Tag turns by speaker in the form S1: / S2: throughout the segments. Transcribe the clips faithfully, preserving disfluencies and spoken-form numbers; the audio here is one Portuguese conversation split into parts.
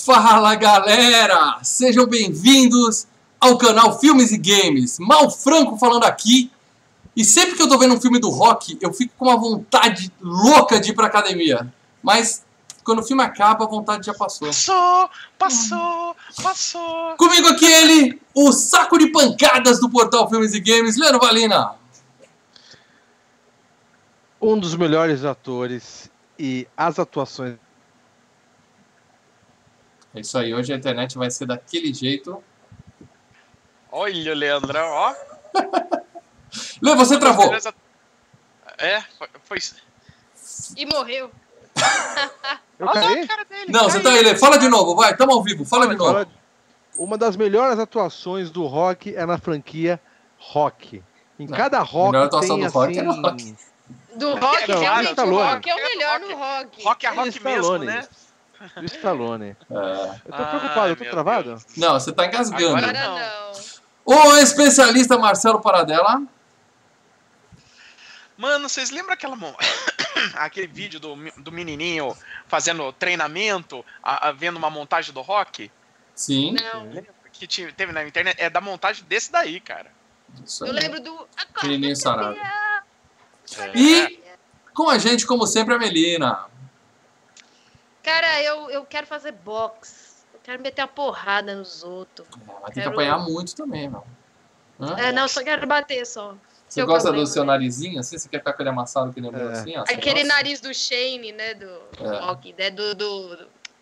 S1: Fala galera, sejam bem-vindos ao canal Filmes e Games. Mal Franco falando aqui. E sempre que eu tô vendo um filme do Rock, eu fico com uma vontade louca de ir pra academia. Mas quando o filme acaba, a vontade já passou.
S2: Passou, passou, passou.
S1: Comigo aqui ele, o saco de pancadas do portal Filmes e Games, Leandro Valina.
S3: Um dos melhores atores e as atuações.
S1: É isso aí, hoje a internet vai ser daquele jeito.
S2: Olha o Leandrão, ó.
S1: Lê, você travou.
S2: É, foi... foi...
S4: E morreu.
S3: Eu
S2: Olha
S3: caí?
S2: a cara dele,
S1: Não,
S2: caiu.
S1: você tá aí, Lê. Fala de novo, vai, tamo ao vivo, fala de novo.
S3: Fala- Uma das melhores atuações do Rock é na franquia Rock. Em
S1: Não,
S3: cada
S1: a
S3: Rock
S1: melhor atuação
S3: tem
S1: do Rock
S3: assim...
S1: é no Rock.
S4: Do rock,
S3: Não,
S4: realmente, o
S3: Stallone.
S4: rock é o melhor no rock.
S2: Rock é rock mesmo,
S3: Stallone.
S2: né?
S3: Do Stallone.
S1: É.
S3: Eu tô
S2: Ai,
S3: preocupado, eu tô
S2: meu
S3: travado?
S2: Deus.
S1: Não, você tá engasgando.
S2: Agora
S4: Agora
S2: não.
S4: não.
S1: O especialista Marcelo Paradela.
S2: Mano, vocês lembram aquela mo- aquele vídeo do, do menininho fazendo treinamento, a- a- vendo uma montagem do Rock?
S1: Sim.
S4: Não.
S2: Lembra que tinha- teve na internet? É da montagem desse daí, cara.
S1: Isso
S4: Eu
S1: aí.
S4: lembro do...
S1: Menininho sarado.
S2: É.
S1: E com a gente, como sempre, a Melina.
S4: Cara, eu, eu quero fazer boxe. Eu quero meter a porrada nos outros.
S1: É, vai ter que
S4: Quero-
S1: apanhar muito também, meu. Hã?
S4: É, não, só quero bater só.
S1: Você
S4: Seu
S1: gosta
S4: problema,
S1: do seu
S4: né?
S1: narizinho assim? Você quer ficar com ele amassado que nem o meu
S3: É.
S1: assim? ó? Você
S4: Aquele
S1: gosta?
S4: nariz do Shane, né? Do
S1: É.
S4: rock, né? Do, do,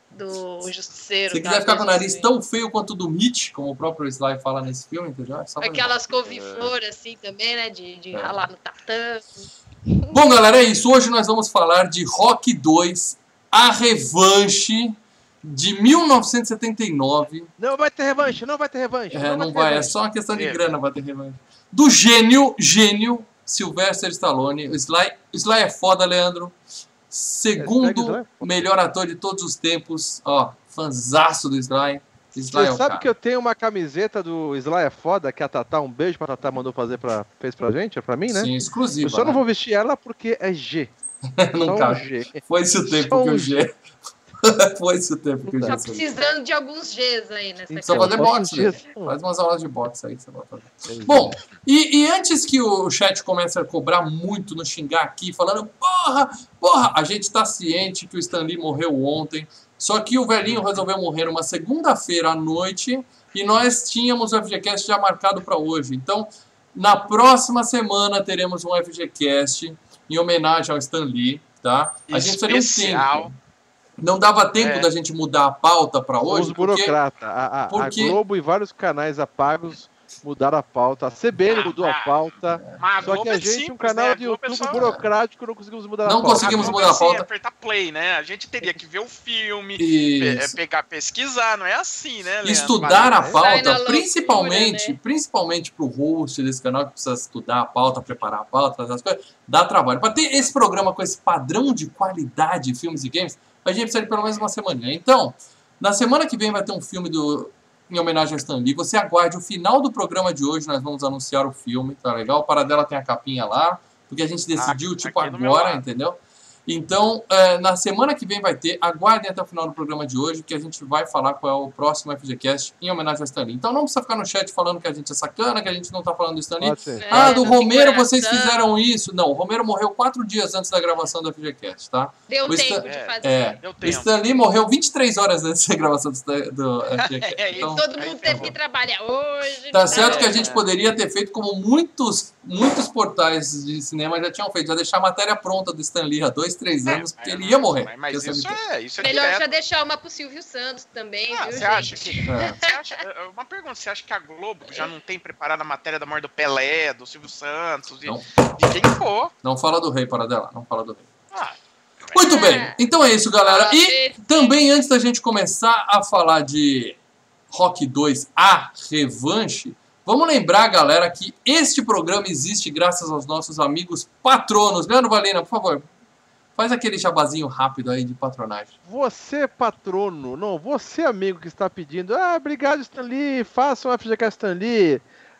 S4: do Justiceiro.
S1: Se
S4: tá?
S1: quiser ficar
S4: Do
S1: com o nariz
S4: Justiceiro.
S1: tão feio quanto o do Mitch, como o próprio Sly fala nesse filme, entendeu? É só pra-
S4: Aquelas couve-flor, assim, também, né? De, de
S1: É.
S4: ralar no tatame.
S1: Bom, galera, é isso. Hoje nós vamos falar de Rock dois, a revanche de mil novecentos e setenta e nove.
S3: Não vai ter revanche, não vai ter revanche.
S1: É, não
S3: ter
S1: vai, é
S3: revanche.
S1: só uma questão de
S2: É.
S1: grana pra ter revanche. Do gênio, gênio, Sylvester Stallone. O Sly, o Sly é foda, Leandro.
S3: Hashtag
S1: Segundo
S3: Sly é foda.
S1: melhor ator de todos os tempos. Ó, fanzaço do Sly. Sly é
S3: Você
S1: o
S3: sabe
S1: cara.
S3: que eu tenho uma camiseta do Sly é foda, que a Tatá, um beijo pra Tatá, mandou fazer pra, fez pra gente, é pra mim, né?
S1: Sim, exclusiva.
S3: Eu só não
S1: né?
S3: vou vestir ela porque é G.
S1: Não
S3: Só um
S1: cabe.
S3: G.
S1: Foi-se o tempo
S3: Só
S1: que
S3: um
S1: o G... Foi-se o tempo que o G...
S4: Tá
S1: subiu.
S4: precisando de alguns Gs aí nessa
S1: Precisa
S3: Então,
S1: fazer
S3: posso
S1: boxe,
S3: dizer-
S1: né? Faz umas aulas de boxe aí que você vai fazer. Bom, e, e antes que o chat comece a cobrar muito, nos xingar aqui, falando, porra, porra, a gente tá ciente que o Stan Lee morreu ontem, só que o velhinho resolveu morrer uma segunda-feira à noite e nós tínhamos o F G Cast já marcado para hoje. Então, na próxima semana teremos um F G Cast em homenagem ao Stan Lee, tá? A gente teria um
S2: Especial.
S1: tempo. Não dava tempo
S2: É.
S1: da gente mudar a pauta para
S3: Os
S1: hoje, porque...
S3: burocratas. A, a-
S1: porque-
S3: a Globo e vários canais apagos mudaram a pauta. A C B N mudou a pauta.
S2: Mas
S3: Só que
S2: Globo
S3: a
S2: é
S3: gente, um
S2: simples,
S3: canal
S2: né?
S3: de
S2: A Globo é
S3: YouTube
S2: só-
S3: burocrático, não conseguimos mudar
S1: Não
S3: a pauta.
S1: conseguimos
S2: A Globo
S1: mudar a
S2: é assim,
S1: pauta.
S2: apertar play, né? A gente teria que ver o filme, pe-
S1: Isso.
S2: pegar, pesquisar, não é assim, né, Leandro?
S1: Estudar a
S2: Valeu, né?
S4: Sai na
S1: pauta,
S4: loucura,
S1: principalmente,
S4: né?
S1: principalmente pro host desse canal que precisa estudar a pauta, preparar a pauta, fazer as coisas, dá trabalho. Para ter esse programa com esse padrão de qualidade de filmes e games, a gente precisa de pelo menos uma semaninha. Então, na semana que vem vai ter um filme do em homenagem a Stan Lee. Você aguarde o final do programa de hoje, nós vamos anunciar o filme, tá legal? O Paradela tem a capinha lá, porque a gente decidiu,
S2: Aqui-
S1: tipo,
S2: aqui do meu
S1: agora,
S2: lado.
S1: entendeu? Então, é, na semana que vem vai ter, aguardem até o final do programa de hoje, que a gente vai falar qual é o próximo F G Cast em homenagem a Stan Lee. Então não precisa ficar no chat falando que a gente é sacana, que a gente não tá falando do Stan Lee.
S3: Pode ser.
S1: Ah,
S4: É,
S1: do
S4: não tem
S1: Romero
S4: coração.
S1: vocês fizeram isso. Não, o Romero morreu quatro dias antes da gravação do F G Cast, tá?
S4: Deu
S1: O Stan-
S4: tempo de
S2: é,
S4: fazer.
S1: É,
S2: Eu
S1: o
S2: tenho.
S1: Stan Lee morreu vinte e três horas antes da gravação do, do F G Cast.
S2: É isso.
S1: Então,
S4: Todo
S2: Aí
S4: mundo
S2: ferrou.
S4: teve que trabalhar hoje.
S1: tá
S4: né?
S1: certo que a
S2: É,
S1: gente
S2: é.
S1: poderia ter feito como muitos, muitos portais de cinema já tinham feito, já deixar a matéria pronta do Stan Lee há dois, três anos, porque
S2: É,
S1: ele ia morrer.
S2: Mas, mas
S1: Porque
S2: isso
S1: sabe
S2: é, isso é
S4: Melhor
S2: direto.
S4: já deixar uma pro Silvio Santos também,
S2: Ah,
S4: viu,
S2: você
S4: gente?
S2: acha que...
S1: É.
S2: Você acha, é, uma pergunta, você acha que a Globo já não tem preparado a matéria da morte do Pelé, do Silvio Santos, de,
S1: Não.
S2: de quem for?
S1: Não fala do rei, Paradela, não fala do rei.
S2: Ah,
S1: Muito
S4: É.
S1: bem, então é isso, galera.
S4: Ah,
S1: E
S4: perfeito.
S1: também, antes da gente começar a falar de Rock dois, a revanche, vamos lembrar, galera, que este programa existe graças aos nossos amigos patronos. Leandro Valina, por favor, faz aquele jabazinho rápido aí de patronagem.
S3: Você, patrono, não, você, amigo que está pedindo, ah, obrigado, Stan Lee, faça um F G Cast Stan Lee.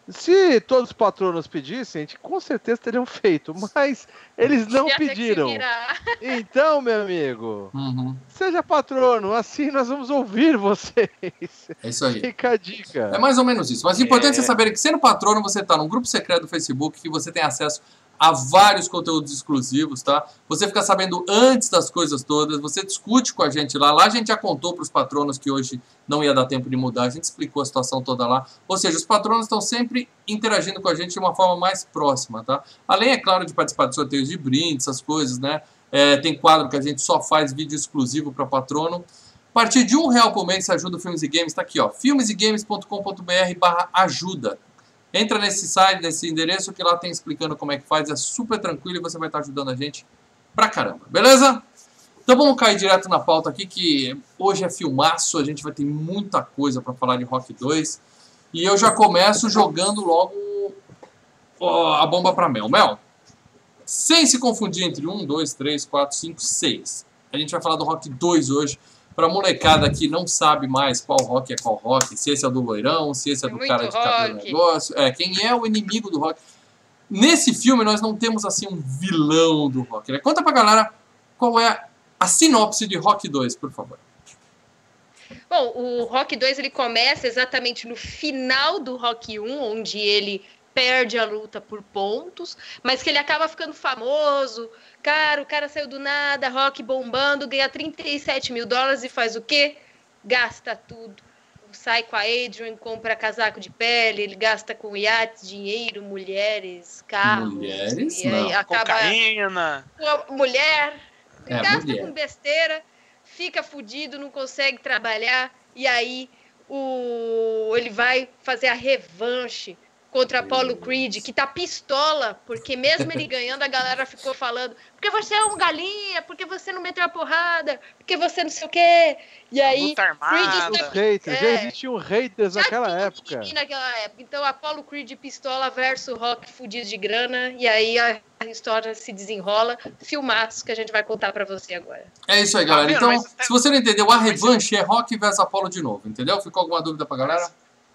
S3: Se todos os patronos pedissem, a gente com certeza teriam feito, mas eles não
S4: Ia ter que se
S3: pediram.
S4: virar.
S3: Então, meu amigo,
S1: Uhum.
S3: seja patrono, assim nós vamos ouvir vocês.
S1: É isso aí.
S3: Fica a dica.
S1: É mais ou menos isso. Mas o importante é,
S2: É.
S1: você saber que sendo patrono, você está num grupo secreto do Facebook, que você tem acesso a vários conteúdos exclusivos, tá? Você fica sabendo antes das coisas todas, você discute com a gente lá. Lá a gente já contou para os patronos que hoje não ia dar tempo de mudar, a gente explicou a situação toda lá. Ou seja, os patronos estão sempre interagindo com a gente de uma forma mais próxima, tá? Além, é claro, de participar de sorteios de brindes, essas coisas, né? É, tem quadro que a gente só faz vídeo exclusivo para patrono. A partir de um real por mês, você ajuda o Filmes e Games, tá aqui, ó, filmes e games ponto com ponto br barra ajuda. Entra nesse site, nesse endereço, que lá tem explicando como é que faz, é super tranquilo e você vai estar ajudando a gente pra caramba, beleza? Então vamos cair direto na pauta aqui, que hoje é filmaço, a gente vai ter muita coisa pra falar de Rock dois. E eu já começo jogando logo ó, a bomba pra Mel. Mel, sem se confundir entre um, dois, três, quatro, cinco, seis. A gente vai falar do Rock dois hoje. Pra molecada que não sabe mais qual Rock é qual Rock, se esse é do loirão, se esse é do
S4: Muito
S1: cara de cabelo
S4: rock.
S1: negócio, é, quem é o inimigo do Rock. Nesse filme nós não temos assim um vilão do Rock, né? Conta pra galera qual é a sinopse de Rock dois, por favor.
S4: Bom, o Rock dois ele começa exatamente no final do Rock um, onde ele perde a luta por pontos, mas que ele acaba ficando famoso. Cara, o cara saiu do nada, Rock bombando, ganha trinta e sete mil dólares e faz o quê? Gasta tudo. Sai com a Adrian, compra casaco de pele, ele gasta com iates, dinheiro, mulheres, carros.
S1: Mulheres?
S4: E aí
S1: Não.
S4: acaba
S2: Cocaína.
S4: com a mulher,
S1: É,
S4: gasta
S1: mulher.
S4: com besteira, fica fudido, não consegue trabalhar, e aí o... ele vai fazer a revanche contra Apollo Creed, que tá pistola, porque mesmo ele ganhando, a galera ficou falando, porque você é um galinha, porque você não meteu a porrada, porque você não sei o quê. E aí,
S2: Luta armada.
S4: Creed está...
S3: Haters, já
S4: É.
S3: existiam haters
S4: Já
S3: naquela
S4: tinha
S3: época.
S4: mimimi naquela época. Então, Apollo Creed pistola versus Rock fudido de grana, e aí a história se desenrola. Filmaço que a gente vai contar pra você agora.
S1: É isso aí, galera.
S2: vendo?
S1: Então,
S2: Mas-
S1: se você não entendeu, a revanche é Rock versus Apollo de novo, entendeu? Ficou alguma dúvida pra galera?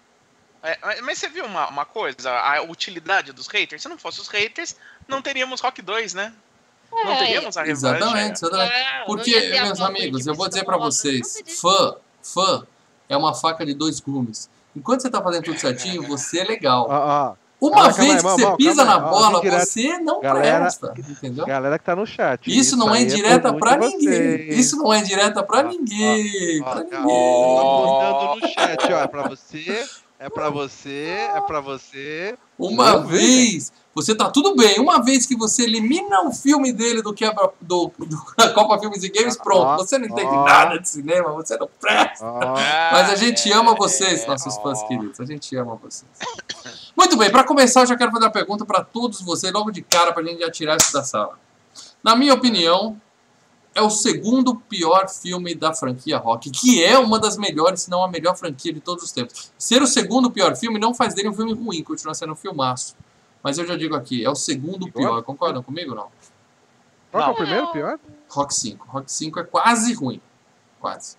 S2: É, mas você viu uma, uma coisa? A utilidade dos haters? Se não fosse os haters, não teríamos Rock dois, né? Não
S4: É,
S2: teríamos a revanche.
S1: Exatamente, exatamente.
S4: Não,
S1: Porque,
S4: não ia ter
S1: meus
S4: Apollo
S1: amigos,
S4: Creed
S1: eu vou dizer pra
S4: pistola,
S1: vocês,
S4: nada disso.
S1: fã, fã é uma faca de dois gumes. Enquanto você tá fazendo tudo certinho, você é legal.
S3: Ó, ó,
S1: Uma
S3: calma, calma
S1: vez
S3: aí,
S1: que
S3: mal,
S1: você
S3: mal,
S1: pisa
S3: calma
S1: na
S3: aí. Ó,
S1: bola,
S3: indireta.
S1: você não
S3: Galera-
S1: presta, entendeu?
S3: galera que tá no chat.
S1: Isso não é
S3: aí
S1: indireta
S3: por
S1: pra
S3: muito de
S1: ninguém.
S3: vocês.
S1: Isso não é indireta pra
S3: Ó,
S1: ninguém.
S3: Ó,
S1: Pra
S3: ó,
S1: ninguém.
S3: tô botando no chat, ó. É pra você, é pra você, é pra você.
S1: Uma
S3: Não,
S1: vez, você tá tudo bem. Uma vez que você elimina o filme dele do quebra do, do da Copa Filmes e Games, pronto.
S3: Ó,
S1: Você não entende
S3: ó.
S1: nada de cinema, você não presta.
S3: Ó,
S1: Mas a gente ama vocês, nossos fãs queridos. A gente ama vocês. Muito bem, para começar, eu já quero fazer uma pergunta para todos vocês, logo de cara, para a gente já tirar isso da sala. Na minha opinião, é o segundo pior filme da franquia Rock, que é uma das melhores, se não a melhor franquia de todos os tempos. Ser o segundo pior filme não faz dele um filme ruim, continua sendo um filmaço. Mas eu já digo aqui, é o segundo pior. Concordam comigo ou não?
S3: qual que é
S2: Não.
S3: o primeiro, pior?
S1: Rock cinco. Rock cinco é quase ruim. Quase.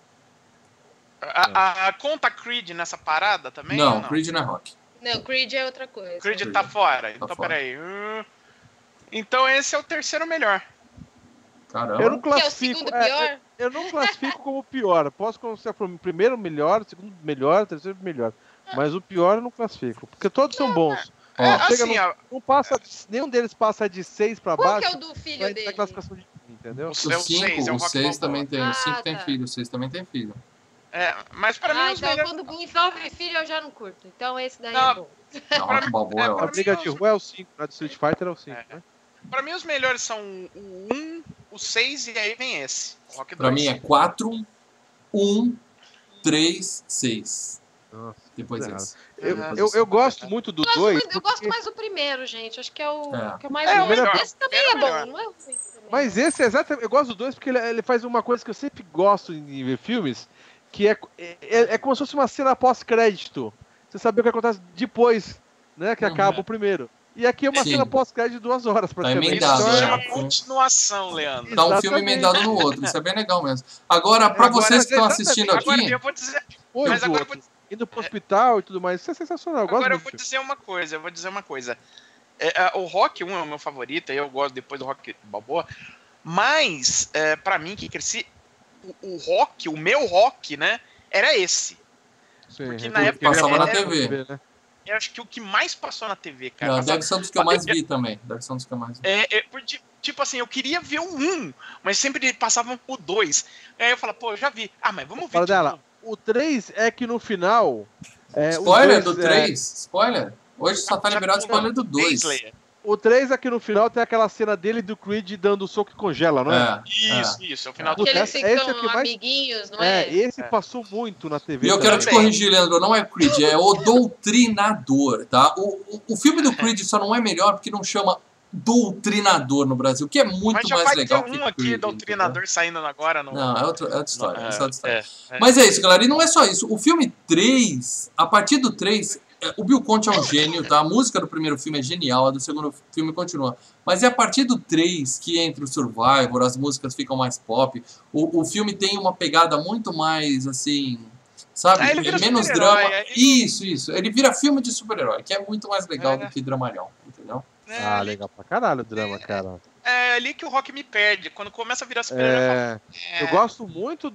S2: A, a- a conta Creed nessa parada também?
S1: não,
S2: ou não?
S1: Creed não é Rock.
S4: Não, Creed é outra coisa.
S2: Creed
S1: Creed
S2: tá fora. Então,
S1: fora.
S2: peraí. Hum, Então esse é o terceiro melhor.
S1: Caramba.
S3: Eu não
S4: Que é o
S3: classifico.
S4: segundo
S3: é,
S4: pior?
S3: eu não classifico como pior. Posso considerar o primeiro melhor, o segundo melhor, o terceiro melhor. Mas o pior eu não classifico. Porque todos são bons.
S1: Ó,
S2: É,
S3: chega
S2: assim,
S3: no-
S2: ó,
S3: Não passa, nenhum deles passa de seis pra
S4: Qual
S3: baixo.
S4: que é o do filho
S3: vai
S4: dele?
S3: na classificação de entendeu?
S2: O
S1: O
S2: É o seis,
S1: cinco,
S2: é o
S1: o
S2: Rock
S1: seis
S2: Balboa.
S1: também tem. O cinco
S4: Ah,
S1: tem
S4: tá.
S1: filho, o seis também tem filho.
S2: é, mas pra mim
S4: Ah,
S2: os
S4: então
S2: melhores.
S4: quando envolve filho eu já não curto. Então esse daí
S2: Não.
S4: é bom.
S1: Não, Rock Balboa é
S2: é,
S3: A
S1: ótimo.
S3: briga de rua é o cinco, a de Street Fighter é o cinco,
S2: É.
S3: né?
S2: Pra mim os melhores são o um, o seis e aí vem esse. O Rock
S1: Pra
S2: dois.
S1: mim é quatro, um, três, seis.
S3: Nossa,
S1: Depois
S3: errado.
S1: esse.
S3: Eu,
S2: Aham.
S3: eu, eu gosto muito do
S4: Eu gosto,
S3: dois.
S4: mais, eu gosto
S3: porque-
S4: mais do primeiro, gente. Acho que é o
S1: É.
S4: que é o mais
S2: É,
S4: bom.
S2: o melhor.
S4: Esse também
S2: É
S4: é,
S2: o melhor.
S4: bom, não é ruim também.
S3: Mas esse é exatamente. Eu gosto do dois porque ele, ele faz uma coisa que eu sempre gosto em ver filmes, que é, é, é como se fosse uma cena pós-crédito. Você sabe o que acontece depois, né? Que
S1: Uhum.
S3: acaba o primeiro. E aqui é uma
S1: Sim.
S3: cena pós-crédito de duas horas, praticamente.
S1: emendado,
S2: Isso
S3: Então,
S2: se
S1: né?
S2: chama
S1: É.
S2: continuação, Leandro.
S1: Tá um filme
S3: Exatamente.
S1: emendado no outro. Isso é bem legal mesmo. Agora, pra
S3: Agora,
S1: vocês que estão
S3: exatamente.
S1: assistindo
S2: Agora
S1: aqui.
S2: eu vou dizer.
S3: depois
S2: Mas
S3: do
S2: agora
S3: outro. indo pro hospital e tudo mais. Isso é sensacional. Eu gosto
S2: Agora eu
S3: muito.
S2: vou dizer uma coisa, eu vou dizer uma coisa. É, é, o Rock um é o meu favorito, aí eu gosto depois do Rock Balboa, mas, é, pra mim, que cresci, o, o Rock, o meu Rock, né, era esse.
S3: Sim,
S2: Porque
S3: é
S2: na
S3: tudo
S2: época
S3: que eu
S1: passava
S3: ia
S1: na
S3: falar
S1: T V.
S3: né?
S2: Eu acho que o que mais passou na T V, cara.
S1: Não,
S2: passava-
S1: deve ser um dos que eu mais vi também. Deve ser um dos que eu mais vi.
S2: É, é, por ti- tipo assim, eu queria ver o um, mas sempre passavam o dois. Aí eu falava, pô, eu já vi. Ah, mas vamos ver
S3: Fala
S2: de
S3: dela.
S2: novo.
S3: O três é que no final. É, os
S1: Spoiler
S3: dois,
S1: do
S3: é,
S1: três? Spoiler? Hoje só tá
S2: Já
S1: liberado
S2: pulou
S1: spoiler do dois.
S2: Leia.
S3: o três é que no final tem aquela cena dele e do Creed dando soco e congela, não é?
S1: É,
S2: Isso,
S1: é.
S2: isso, é o final
S1: É.
S2: do
S4: Que
S3: Puta,
S4: eles
S3: essa- esse é
S4: ficam
S3: o que mais-
S4: amiguinhos, não
S3: É,
S4: é?
S3: esse
S2: É.
S3: passou muito na T V.
S1: E eu quero te
S2: Também.
S1: corrigir, Leandro, não é Creed, é o Doutrinador, tá? O, o, o filme do Creed só não é melhor porque não chama Doutrinador no Brasil, que é muito
S2: Mas já
S1: mais
S2: vai
S1: legal
S2: ter
S1: que
S2: um aqui,
S1: Creed,
S2: doutrinador, saindo agora no.
S1: entendeu? Não, é outra, é outra história,
S2: no-
S1: essa é outra história.
S2: é, é.
S1: Mas é isso, galera, e não é só isso. O filme três, a partir do três, é, o Bill Conti é um gênio, tá? A música do primeiro filme é genial, a do segundo filme continua. Mas é a partir do três que entra o Survivor, as músicas ficam mais pop. O, o filme tem uma pegada muito mais, assim, sabe?
S2: Ah, ele vira
S1: É menos
S2: super-herói,
S1: drama.
S2: é-
S1: Isso, isso. Ele vira filme de super-herói, que é muito mais legal
S2: É.
S1: do que dramalhão, entendeu?
S2: É,
S3: Ah,
S2: ali,
S3: legal pra caralho o drama, cara.
S2: é ali que o Rock me perde. Quando começa a virar super-herói, eu
S3: É,
S2: falo, é,
S3: eu gosto muito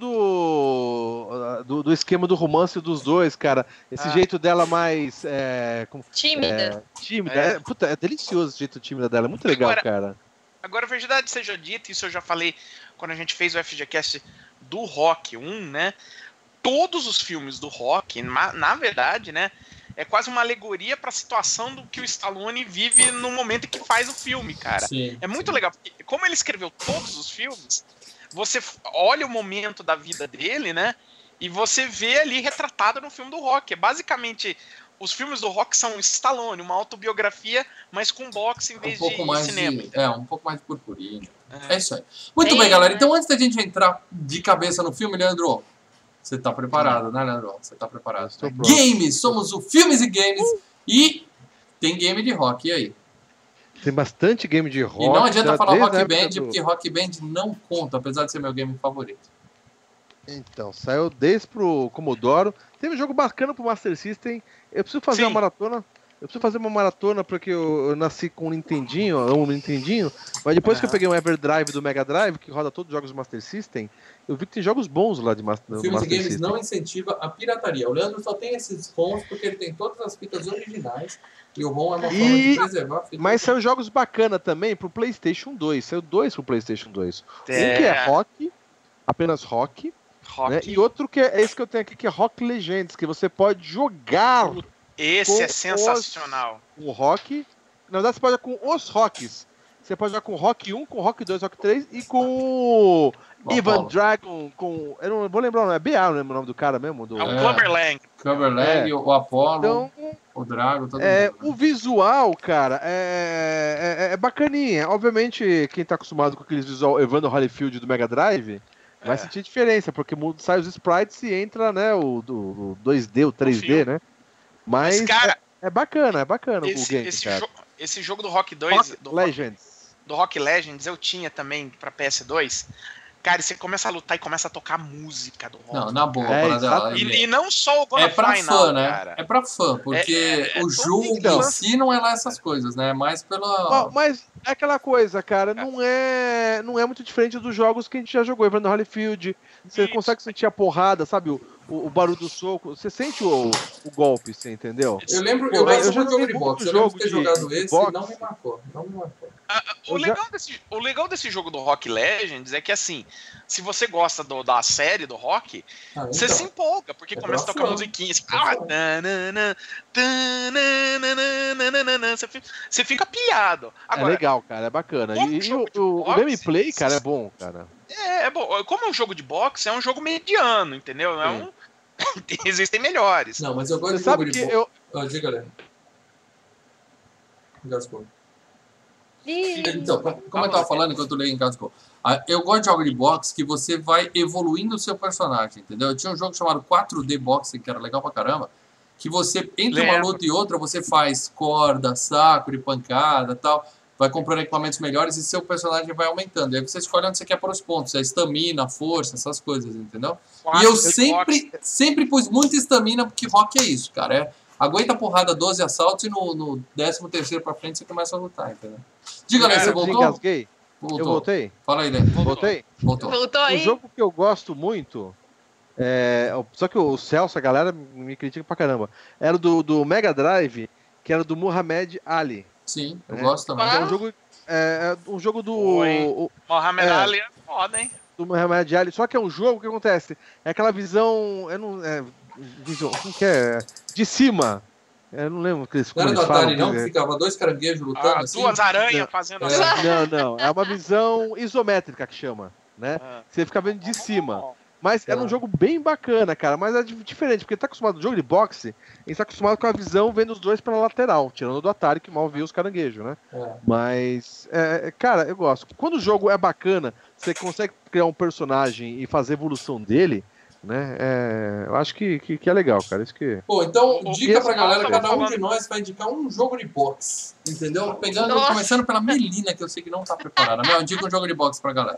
S3: do, do, do esquema do romance dos dois, cara. Esse
S2: Ah.
S3: jeito dela mais é, como-
S4: Tímida.
S3: tímida.
S2: É.
S3: É, puta, é delicioso esse jeito tímido dela. É muito legal,
S2: Agora-
S3: cara.
S2: Agora, verdade seja dita, isso eu já falei quando a gente fez o F G Cast do Rock um, né? Todos os filmes do Rock, na, na verdade, né? É quase uma alegoria para a situação do que o Stallone vive no momento em que faz o filme, cara.
S1: Sim.
S2: É muito legal, porque como ele escreveu todos os filmes, você f- olha o momento da vida dele, né? E você vê ali retratado no filme do Rock. É basicamente, os filmes do Rock são Stallone, uma autobiografia, mas com boxe em
S1: Um
S2: vez
S1: pouco
S2: de
S1: mais
S2: cinema.
S1: de, é, um pouco mais de purpurina. É
S2: É.
S1: isso aí. Muito
S4: Bem,
S1: bem, galera.
S4: né?
S1: Então, antes da gente entrar de cabeça no filme, Leandro, você tá preparado, né, Leandro? Você tá preparado.
S3: Estou
S1: né?
S3: pronto.
S1: Games! Somos o Filmes e Games. E tem game de rock. E aí?
S3: Tem bastante game de rock.
S1: e não adianta
S3: já
S1: falar
S3: desde
S1: Rock
S3: a época
S1: Band,
S3: do-
S1: porque Rock Band não conta, apesar de ser meu game favorito.
S3: Então, saiu desde pro Commodore. Teve um jogo bacana pro Master System. Eu preciso fazer
S2: Sim.
S3: uma maratona. Eu preciso fazer uma maratona porque eu, eu nasci com um Nintendinho, eu amo um Nintendinho. Mas depois que eu
S2: Aham.
S3: peguei um Everdrive do Mega Drive, que roda todos os jogos do Master System, eu vi que tem jogos bons lá de Master,
S1: O
S3: do
S1: Filmes e
S3: Master
S1: Games
S3: System.
S1: não incentiva a pirataria. O Leandro só tem esses ROMs porque ele tem todas as fitas originais. E o ROM é uma
S3: E-
S1: forma de preservar a fita.
S3: Mas saiu jogos bacana também pro PlayStation dois. Saiu dois pro PlayStation dois. Um que é
S2: É.
S3: Rock, apenas Rock.
S2: Rock.
S3: Né? E outro que é, é esse que eu tenho aqui, que é Rock Legends, que você pode jogar
S2: Esse
S3: com
S2: é sensacional.
S3: com o Rock. Na verdade, você pode jogar com os Rocks. Você pode jogar com Rock um, com Rock dois, Rock três e com o
S1: O
S3: Ivan
S1: Apollo.
S3: Dragon, com... Eu não vou lembrar o nome, é B A, não lembro o nome do cara mesmo? Do...
S2: É o
S1: É.
S2: Clubber Lang.
S1: Coverleg,
S3: É.
S1: o Apollo,
S3: Então,
S1: o Drago, todo
S3: é,
S1: mundo. né?
S3: o visual, cara, é, é, é bacaninha. Obviamente, quem tá acostumado com aqueles visual Evander Holyfield do Mega Drive vai
S2: É.
S3: sentir diferença, porque muda- sai os sprites e entra, né, o, do, o dois D, o três D,
S2: filme.
S3: né? Mas,
S2: Mas, cara,
S3: é, é bacana, é bacana o
S2: esse,
S3: game,
S2: esse,
S3: cara.
S2: jo- esse jogo do Rock dois,
S3: Rock
S2: do, Rock,
S3: Legends.
S2: do Rock Legends, eu tinha também pra P S dois. Cara, e você começa a lutar e começa a tocar música do Rock.
S1: Não, na boa,
S3: É,
S1: Paradela,
S3: exatamente.
S1: ele-
S2: E, e não só o Gonna
S1: É pra
S2: Fly
S1: fã,
S2: Now,
S1: né?
S2: cara.
S1: É pra fã, porque
S2: É, é, é
S1: o
S2: todo
S1: jogo
S3: então.
S1: em si não é lá essas coisas, né? É mais
S3: Ó,
S1: pela.
S3: mas é aquela coisa, cara, não é, não é muito diferente dos jogos que a gente já jogou. Evander Holyfield, você
S2: Isso.
S3: consegue sentir a porrada, sabe? O, o, o barulho do soco, você sente o, o golpe, você entendeu?
S1: Eu lembro,
S3: Pô,
S1: eu gosto
S3: eu já
S1: muito de jogo
S3: joguei
S1: de
S3: muito
S1: boxe. Eu lembro de
S3: jogo
S1: ter
S3: de-
S1: jogado
S3: de
S1: esse
S3: boxe.
S1: e não me marcou. Não me marcou.
S2: O
S3: Eu já-
S2: legal, desse, o legal desse jogo do Rock Legends é que, assim, se você gosta do- da série do Rock,
S1: Ah,
S2: você
S1: então.
S2: se empolga, porque
S1: É
S2: começa a
S1: pra
S2: tocar
S1: fã.
S2: musiquinha, assim,
S1: É pra
S2: ah,
S1: fã.
S2: tanana, tananana, você fica, você fica pilhado.
S3: É
S2: Agora,
S3: legal, cara, é bacana.
S2: como
S3: E, e
S2: jogo
S3: o,
S2: de
S3: o- o
S2: boxe,
S3: gameplay, cara, é bom, cara.
S2: é, é bom. Como é um jogo de boxe, é um jogo mediano, entendeu? É
S3: Sim.
S2: um... Existem melhores.
S1: Não, mas eu gosto
S3: Você
S1: de jogo
S3: sabe
S1: de
S3: que
S1: boxe.
S3: eu.
S1: Ah, diga, Léo. Engasgou.
S4: Ih,
S1: Então, como eu tava falando enquanto eu leio em casa, ah, eu gosto de jogo de boxe que você vai evoluindo o seu personagem, entendeu? Eu tinha um jogo chamado quatro D Boxing, que era legal pra caramba, que você, entre uma
S2: Lembro.
S1: luta e outra, você faz corda, sacro e pancada e tal. vai comprando equipamentos melhores e seu personagem vai aumentando. E aí você escolhe onde você quer pôr os pontos, a estamina, a força, essas coisas, entendeu?
S2: Quatro,
S1: E eu
S2: dois
S1: sempre,
S2: box.
S1: sempre pus muita estamina, porque rock é isso, cara. É, aguenta a porrada doze assaltos e no, no décimo terceiro pra frente você começa a lutar, entendeu? Diga, Lê,
S2: É,
S1: você
S3: Eu
S1: voltou?
S3: desengasguei?
S1: Voltou.
S3: Eu voltei?
S1: Fala aí, Lê.
S3: Voltei?
S1: Voltou.
S4: Voltou
S3: Um
S4: aí?
S3: jogo que eu gosto muito, é, só que o Celso, a galera me critica pra caramba, era do, do Mega Drive, que era do Muhammad Ali.
S1: Sim, eu
S3: É.
S1: gosto também.
S3: É um jogo, é, é um jogo do,
S2: Oi.
S3: o-
S2: Mohamed
S3: É.
S2: Ali é foda, hein?
S3: do Muhammad Ali, só que é um jogo que acontece, é aquela visão, eu não, é, visão, como que é, de cima, eu não lembro que eles,
S1: Não era
S3: como
S1: do
S3: eles falam.
S1: Atari, não?
S3: que-
S1: Que ficava dois caranguejos lutando
S2: Ah,
S1: assim?
S2: duas aranhas
S3: Não.
S2: fazendo
S1: É.
S2: assim.
S3: Não, não, é uma visão isométrica que chama, né?
S2: Ah.
S3: Você fica vendo de cima.
S2: Oh,
S3: Mas era um
S1: Ah.
S3: jogo bem bacana, cara. Mas é di- diferente, porque tá acostumado no jogo de boxe, a gente tá acostumado com a visão vendo os dois pela lateral, tirando do Atari que mal via os caranguejos, né?
S1: É.
S3: Mas, é, cara, eu gosto. Quando o jogo é bacana, você consegue criar um personagem e fazer a evolução dele, né? É, eu acho que, que, que é legal, cara. Isso que.
S1: Pô, então,
S2: O-
S1: dica
S3: o
S1: pra
S2: Esse
S1: galera,
S2: mal
S1: cada
S2: tava
S1: um de
S2: falando-
S1: nós vai indicar um jogo de boxe, entendeu? Pegando,
S4: Nossa.
S1: começando pela Melina, que eu sei que não tá preparada. Mel, indica um jogo de boxe pra galera.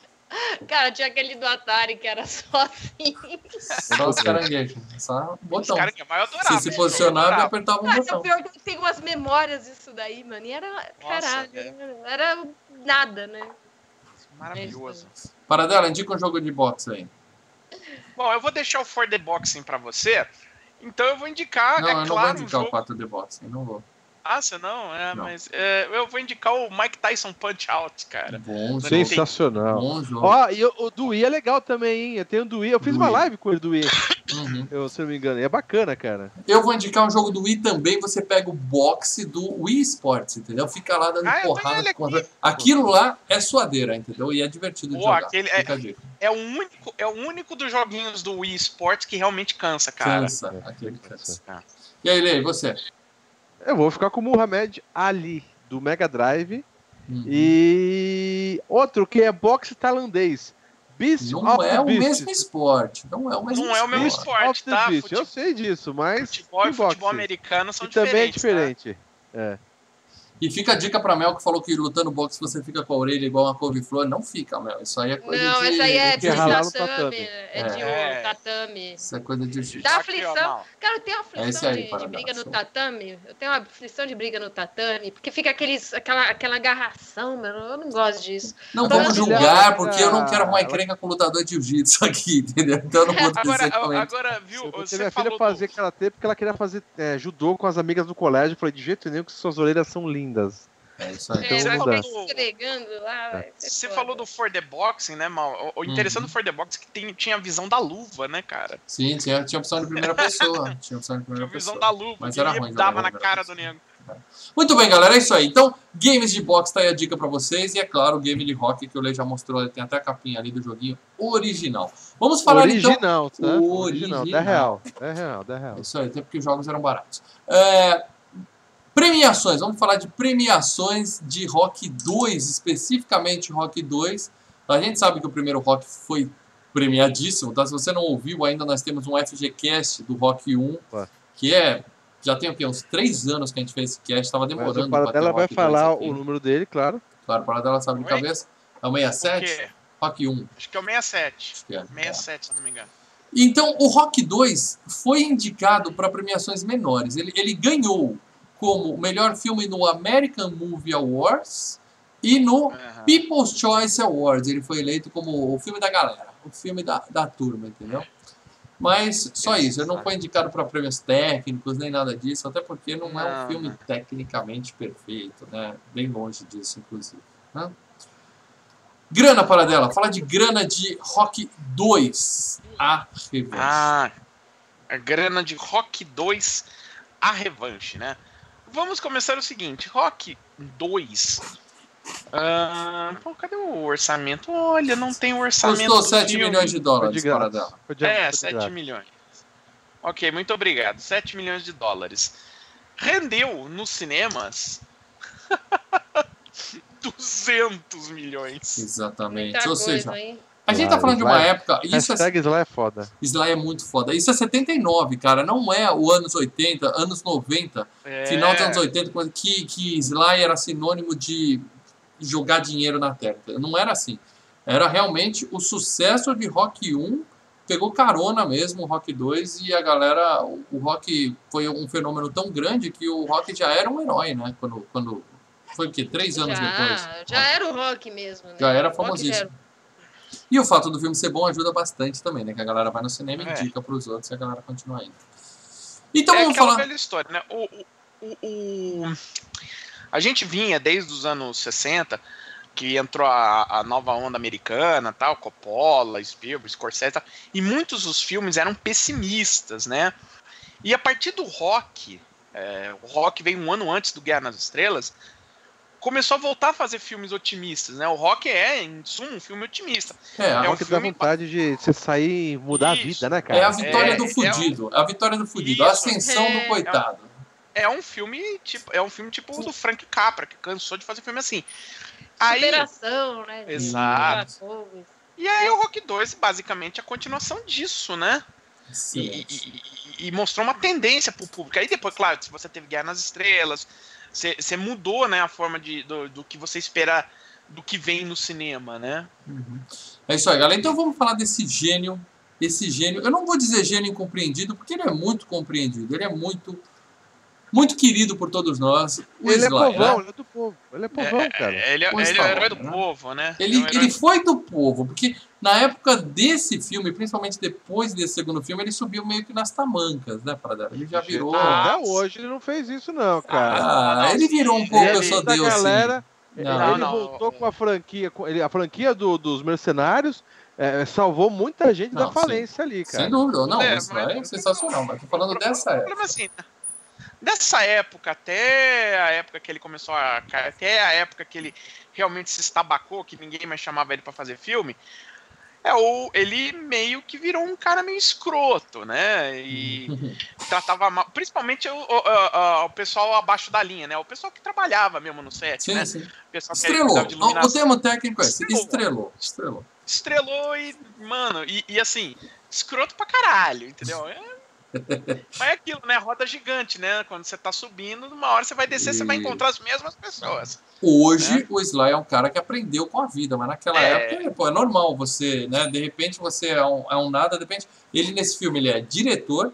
S4: Cara, tinha aquele do Atari que era só assim.
S1: Só os caranguejos, só um
S2: Os
S1: botão.
S2: caras que mais adoravam.
S1: Você se
S2: esse jogo,
S1: posicionava e
S2: adorava.
S1: apertava um
S4: Cara, o
S1: botão.
S4: pior que eu tenho umas memórias disso daí, mano. E era. Caralho,
S2: é.
S4: era nada, né?
S2: Maravilhoso.
S1: Paradela, indica um jogo de boxe aí.
S2: Bom, eu vou deixar o For the Boxing pra você. Então eu vou indicar,
S1: Não,
S2: é
S1: eu não vou
S2: claro, um
S1: indicar o
S2: jogo...
S1: quatro D boxe, eu não vou.
S2: Ah, você não? É,
S1: Não.
S2: mas é, eu vou indicar o Mike Tyson Punch Out, cara.
S1: Bom jogo.
S3: Sensacional.
S1: Bom jogo.
S3: Ó, e o, o do Wii é legal também, hein? Eu tenho o do Wii. Eu fiz
S1: Do
S3: uma
S1: Wii.
S3: live com ele do Wii,
S1: Uhum.
S3: eu, se eu não me engano. E é bacana, cara.
S1: Eu vou indicar um jogo do Wii também. Você pega o boxe do Wii Sports, entendeu? Fica lá dando
S2: Ah, eu tenho
S1: porrada.
S2: ele aqui.
S1: contra- Aquilo lá é suadeira, entendeu? E é divertido de
S2: Pô,
S1: jogar.
S2: aquele-
S1: Fica a dica.
S2: É o único, é o único dos joguinhos do Wii Sports que realmente cansa, cara.
S1: Cansa. Aquele cansa.
S2: Ah.
S1: E aí, Lei, você?
S3: Eu vou ficar com o Muhammad Ali, do Mega Drive.
S1: Uhum.
S3: E outro que é boxe tailandês. Beast
S1: Não
S3: of
S1: é
S3: the
S1: o
S3: Beast.
S1: mesmo esporte. Não é o mesmo
S2: Não é o mesmo
S1: esporte.
S2: esporte,
S3: Of the
S2: tá?
S3: Beast.
S2: Futebol,
S3: Eu sei disso, mas
S2: futebol e
S3: que boxe.
S2: futebol americano são
S3: E também é
S2: diferentes. tá?
S3: diferente. É.
S1: E fica a dica pra Mel, que falou que lutando boxe você fica com a orelha igual uma couve-flor. Não fica, Mel. Isso aí é coisa
S4: Não,
S1: de...
S4: essa aí é
S3: de
S4: de
S3: ralar no
S4: tatame.
S3: tatame.
S4: É de
S2: É.
S4: um tatame.
S1: Isso é coisa de jiu-jitsu.
S4: Dá
S2: Aqui, ó,
S4: aflição.
S2: Mal.
S4: Cara, eu tenho uma
S1: É esse
S4: aflição
S1: aí,
S4: de, de
S1: Paradela,
S4: briga no
S1: show.
S4: tatame. Eu tenho uma aflição de briga no tatame, porque fica aqueles, aquela, aquela agarração, mano. Eu não gosto disso.
S1: Não
S4: Então,
S1: vamos
S4: assim,
S1: julgar,
S3: ela-
S1: porque eu não quero arrumar
S3: ela-
S1: encrenca com lutador de jiu-jitsu aqui, entendeu? Então eu não vou dizer
S2: Agora,
S1: também.
S2: agora, viu,
S3: Eu botei
S2: você
S3: minha
S2: falou
S3: filha fazer karatê porque ela queria fazer é, judô com as amigas do colégio. Eu falei, de jeito nenhum que suas orelhas são lindas.
S1: É isso aí.
S3: Então,
S4: É, vai
S3: não dá.
S4: ficar esfregando lá. vai ser
S2: Você
S4: foda.
S2: falou do For the Boxing, né, Mal? O o interessante
S1: Uhum.
S2: do For the Boxing é que tem, tinha a visão da luva, né, cara?
S1: Sim, tinha, tinha opção de primeira pessoa. Tinha opção de
S2: Tinha
S1: primeira
S2: a visão
S1: pessoa.
S2: da luva,
S1: Mas
S2: que
S1: era
S2: ele
S1: ruim
S2: dava
S1: jogar
S2: na
S1: na
S2: cara do
S1: primeira
S2: nego.
S1: Muito bem, galera, é isso aí. Então, games de boxe tá aí a dica pra vocês. E é claro, o game de rock que o Lei já mostrou, ele tem até a capinha ali do joguinho original. Vamos falar então...
S3: Original, tá?
S1: Original.
S3: Original, dez real. dez real, dez real.
S1: É isso aí, até porque os jogos eram baratos. É, premiações, vamos falar de premiações de Rock dois, especificamente Rock dois. A gente sabe que o primeiro Rock foi premiadíssimo, tá? Se você não ouviu ainda, nós temos um F G Cast do Rock um,
S3: Ué.
S1: que é... Já tem o quê? Uns três anos que a gente fez esse cast, estava
S3: Mas
S1: demorando
S3: o
S1: pra ter
S3: Paradela vai
S1: Rock dois
S3: falar
S1: aqui.
S3: o número dele, claro.
S1: Claro, o Paradela sabe de
S2: Oi?
S1: cabeça. É o sessenta e
S2: O
S1: sete?
S2: quê?
S1: Rock um.
S2: Acho que é o sessenta e sete.
S1: Acho que é.
S2: sessenta e sete, se eu não me engano.
S1: Então, o Rock dois foi indicado para premiações menores. Ele, ele ganhou como o melhor filme no American Movie Awards e no
S2: Aham.
S1: People's Choice Awards. Ele foi eleito como o filme da galera, o filme da, da turma, entendeu? Mas só isso, ele não foi indicado para prêmios técnicos nem nada disso, até porque não é um
S2: Não,
S1: filme
S2: não.
S1: tecnicamente perfeito, né? Bem longe disso, inclusive. Né? Grana, Paradela, fala de grana de Rock dois, a revanche.
S2: Ah, a grana de Rock dois, a revanche, né? Vamos começar o seguinte, Rock dois... Ah, pô, cadê o orçamento? Olha, não tem o orçamento
S1: Custou
S2: do
S1: sete
S2: filme.
S1: milhões de
S3: Foi
S1: dólares,
S3: de graça.
S1: Paradela.
S3: Foi de-
S2: É,
S3: foi de
S2: sete
S3: graça.
S2: milhões. Ok, muito obrigado. sete milhões de dólares. Rendeu nos cinemas duzentos milhões.
S1: Exatamente.
S4: Muita
S1: Ou
S4: coisa,
S1: seja,
S4: hein?
S1: A gente tá falando de uma época... Isso
S3: Hashtag
S1: é,
S3: Sly é foda.
S1: Sly é muito foda. Isso é setenta e nove, cara. Não é o anos oitenta, anos noventa,
S2: É.
S1: final dos anos oitenta, quando- que, que Sly era sinônimo de jogar dinheiro na terra. Não era assim. Era realmente o sucesso de Rock um, pegou carona mesmo, o Rock dois, e a galera... O Rock foi um fenômeno tão grande que o Rock já era um herói, né? Quando... quando foi o quê? Três anos
S4: já,
S1: depois.
S4: Já era o Rock mesmo, né?
S1: Já era
S4: O Rock
S1: famosíssimo.
S4: já era-
S1: E o fato do filme ser bom ajuda bastante também, né? Que a galera vai no cinema e
S2: É.
S1: indica pros outros e a galera continua indo. Então
S2: é
S1: vamos
S2: aquela
S1: falar...
S2: velha história, né? O, o, o, o- A gente vinha desde os anos sessenta, que entrou a, a nova onda americana, tal, Coppola, Spielberg, Scorsese, tal, e muitos dos filmes eram pessimistas, né? E a partir do Rock, é, o Rock veio um ano antes do Guerra nas Estrelas, começou a voltar a fazer filmes otimistas, né? O Rock é, em suma, um filme otimista.
S1: É,
S2: É um
S3: Rock dá
S2: filme-
S3: vontade de você sair e mudar
S2: Isso.
S3: a vida, né,
S1: é
S3: cara?
S1: a vitória
S2: É,
S1: do
S2: é
S1: fudido. É a vitória do fudido. A
S2: Isso.
S1: ascensão
S4: É.
S1: do coitado.
S2: É um filme tipo, é um filme tipo do Frank Capra, que cansou de fazer filme assim. Aí,
S4: Superação, né? de-
S2: Exato.
S4: de fogo.
S2: e aí o Rock dois, basicamente, é a continuação disso, né? E,
S1: Excelente.
S2: e- e- e mostrou uma tendência pro público. Aí depois, claro, se você teve Guerra nas Estrelas, você você mudou, né, a forma de, do, do que você espera do que vem no cinema, né?
S1: Uhum. É isso aí, galera. Então vamos falar desse gênio. Esse gênio. Eu não vou dizer gênio incompreendido, porque ele é muito compreendido. Ele é muito, muito querido por todos nós. O
S3: Ele é
S1: Sly,
S3: povão,
S1: né?
S3: ele é do povo. Ele é povão,
S2: É,
S3: cara.
S2: é, ele é,
S1: O
S2: ele é o herói
S1: Stallone,
S2: do
S1: né?
S2: povo, né?
S1: Ele,
S2: É um herói
S1: ele
S2: do-
S1: foi do povo, porque na época desse filme, principalmente depois desse segundo filme, ele subiu meio que nas tamancas, né, Pradera? Ele já virou.
S2: Ah,
S3: Até hoje ele não fez isso, não, cara.
S1: Ah,
S2: não,
S1: ele virou um pouco
S3: Ele
S1: eu sou
S3: da
S1: Deus,
S3: galera,
S1: sim.
S3: ele
S1: Não,
S2: não.
S3: voltou com a franquia, com- ele, a franquia do- dos mercenários, é, salvou muita gente
S1: Não,
S3: da falência ali, cara.
S1: Sem dúvida. Não,
S2: É,
S1: isso
S2: mas-
S1: é sensacional, mas tô falando
S2: O
S1: dessa época.
S2: problema é assim, né? Dessa época até a época que ele começou a cair, até a época que ele realmente se estabacou, que ninguém mais chamava ele pra fazer filme, é o ele meio que virou um cara meio escroto, né? E tratava mal, principalmente o, o, o- o pessoal abaixo da linha, né? O pessoal que trabalhava mesmo no set,
S1: Sim,
S2: né?
S1: sim.
S2: O pessoal que
S1: Estrelou.
S2: cuidava de
S1: O, o
S2: iluminação.
S1: termo técnico é esse.
S2: Estrelou.
S1: Estrelou. Estrelou.
S2: Estrelou e, mano, e, e assim, escroto pra caralho, entendeu? É... Mas é aquilo, né? Roda gigante, né? Quando você tá subindo, uma hora você vai descer, você vai
S1: E-
S2: encontrar as mesmas pessoas.
S1: Hoje, o Sly é um cara que aprendeu com a vida, mas naquela
S2: É.
S1: época, pô, é normal você, né? De repente você é um, é um nada, de repente. Ele nesse filme ele é diretor,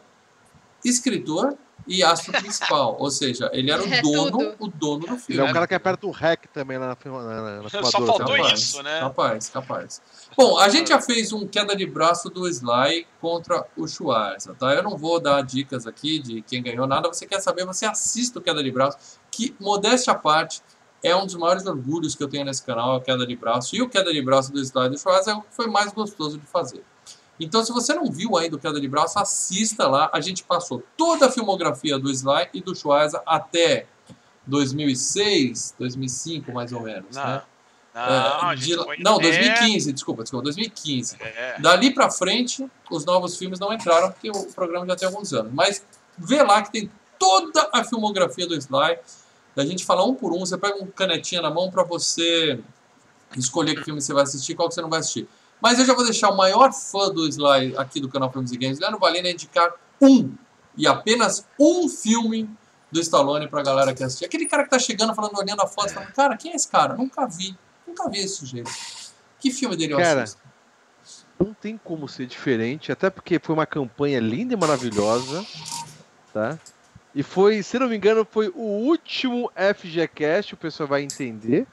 S1: escritor e astro principal. Ou seja, ele era o
S4: É
S1: dono,
S4: tudo.
S1: o dono do
S3: Ele
S1: filme.
S3: é o cara que aperta o rec também lá na, filma- na, na, na
S2: Só
S3: filmadora,
S2: faltou
S3: cara.
S1: Capaz,
S2: isso, né?
S1: Capaz, capaz. Bom, a gente já fez um queda de braço do Sly contra o Schwarza, tá? Eu não vou dar dicas aqui de quem ganhou nada. Você quer saber, você assista o queda de braço, que, modéstia à parte, é um dos maiores orgulhos que eu tenho nesse canal, a queda de braço. E o queda de braço do Sly e do Schwarza é o que foi mais gostoso de fazer. Então, se você não viu ainda o queda de braço, assista lá. A gente passou toda a filmografia do Sly e do Schwarza até dois mil e seis, dois mil e cinco, mais ou menos,
S2: Não,
S1: né?
S2: não,
S1: É,
S2: a gente
S1: de-
S2: foi
S1: não,
S2: até-
S1: dois mil e quinze, desculpa, desculpa, dois mil e quinze.
S2: É.
S1: Dali pra frente, os novos filmes não entraram, porque o programa já tem alguns anos. Mas vê lá que tem toda a filmografia do Sly. Da gente falar um por um, você pega uma canetinha na mão pra você escolher que filme você vai assistir e qual que você não vai assistir. Mas eu já vou deixar o maior fã do Sly aqui do canal Filmes e Games, Leandro Valina, indicar um, e apenas um filme do Stallone pra galera que assistir. Aquele cara que tá chegando, falando, olhando a foto, falando, cara, quem é esse cara? Nunca vi, nunca vi esse sujeito. Que filme dele eu
S3: Cara,
S1: assisto?
S3: Não tem como ser diferente, até porque foi uma campanha linda e maravilhosa, tá? E foi, se não me engano, foi o último F G Cast, o pessoal vai entender.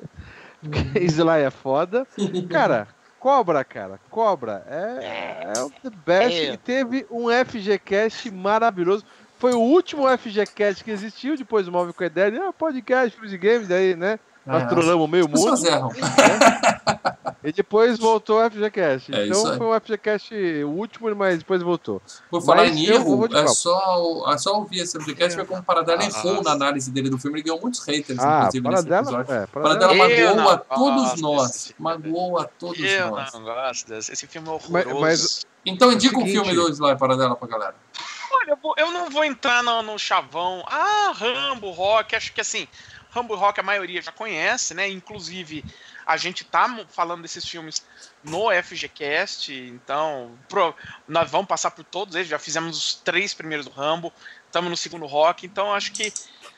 S3: Porque Sly é foda. Cara, Cobra, cara, Cobra é, é o the best.
S2: É.
S3: E teve um F G Cast maravilhoso. Foi o último F G Cast que existiu, depois o Móvel com a ideia de ah, podcast, filmes e games, daí, né? Nós
S1: Ah,
S3: trollamos meio
S1: as pessoas
S3: mundo.
S1: erram.
S3: E depois voltou o F G Cast.
S1: É isso
S3: então
S1: aí.
S3: foi o F G Cast o último, mas depois voltou.
S1: Por falar
S3: Mas
S1: em
S3: eu vou
S1: erro,
S3: de
S1: é
S3: papo.
S1: só, é só ouvir esse podcast, foi como o Paradela errou na análise dele do filme, ele ganhou muitos haters,
S3: Ah,
S1: inclusive,
S3: para
S1: nesse
S3: dela,
S1: episódio.
S3: é,
S1: Para
S3: para
S1: dela
S3: dela.
S2: Eu
S1: magoou a
S2: não
S1: todos
S2: gosto
S1: nós.
S2: desse filme.
S1: Magoou a todos
S2: Eu
S1: nós.
S2: não gosto desse. Esse filme é
S3: Mas-
S2: horroroso.
S3: mas-
S1: Então indica um
S3: seguinte-
S1: filme do Sly para dela pra galera.
S2: Olha, eu, vou- eu não vou entrar no, no chavão. Ah, Rambo, Rock. Acho que assim, Rambo e Rock a maioria já conhece, né? Inclusive, A gente tá falando desses filmes no F G Cast, então pro, nós vamos passar por todos eles. Já fizemos os três primeiros do Rambo, estamos no segundo Rock, então acho que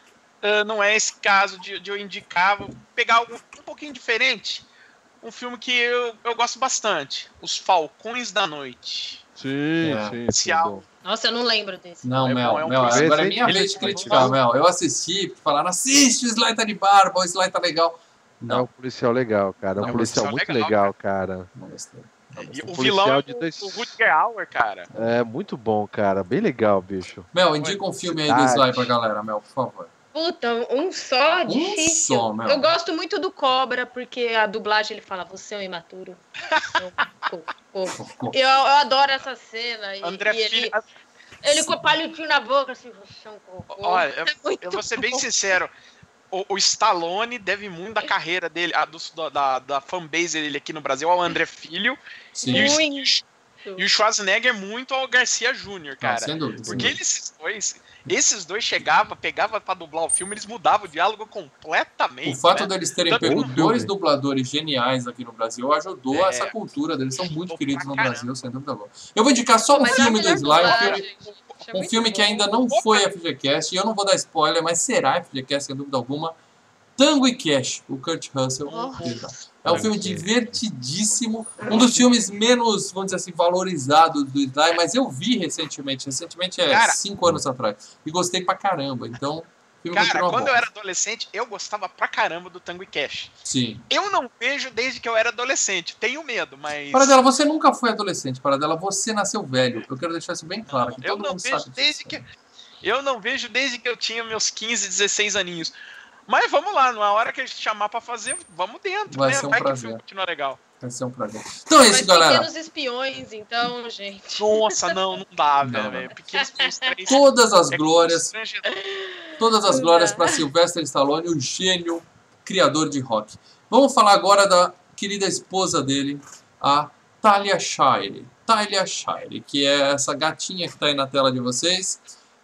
S2: uh, não é esse caso de, de eu indicar, vou pegar algo um pouquinho diferente. Um filme que eu, eu gosto bastante, Os Falcões da Noite.
S3: Sim,
S1: É.
S3: sim.
S2: Especial.
S4: Nossa, eu não lembro desse.
S1: Não,
S2: É
S1: Mel,
S2: bom, é um
S1: Mel,
S2: filme-
S1: agora é
S3: Esse-
S1: minha
S2: ele-
S1: vez de criticar, Mel. Eu assisti, falaram, assiste, o Sly tá de barba, o Sly tá legal.
S3: É um
S1: Não,
S3: policial legal, cara. É um
S1: Não,
S3: policial
S2: policial
S3: muito
S2: legal,
S3: legal, cara.
S1: não gostei. Não
S2: E
S1: gostei.
S2: o
S3: policial
S2: vilão é
S3: de
S2: o,
S3: dois-
S2: o Rutger Hauer, cara.
S3: É muito bom, cara. Bem legal, bicho.
S1: Mel, indica um filme aí do Sly pra galera, Mel, por favor.
S4: Puta, um só,
S1: Um
S4: difícil.
S1: só, meu.
S4: Eu gosto muito do Cobra, porque a dublagem ele fala, você é um imaturo. Eu, co- co- eu, eu adoro essa cena. E,
S2: André
S4: e ele,
S2: Filho.
S4: ele com o palhotinho na boca, assim, você é um cocô.
S2: Olha, eu,
S4: É muito
S2: eu vou ser bem
S4: bom.
S2: sincero. O, o Stallone deve muito da carreira dele, a, do, da, da fanbase dele aqui no Brasil ao André Filho.
S1: Sim.
S2: E o,
S4: Muito.
S2: e o Schwarzenegger muito ao Garcia Júnior,
S1: Não,
S2: cara.
S1: sem dúvida. sem
S2: Porque
S1: dúvida.
S2: esses dois, esses dois chegavam, pegavam pra dublar o filme, eles mudavam o diálogo completamente.
S1: O fato
S2: né?
S1: deles terem
S2: Tanto
S1: pego
S3: no
S1: dois
S3: filme.
S1: dubladores geniais aqui no Brasil ajudou
S2: É.
S1: essa cultura deles. São muito
S2: Ajudou
S1: queridos
S2: pra
S1: no
S2: caramba.
S1: Brasil, sem dúvida alguma. Eu vou indicar só um
S4: Mas é a
S1: filme do
S4: melhor
S1: Sly, um
S4: dublagem,
S1: filme,
S4: gente. É
S1: um
S4: muito
S1: filme que
S4: bom.
S1: ainda não foi F G Cast, e eu não vou dar spoiler, mas será F G Cast, sem dúvida alguma. Tango e Cash, o Kurt Russell.
S4: Nossa.
S1: É um filme divertidíssimo, um dos filmes menos, vamos dizer assim, valorizados do Sly, mas eu vi recentemente, recentemente é
S2: Cara.
S1: cinco anos atrás, e gostei pra caramba, então o filme
S2: Cara,
S1: continua
S2: quando
S1: bom.
S2: eu era adolescente, eu gostava pra caramba do Tango e Cash.
S1: Sim.
S2: Eu não vejo desde que eu era adolescente. Tenho medo, mas.
S1: Paradela, você nunca foi adolescente, Paradela, você nasceu velho. Eu quero deixar isso bem claro, que
S2: Eu
S1: todo
S2: não
S1: mundo
S2: vejo
S1: sabe
S2: desde
S1: disso.
S2: que. Eu não vejo desde que eu tinha meus quinze, dezesseis aninhos. Mas vamos lá, na hora que a gente chamar pra fazer, vamos dentro,
S1: Vai
S2: né?
S1: ser um
S2: Vai que o
S1: prazer.
S2: filme continua legal.
S1: Vai ser um prazer. Então é
S4: Mas
S1: isso, galera.
S4: Pequenos Espiões, então, gente.
S2: Nossa, não, não dá,
S1: Não,
S2: velho.
S1: não.
S2: velho. Pequenos Filhos três.
S1: Todas as
S2: é
S1: glórias,
S2: constrangedor.
S1: todas as
S4: Não
S1: glórias
S4: dá.
S1: para Sylvester Stallone, o gênio criador de rock. Vamos falar agora da querida esposa dele, a Talia Shire. Talia Shire, que é essa gatinha que está aí na tela de vocês.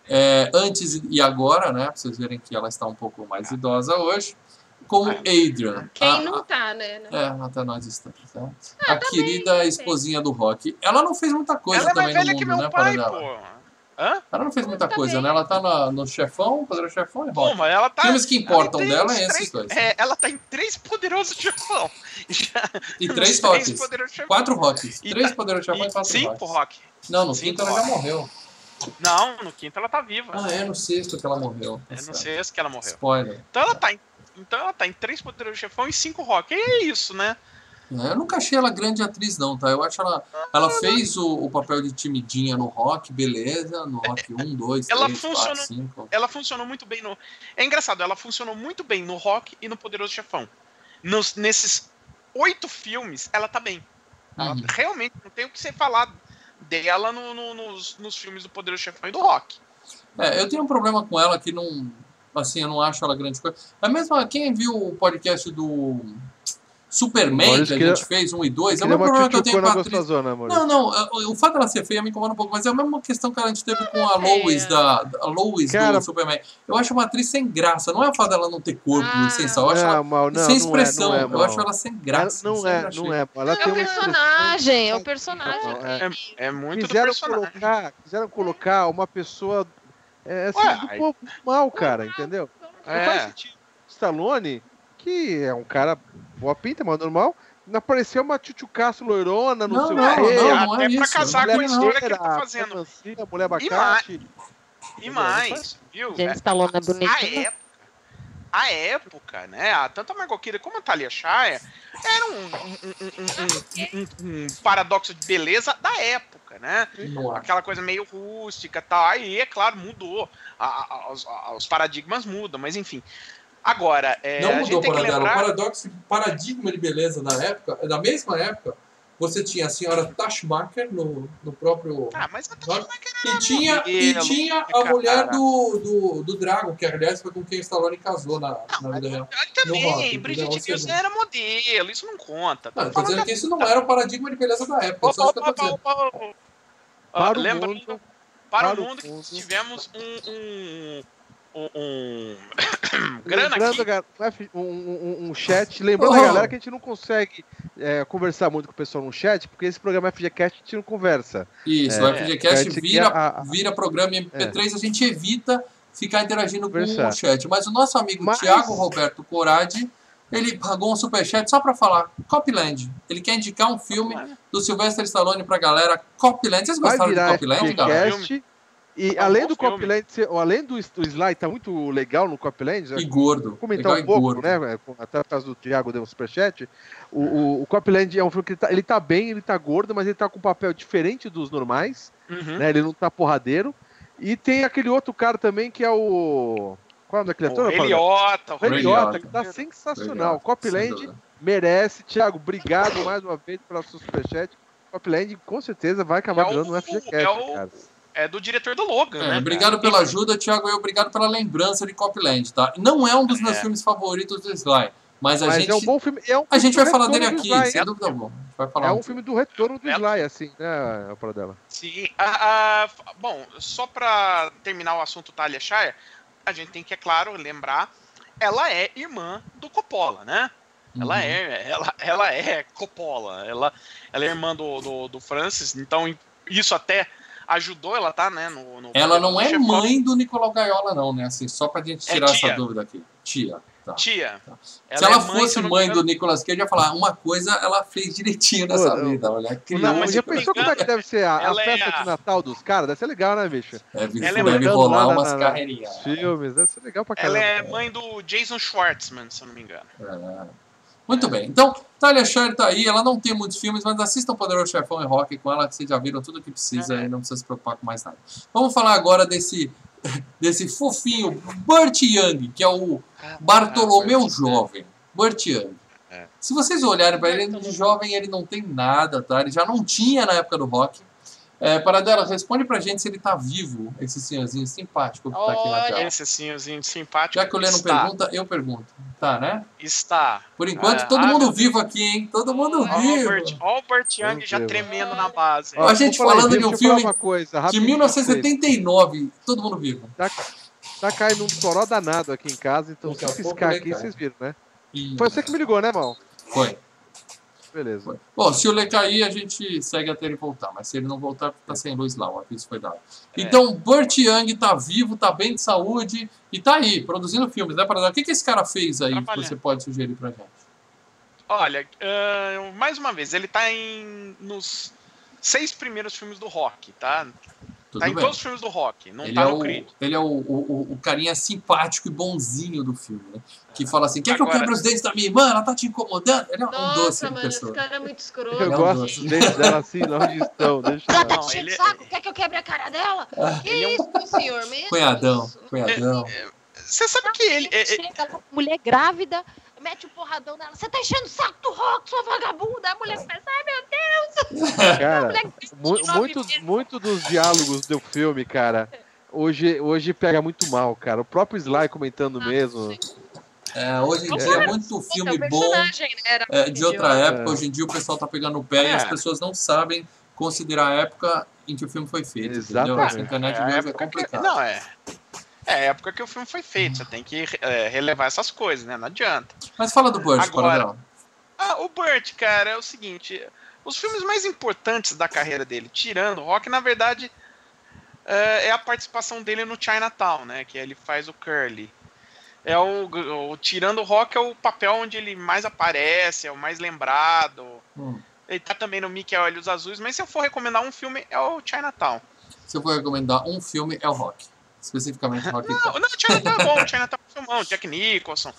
S1: É, antes e agora, né? Pra vocês verem que ela está um pouco mais idosa hoje. Como Adrian.
S4: Quem
S1: a-
S4: não tá, né?
S1: É, até nós estamos. Tá?
S4: Ah,
S1: a
S4: tá
S1: querida
S4: bem, tá
S1: esposinha do rock. Ela não fez muita coisa
S2: Ela é
S1: também
S2: mais
S1: no
S2: velha que
S1: mundo,
S2: meu
S1: né,
S2: pai,
S1: Paradela?
S2: pô. Hã?
S1: Ela não fez muita
S4: Tá
S1: coisa,
S4: bem.
S1: né? Ela tá na- no Chefão, Poderoso Chefão e
S2: Pô,
S1: rock.
S2: mas ela tá.
S1: Filmes que importam
S2: ela tem
S1: dela
S2: uns
S1: é esses
S2: três-
S1: dois.
S2: É, ela tá em três poderosos chefão. Já-
S1: E
S2: nos
S1: três
S2: três
S1: rocks.
S2: Poderosos Chefão.
S1: Quatro rocks.
S2: E
S1: Três
S2: tá-
S1: Poderoso Chefão e
S2: E
S1: quatro
S2: cinco
S1: rocks.
S2: rock.
S1: Não, no
S2: Cinco
S1: quinto ela já
S2: rocks.
S1: morreu.
S2: Não, no quinto ela tá viva.
S1: Ah, é no sexto que ela morreu. Tá
S2: Eu não
S1: certo.
S2: sei se que ela morreu.
S1: Spoiler.
S2: Então ela tá em, então ela tá em três poderosos chefão e cinco rock. E é isso, né?
S1: É, eu nunca achei ela grande atriz, não, tá? Eu acho ela. Ela fez o, o papel de timidinha no rock, beleza. No rock um, dois,
S2: Ela
S1: três, quatro,
S2: funcionou-
S1: cinco.
S2: Ela funcionou muito bem no. É engraçado, ela funcionou muito bem no rock e no Poderoso Chefão. Nos, nesses oito filmes, ela tá bem. Ela
S1: Uhum.
S2: realmente não tem o que você falar dela no- no- nos, nos filmes do Poderoso Chefão e do rock.
S1: É, eu tenho um problema com ela que não. Assim, eu não acho ela grande coisa. É mesmo quem viu o podcast do Superman
S3: Maurício
S1: que a
S3: queria-
S1: gente fez, um e dois, é o
S3: Queria
S1: mesmo
S3: uma
S1: problema que eu tenho com a
S3: tchutchucona
S1: atriz.
S3: gostosona, Maurício.
S1: Não, não, é, o fato dela ser feia me incomoda um pouco, mas é a mesma questão que a gente teve com a Lois,
S4: É.
S1: da, a Lois
S3: Cara-
S1: do Superman. Eu acho uma atriz sem graça, não é o fato dela não ter corpo
S4: Ah.
S1: sem sal, eu acho
S3: Não,
S1: ela
S3: mal, não,
S1: sem
S3: não é,
S1: expressão,
S3: não é,
S1: eu
S3: mal.
S1: acho ela sem graça.
S3: Ela não
S1: sempre
S3: é,
S1: achei.
S3: não é. Ela
S4: É
S3: tem
S4: o
S3: uma
S4: personagem, é o
S3: expressão-
S4: personagem.
S3: Não, é-
S4: que-
S2: É muito do
S3: Quiseram
S2: personagem.
S3: colocar, quiseram colocar uma pessoa é, assim,
S2: Ué,
S3: do
S2: aí-
S3: povo mal, cara, entendeu? Não
S2: É.
S3: faz sentido. Stallone, que é um cara boa pinta, mas normal, não apareceu uma tchutchucaço loirona, não,
S1: Não,
S3: sei
S1: não,
S3: o quê.
S1: não,
S2: Até
S1: não é
S2: pra
S1: isso.
S2: casar
S1: não
S2: com a
S1: é
S2: história que ele tá
S3: Bandeira,
S2: fazendo.
S3: melancia, mulher abacate.
S2: E mais, viu?
S5: Gente,
S2: É,
S5: Stallone é bonito.
S2: a época, a época, né? a- Tanto a Margot Kidder como a Talia Shire era um, um- um- um- um- um- um paradoxo de beleza da época, né?
S1: Não acho.
S2: Aquela coisa meio rústica e tal. Aí, é claro, mudou. A- a- os, a- os paradigmas mudam, mas enfim. Agora, é,
S1: Não
S2: a gente
S1: mudou,
S2: tem que
S1: Paradela. O
S2: lembrar...
S1: paradoxo, paradigma de beleza da época, da mesma época, você tinha a senhora Tashmaker no, no próprio.
S2: Ah, mas a
S1: Nossa.
S2: Tati
S1: E tinha, e
S2: modelo,
S1: tinha a
S2: cara.
S1: mulher do, do, do Dragon, que aliás foi com quem o Stallone casou na, na vida real.
S2: Ah,
S1: No rock,
S2: também,
S1: entendeu?
S2: Bridget
S1: Ou
S2: Nielsen
S1: seja-
S2: era modelo, isso não conta.
S1: Não,
S2: Tô
S1: eu tô dizendo
S2: falando
S1: que isso não era o paradigma de beleza da época, só isso que eu tô dizendo.
S2: Opa, opa, opa. Ah,
S3: Para o
S2: lembrando,
S3: mundo,
S2: para,
S3: para
S2: o
S3: o
S2: mundo que
S3: mundo.
S2: tivemos um, um, um, um... grana
S3: Lembrando,
S2: aqui.
S3: um, um, um chat, lembrando
S1: Oh.
S3: a galera que a gente não consegue é, conversar muito com o pessoal no chat, porque esse programa F G Cast a gente não conversa.
S1: Isso,
S3: É,
S1: o F G Cast
S3: a gente
S1: vira,
S3: quer a-
S1: vira programa em M P três, a gente evita ficar interagindo com
S3: Conversar.
S1: o chat. Mas o nosso amigo
S3: Mas-
S1: Thiago Roberto Coradi, ele pagou um superchat só pra falar Copland. Ele quer indicar um filme do Sylvester Stallone pra galera. Copland. Vocês
S3: Vai
S1: gostaram de
S3: virar
S1: Copland,
S3: F G
S1: galera?
S3: Cast. E
S2: É um
S3: além
S2: bom
S3: do
S2: filme.
S3: Copland, ser- ou além do, do Sly, tá muito legal no Copland.
S1: E gordo.
S3: Vou comentar
S1: Legal
S3: um
S1: e
S3: pouco,
S1: gordo.
S3: né? Até por causa do Thiago deu um superchat. O, o, o Copland é um filme que ele tá, ele tá bem, ele tá gordo, mas ele tá com um papel diferente dos normais.
S2: Uhum.
S3: Né? Ele não tá porradeiro. E tem aquele outro cara também que é o. Qual é o nome daquele ator?
S2: O Eliota, o
S3: O Eliota,
S1: Eliota.
S3: que tá sensacional.
S1: Legal, sem
S3: Copland
S1: dúvida.
S3: merece. Thiago, obrigado mais uma vez pelo seu superchat. Copland com certeza vai acabar
S2: É o-
S3: virando um F G Cast,
S2: é o-
S3: cara.
S2: É do diretor do Logan,
S1: É,
S2: né?
S1: obrigado
S2: cara?
S1: pela ajuda, Thiago, e obrigado pela lembrança de Copland, tá? Não é um dos meus
S2: É.
S1: filmes favoritos do Sly, mas a
S3: Mas
S1: gente,
S3: é um bom filme. É um
S1: a
S3: filme
S1: gente
S3: do
S1: vai falar
S3: retorno
S1: dele
S3: do
S1: aqui,
S3: Sly,
S1: sem
S3: hein?
S1: dúvida alguma. A gente vai falar
S3: É
S1: um
S3: um filme do retorno do
S2: É.
S3: Sly, assim, né, a dela.
S2: Sim. Ah, ah, bom, só pra terminar o assunto Talia Shire, a gente tem que, é claro, lembrar, ela é irmã do Coppola, né? Ela
S1: Uhum.
S2: é, ela, ela é Coppola, ela, ela é irmã do, do, do Francis, então isso até ajudou ela, tá, né? No, no
S1: Ela não é
S2: Chefão.
S1: mãe do Nicolau Gaiola, não, né? Assim, só pra gente
S2: É
S1: tirar
S2: tia.
S1: essa dúvida aqui. Tia. Tá.
S2: Tia.
S1: Tá.
S2: Ela
S1: Se ela
S2: é mãe,
S1: fosse
S2: se eu não me
S1: mãe
S2: engano-
S1: do Nicolas Cage, eu ia falar, uma coisa ela fez direitinho nessa
S3: Pô,
S1: vida. Olha, criou
S3: Não,
S2: mas
S3: mas
S2: se
S3: já
S2: eu não me
S3: pensou como é que
S2: engano,
S3: deve ser a, a
S2: ela é
S3: festa
S2: a-
S3: de Natal dos caras? Deve ser legal, né, bicho?
S1: Deve,
S2: Ela é
S1: deve
S3: Mandando
S1: rolar
S3: lá na-
S1: umas
S3: na-
S1: carreirinhas.
S3: nos filmes, deve ser legal pra
S2: Ela
S3: caramba.
S2: é mãe do Jason Schwartzman, se eu não me engano.
S1: É. Muito bem. Então, Talia Shire tá aí. Ela não tem muitos filmes, mas assistam Poderoso Chefão e Rock com ela, que vocês já viram tudo o que precisa
S2: É.
S1: e não precisa se preocupar com mais nada. Vamos falar agora desse, desse fofinho Burt Young, que é o Bartolomeu
S2: Burt.
S1: Jovem. Burt Young.
S2: É.
S1: Se vocês olharem para ele, de jovem ele não tem nada, tá? Ele já não tinha na época do rock. É, Paradela, responde pra gente se ele tá vivo, esse senhorzinho simpático que tá aqui na
S4: Olha.
S1: tela.
S2: Esse senhorzinho simpático.
S1: Já que o Lê não
S2: está,
S1: pergunta, eu pergunto. Tá, né?
S2: Está.
S1: Por enquanto,
S2: É,
S1: todo
S2: ah,
S1: mundo
S2: meu
S1: vivo aqui, hein? Todo mundo
S2: Ó, o
S1: vivo.
S2: Burt, ó o Burt Young
S3: Meu
S2: já
S3: Deus.
S2: tremendo na base.
S1: Ó, a gente
S3: vou falar
S1: falando
S3: em
S1: de um
S3: deixa eu falar
S1: filme
S3: uma coisa,
S1: De
S3: rapidinho
S1: mil novecentos e
S3: pra vocês.
S1: setenta e nove, todo mundo vivo.
S3: Tá, tá caindo um toró danado aqui em casa, então
S1: Daqui
S3: se
S1: a pouco
S3: piscar
S1: ele
S3: aqui,
S1: cai.
S3: vocês viram, né?
S1: E...
S3: Foi você que me ligou, né, mal?
S1: Foi.
S3: Beleza.
S1: Foi. Bom, se o Lê cair, a gente segue até ele voltar. Mas se ele não voltar, tá sem luz lá. O aviso foi dado.
S2: É.
S1: Então, Burt Young tá vivo, tá bem de saúde e tá aí, produzindo filmes, né, Paradela? O que, que esse cara fez aí que
S2: Trabalhando.
S1: você pode sugerir pra gente?
S2: Olha, ah, mais uma vez, ele tá em, nos seis primeiros filmes do Rock, tá?
S1: Tudo
S2: tá em
S1: bem.
S2: todos os filmes do Rock, não
S1: Ele
S2: tá
S1: é,
S2: no
S1: o,
S2: Creed.
S1: ele é o, o, o carinha simpático e bonzinho do filme, né? Que fala assim, quer que eu
S2: Agora-
S1: quebre os dentes da minha irmã? Ela tá te incomodando? Ele é um doce
S4: Nossa,
S1: de
S4: mano,
S1: pessoa.
S4: esse cara é muito escroto.
S3: Eu
S1: É um
S3: gosto
S1: doce.
S3: dos dentes dela assim, não onde estão. Deixa
S4: Ela
S3: eu
S4: tá
S3: lá.
S4: te enchendo
S2: ele
S4: o
S2: é-
S4: saco? Quer que eu quebre a cara dela? Que
S2: Ele é um-
S4: isso, meu senhor? Mesmo?
S1: Cunhadão, cunhadão.
S2: Você sabe que ele... é- é-
S4: Chega lá, mulher grávida, mete um porradão nela. Você tá enchendo o saco do rock, sua vagabunda. A mulher pensa, ai meu Deus.
S3: Cara,
S4: Mulher
S3: mu
S4: de nove
S3: muito,
S4: meses.
S3: muito dos diálogos do filme, cara, hoje, hoje pega muito mal, cara. O próprio Sly comentando mesmo.
S1: É, hoje em dia é muito filme
S4: É um
S1: bom
S4: personagem, né? Era
S1: é, de outra
S4: idiota.
S1: época. Hoje em dia o pessoal tá pegando o pé e
S2: É.
S1: as pessoas não sabem considerar a época em que o filme foi feito. Entendeu?
S3: Exatamente.
S1: Essa internet
S2: é a
S1: de hoje é
S2: época que-
S1: complicado.
S2: Não, é... É a época que o filme foi feito, você tem que é, relevar essas coisas, né? Não adianta.
S1: Mas fala do Burt,
S2: Agora-
S1: Paradela.
S2: Ah, o Burt, cara, é o seguinte: os filmes mais importantes da carreira dele, tirando o Rock, na verdade, é é a participação dele no Chinatown, né? Que ele faz o Curly. É o, o tirando o Rock é o papel onde ele mais aparece, é o mais lembrado.
S1: Hum.
S2: Ele tá também no Mickey Olhos Azuis, mas se eu for recomendar um filme é o Chinatown.
S1: Se eu for recomendar um filme, é o Rock. Especificamente Rock.
S2: Não, não, Chinatown é bom, Chinatown é um filmão, Jack Nicholson,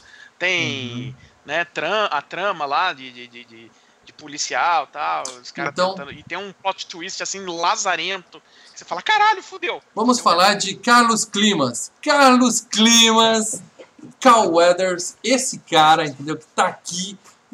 S2: tem né, tram, a trama lá de, de, de, de, de policial e tal, os caras
S1: Então-
S2: tentando, e tem um plot twist assim, lazarento, que você fala, caralho, fudeu.
S1: Vamos falar de Carlos Climas. Carlos Climas, Carl Weathers, esse cara, entendeu? Que tá aqui,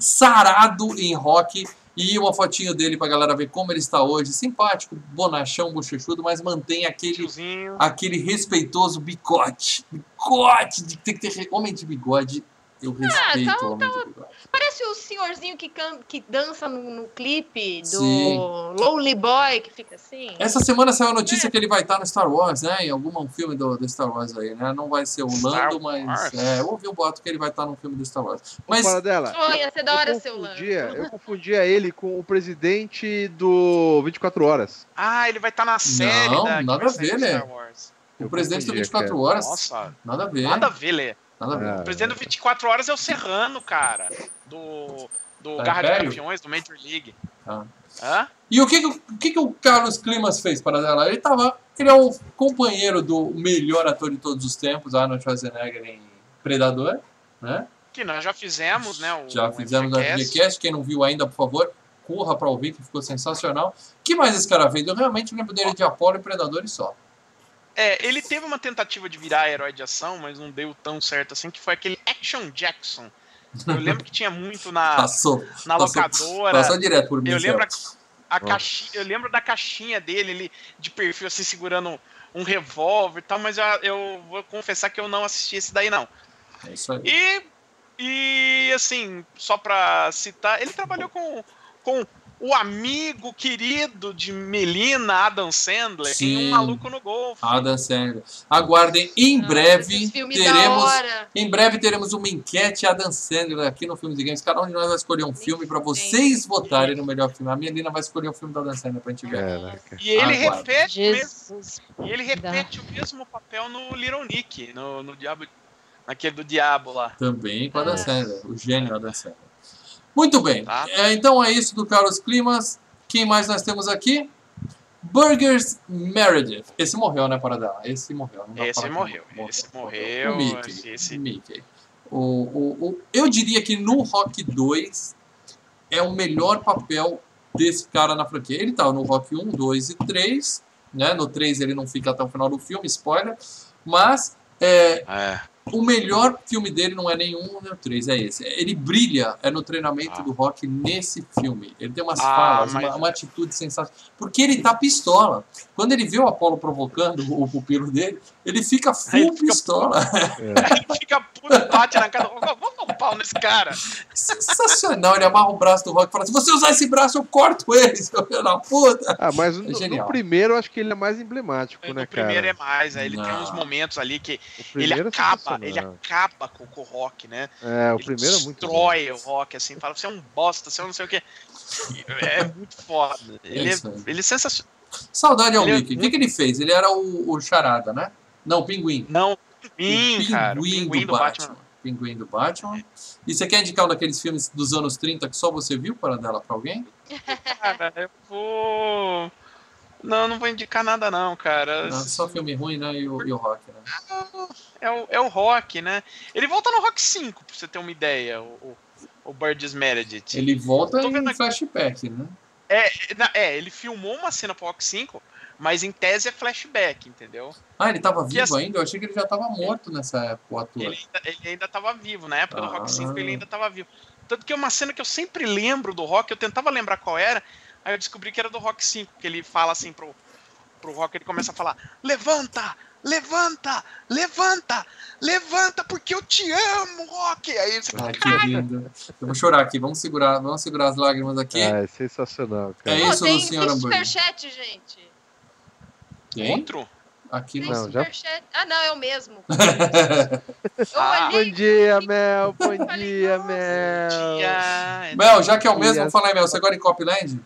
S1: sarado em rock. E uma fotinho dele pra galera ver como ele está hoje. Simpático, bonachão, bochechudo, mas mantém aquele,
S2: Tiozinho.
S1: aquele respeitoso bigote. Bigote! De, tem que ter homem de bigode. Eu respeito
S4: Ah, tá-
S1: o Homem de Bigode.
S4: Parece o senhorzinho que, can... que dança no, no clipe do
S1: Sim.
S4: Lonely Boy, que fica assim.
S1: Essa semana saiu a notícia que ele vai estar no Star Wars, né? Em algum filme do, do Star Wars aí, né? Não vai ser o
S2: Star
S1: Lando, mas...
S2: Wars?
S1: É, eu ouvi o boato que ele vai estar no filme do Star Wars.
S3: Mas...
S1: Mas...
S3: dela.
S4: Oh, ia ser da hora
S3: eu
S4: seu Lando.
S3: confundia, eu confundia ele com o presidente do vinte e quatro horas.
S2: Ah, ele vai estar na série
S1: Não,
S2: da, que
S1: nada
S2: vai
S1: a
S2: sair
S1: ver,
S2: do
S1: né?
S2: Star Wars.
S1: O
S3: Eu
S1: presidente do
S3: confundia,
S1: vinte e quatro
S3: cara.
S1: horas...
S2: Nossa,
S1: Nada a ver.
S2: nada a ver, Lê.
S1: Nada a ver.
S3: Ah,
S2: O presidente do vinte e quatro horas é o Serrano, cara. Do, do
S1: Da
S2: Garra
S1: Império?
S2: de Campeões, do Major League.
S1: Ah.
S2: Hã?
S1: E o que, que, o que, que o Carlos Climas fez para ela? Ele tava... Ele é o companheiro do melhor ator de todos os tempos, Arnold Schwarzenegger em Predador, né?
S2: Que nós já fizemos, né? O,
S1: Já
S2: o
S1: fizemos o
S2: F G Cast.
S1: F G Cast. Quem não viu ainda, por favor, corra para ouvir, que ficou sensacional. O que mais esse cara fez? Eu realmente lembro dele de Apollo e Predador e só.
S2: É, ele teve uma tentativa de virar herói de ação, mas não deu tão certo assim, que foi aquele Action Jackson. Eu lembro que tinha muito na,
S1: Passou.
S2: na
S1: passou,
S2: locadora.
S1: Passou direto por mim.
S2: Eu lembro,
S1: Celso.
S2: a, a caixinha, eu lembro da caixinha dele, ele de perfil assim, segurando um revólver e tal, mas eu, eu vou confessar que eu não assisti esse daí, não.
S1: É isso aí.
S2: E, e assim, só pra citar, ele trabalhou com, com o amigo querido de Melina, Adam Sandler,
S1: Sim.
S2: em Um Maluco no Golfe.
S1: Adam Sandler. Aguardem, em
S4: Nossa,
S1: breve
S4: esses filmes da
S1: teremos...
S4: hora.
S1: Em breve teremos uma enquete Adam Sandler aqui no Filmes e Games. Cada um de nós vai escolher um filme para vocês votarem no melhor filme. A Melina vai escolher um filme do Adam Sandler pra gente ver.
S3: Caraca.
S2: E ele
S1: Aguarde.
S2: repete, o mesmo,
S4: Jesus.
S2: e ele repete o mesmo papel no Little Nick, no, no Diabo, naquele do Diabo lá.
S1: Também com a Adam
S4: Ah.
S1: Sandler, o gênio Adam Sandler. Muito bem,
S2: Tá.
S1: é, então é isso do Carlos Climas. Quem mais nós temos aqui? Burgers Meredith. Esse morreu, né, Paradela? Esse morreu. Não dá pra
S2: Esse
S1: falar que
S2: morreu,
S1: não
S2: esse
S1: O
S2: morreu.
S1: Mickey.
S2: Esse, esse-
S1: O Mickey. O, o, o, eu diria que no Rock dois é o melhor papel desse cara na franquia. Ele tá no Rock um, dois e três. Né? No três ele não fica até o final do filme, spoiler. Mas é,
S2: É.
S1: o melhor filme dele não é nenhum nem o três, é esse. Ele brilha é no treinamento
S2: Ah.
S1: do Rock nesse filme. Ele tem umas
S2: Ah,
S1: falas,
S2: mas-
S1: uma, uma atitude sensacional. Porque ele tá pistola. Quando ele vê o Apollo provocando o pupilo dele, ele fica full
S2: Ele fica
S1: pistola.
S2: Ele fica puto, bate na cara. Vamos dar um pau nesse cara.
S1: Sensacional. Ele amarra o braço do Rock e fala: se você usar esse braço, eu corto ele, seu filho da puta.
S3: Ah, mas no,
S1: É genial.
S3: no primeiro eu acho que ele é mais emblemático, né,
S2: No primeiro
S3: cara?
S2: é mais, aí ele tem
S1: Não.
S2: uns momentos ali que
S3: O
S2: ele
S3: primeiro é
S2: acaba,
S3: sensacional.
S2: ele acaba com, com o Rock, né?
S3: É, o
S2: Ele
S3: primeiro é muito bom.
S2: destrói o Rock, assim, fala, você é um bosta, você é um não sei o que. É muito foda. Ele é,
S1: isso aí.
S2: ele é sensacional.
S1: Saudade ao
S2: Ele é
S1: Mickey. O que, que ele fez? Ele era o, o Charada, né? Não, o Pinguim.
S2: Não,
S1: O
S2: pinguim, cara. O pinguim
S1: do,
S2: do
S1: Batman.
S2: Batman.
S1: Pinguim do Batman. E você quer indicar um daqueles filmes dos anos trinta que só você viu, para dela pra alguém?
S2: Cara, eu vou. Não, não vou indicar nada, não, cara.
S1: Não, só filme ruim, né? E o, e o Rock, né?
S2: É o, é o Rock, né? Ele volta no Rock cinco, pra você ter uma ideia, o, o, o Burgess Meredith.
S1: Ele volta
S2: Tô vendo
S1: em
S2: aqui.
S1: flashback, né?
S2: É, na- é, ele filmou uma cena pro Rock cinco, mas em tese é flashback, entendeu?
S1: Ah, ele tava
S2: Que
S1: vivo
S2: assim-
S1: ainda? Eu achei que ele já tava morto nessa época, o ator.
S2: Ele ainda, ele ainda tava vivo, na época do
S1: Ah.
S2: Rock cinco ele ainda tava vivo. Tanto que é uma cena que eu sempre lembro do Rock, eu tentava lembrar qual era, aí eu descobri que era do Rock cinco, que ele fala assim pro, pro Rock, ele começa a falar, levanta, levanta, levanta, levanta, porque eu te amo, Rock! Aí você
S1: Ai, que lindo. Eu vou chorar aqui. Vamos segurar, vamos segurar as lágrimas aqui.
S3: Ah, é sensacional,
S1: É
S3: cara.
S1: isso
S4: Pô, tem,
S1: do senhor
S4: tem
S1: Hambúrguer.
S4: superchat, gente.
S1: Tem?
S2: outro?
S1: Aqui
S4: Tem
S1: não.
S3: Não, já-
S4: superchat. Ah, não, é o mesmo. Eu
S2: Ah,
S3: Bom
S4: olhei.
S3: dia, Mel. Bom
S4: Falei,
S3: dia,
S4: nossa,
S3: Mel.
S2: Tia-
S1: Mel, já que é o mesmo,
S3: Yes.
S1: vamos falar aí, Mel. Você agora em Copland?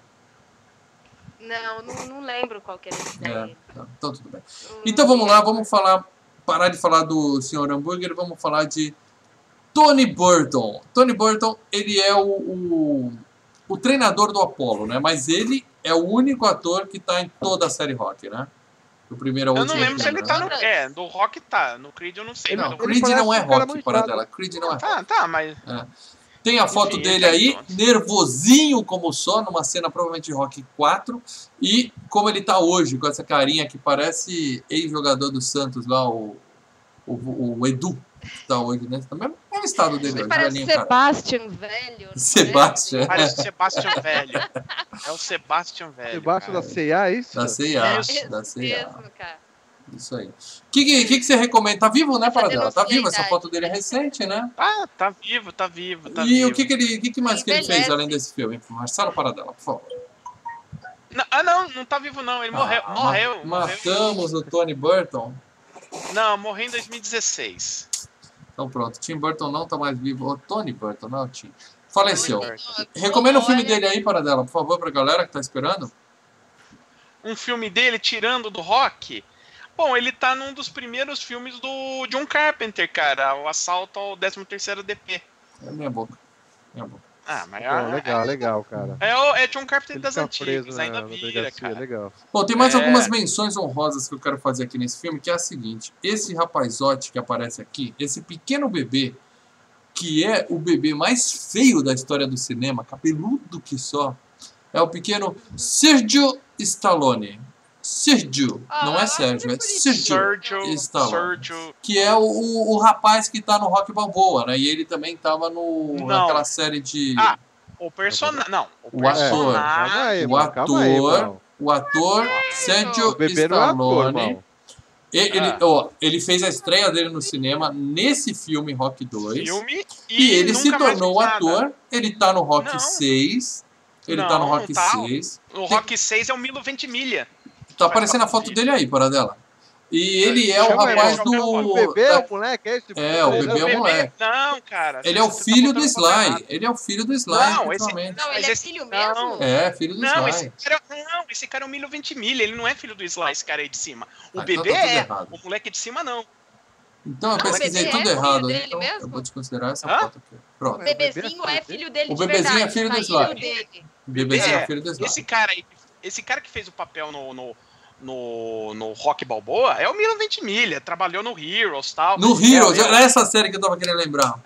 S4: Não, não, não lembro qual que era esse
S1: É,
S4: daí.
S1: tá, então tudo bem.
S4: Não-
S1: Então vamos lá, vamos falar, parar de falar do senhor Hambúrguer, vamos falar de Tony Burton. Tony Burton, ele é o, o, o treinador do Apollo, né? Mas ele é o único ator que tá em toda a série Rock, né? Do primeiro ao
S2: Eu
S1: último
S2: não lembro se
S1: filme,
S2: ele
S1: né?
S2: tá no. É, do Rock tá. No Creed eu não sei,
S1: Não,
S2: mas no
S1: Creed
S3: parece
S1: não é
S3: um cara
S1: Rock,
S3: manjado.
S1: para dela. Creed não é Rock.
S2: Tá, tá, mas.
S1: Tem a foto
S2: Enfim,
S1: dele
S2: ele tá em
S1: aí,
S2: todos.
S1: nervosinho como só, numa cena provavelmente de Rock quatro. E como ele tá hoje, com essa carinha que parece ex-jogador do Santos lá, o, o, o Edu, que tá hoje, né? Também é o estado dele hoje,
S4: Parece
S1: velhinho, cara.
S4: Sebastian velho. não
S1: Sebastian.
S2: Parece o Sebastian Velho. É o Sebastian Velho.
S3: Debaixo
S2: cara.
S3: da C e A, é isso?
S1: Da C e A,
S2: Isso.
S1: da
S4: Esse
S1: C e A.
S4: mesmo, cara.
S1: Isso aí. O que, que, que você recomenda? Tá vivo, né, Paradela? Tá vivo, essa
S4: idade.
S1: foto dele é recente, né?
S2: Ah, tá vivo, tá vivo, tá
S1: e
S2: vivo.
S1: o que, que, ele, que, que mais que ele fez
S4: Envelhece.
S1: além desse filme? Marcelo Paradela, por favor.
S2: Não, ah, não, não tá vivo não, ele morreu.
S1: Ah,
S2: morreu,
S1: ma-
S2: morreu.
S1: Matamos o Tony Burton.
S2: Não, morreu em dois mil e dezesseis.
S1: Então pronto, Tim Burton não tá mais vivo. O Tony Burton, não, Tim. Faleceu.
S2: Tony
S1: Recomenda o filme
S4: Olha,
S1: dele aí, Paradela, por favor, pra galera que tá esperando.
S2: Um filme dele tirando do rock. Bom, ele tá num dos primeiros filmes do John Carpenter, cara. O Assalto ao décimo terceiro D P.
S1: É minha boca. Minha boca.
S2: Ah, mas
S3: Pô, legal, legal, cara.
S2: é, o- é John Carpenter
S3: Ele
S2: das
S3: tá
S2: antigas,
S3: preso na,
S2: ainda
S3: na
S2: vira,
S3: delegacia,
S2: cara.
S3: legal.
S1: Bom, tem mais
S2: É.
S1: algumas menções honrosas que eu quero fazer aqui nesse filme, que é a seguinte. Esse rapazote que aparece aqui, esse pequeno bebê, que é o bebê mais feio da história do cinema, cabeludo que só, é o pequeno Sergio Stallone. Sergio,
S4: Ah,
S1: não é Sérgio, é Sergio
S2: Sergio,
S1: Stallone.
S2: Sergio.
S1: Que é o, o, o rapaz que tá no Rock Balboa, né? E ele também tava no,
S2: Não.
S1: naquela série de...
S2: Ah, o personagem. Não, o
S1: O ator.
S2: personagem.
S3: Calma aí,
S1: o
S3: mano, calma aí,
S1: ator,
S3: irmão.
S1: o ator Sergio
S3: O bebê não é ator,
S1: Stallone.
S3: irmão.
S1: Ele,
S2: Ah.
S1: ó, ele fez a estreia dele no cinema nesse filme Rock dois.
S2: Filme
S1: E, ele se
S2: nunca mais
S1: tornou
S2: fez
S1: um
S2: nada.
S1: ator. Ele tá no Rock
S2: Não.
S1: seis. Ele tá no
S2: Não,
S1: Rock
S2: não tá.
S1: seis.
S2: O Rock seis é o Milo Ventimiglia.
S1: Tá aparecendo a foto dele aí, Paradela. E ele é o
S3: Chama
S1: rapaz
S2: ele,
S1: do.
S2: chama
S3: O bebê é
S1: da-
S3: o moleque, é esse?
S1: É, o bebê é o moleque.
S2: Não, cara.
S1: Ele é o
S2: você tá
S1: filho do
S2: botando foto
S1: Sly.
S2: errada.
S1: Ele é o filho do Sly,
S2: Não, esse-
S1: efetivamente.
S4: Não, ele
S2: Mas
S4: é
S2: esse-
S4: filho
S2: não.
S4: mesmo?
S1: É, filho do
S2: Não,
S1: Sly.
S2: esse cara, não, esse cara é o Milo Ventimiglia, ele não é filho do Sly, esse cara aí de cima. O
S1: Ah, então
S2: bebê
S1: tá tudo
S2: é,
S1: errado.
S2: o moleque de cima não.
S1: Então eu
S4: Não, o
S1: pesquisei
S4: bebê
S1: tudo
S4: é
S1: errado.
S4: filho dele
S1: Então eu
S4: mesmo?
S1: vou desconsiderar essa
S2: Hã?
S1: foto aqui. Pronto.
S4: O bebezinho é filho dele
S1: O
S4: de
S1: bebezinho
S4: verdade.
S1: é filho do
S4: tá
S1: Sly.
S4: filho dele.
S1: O bebezinho é
S2: É,
S1: filho do Sly.
S2: Esse cara aí, esse cara que fez o papel no, no, no, no Rock Balboa é o Milo Ventimiglia, trabalhou no Heroes e tal.
S1: No Heroes,
S2: É,
S1: era essa série que eu tava querendo lembrar.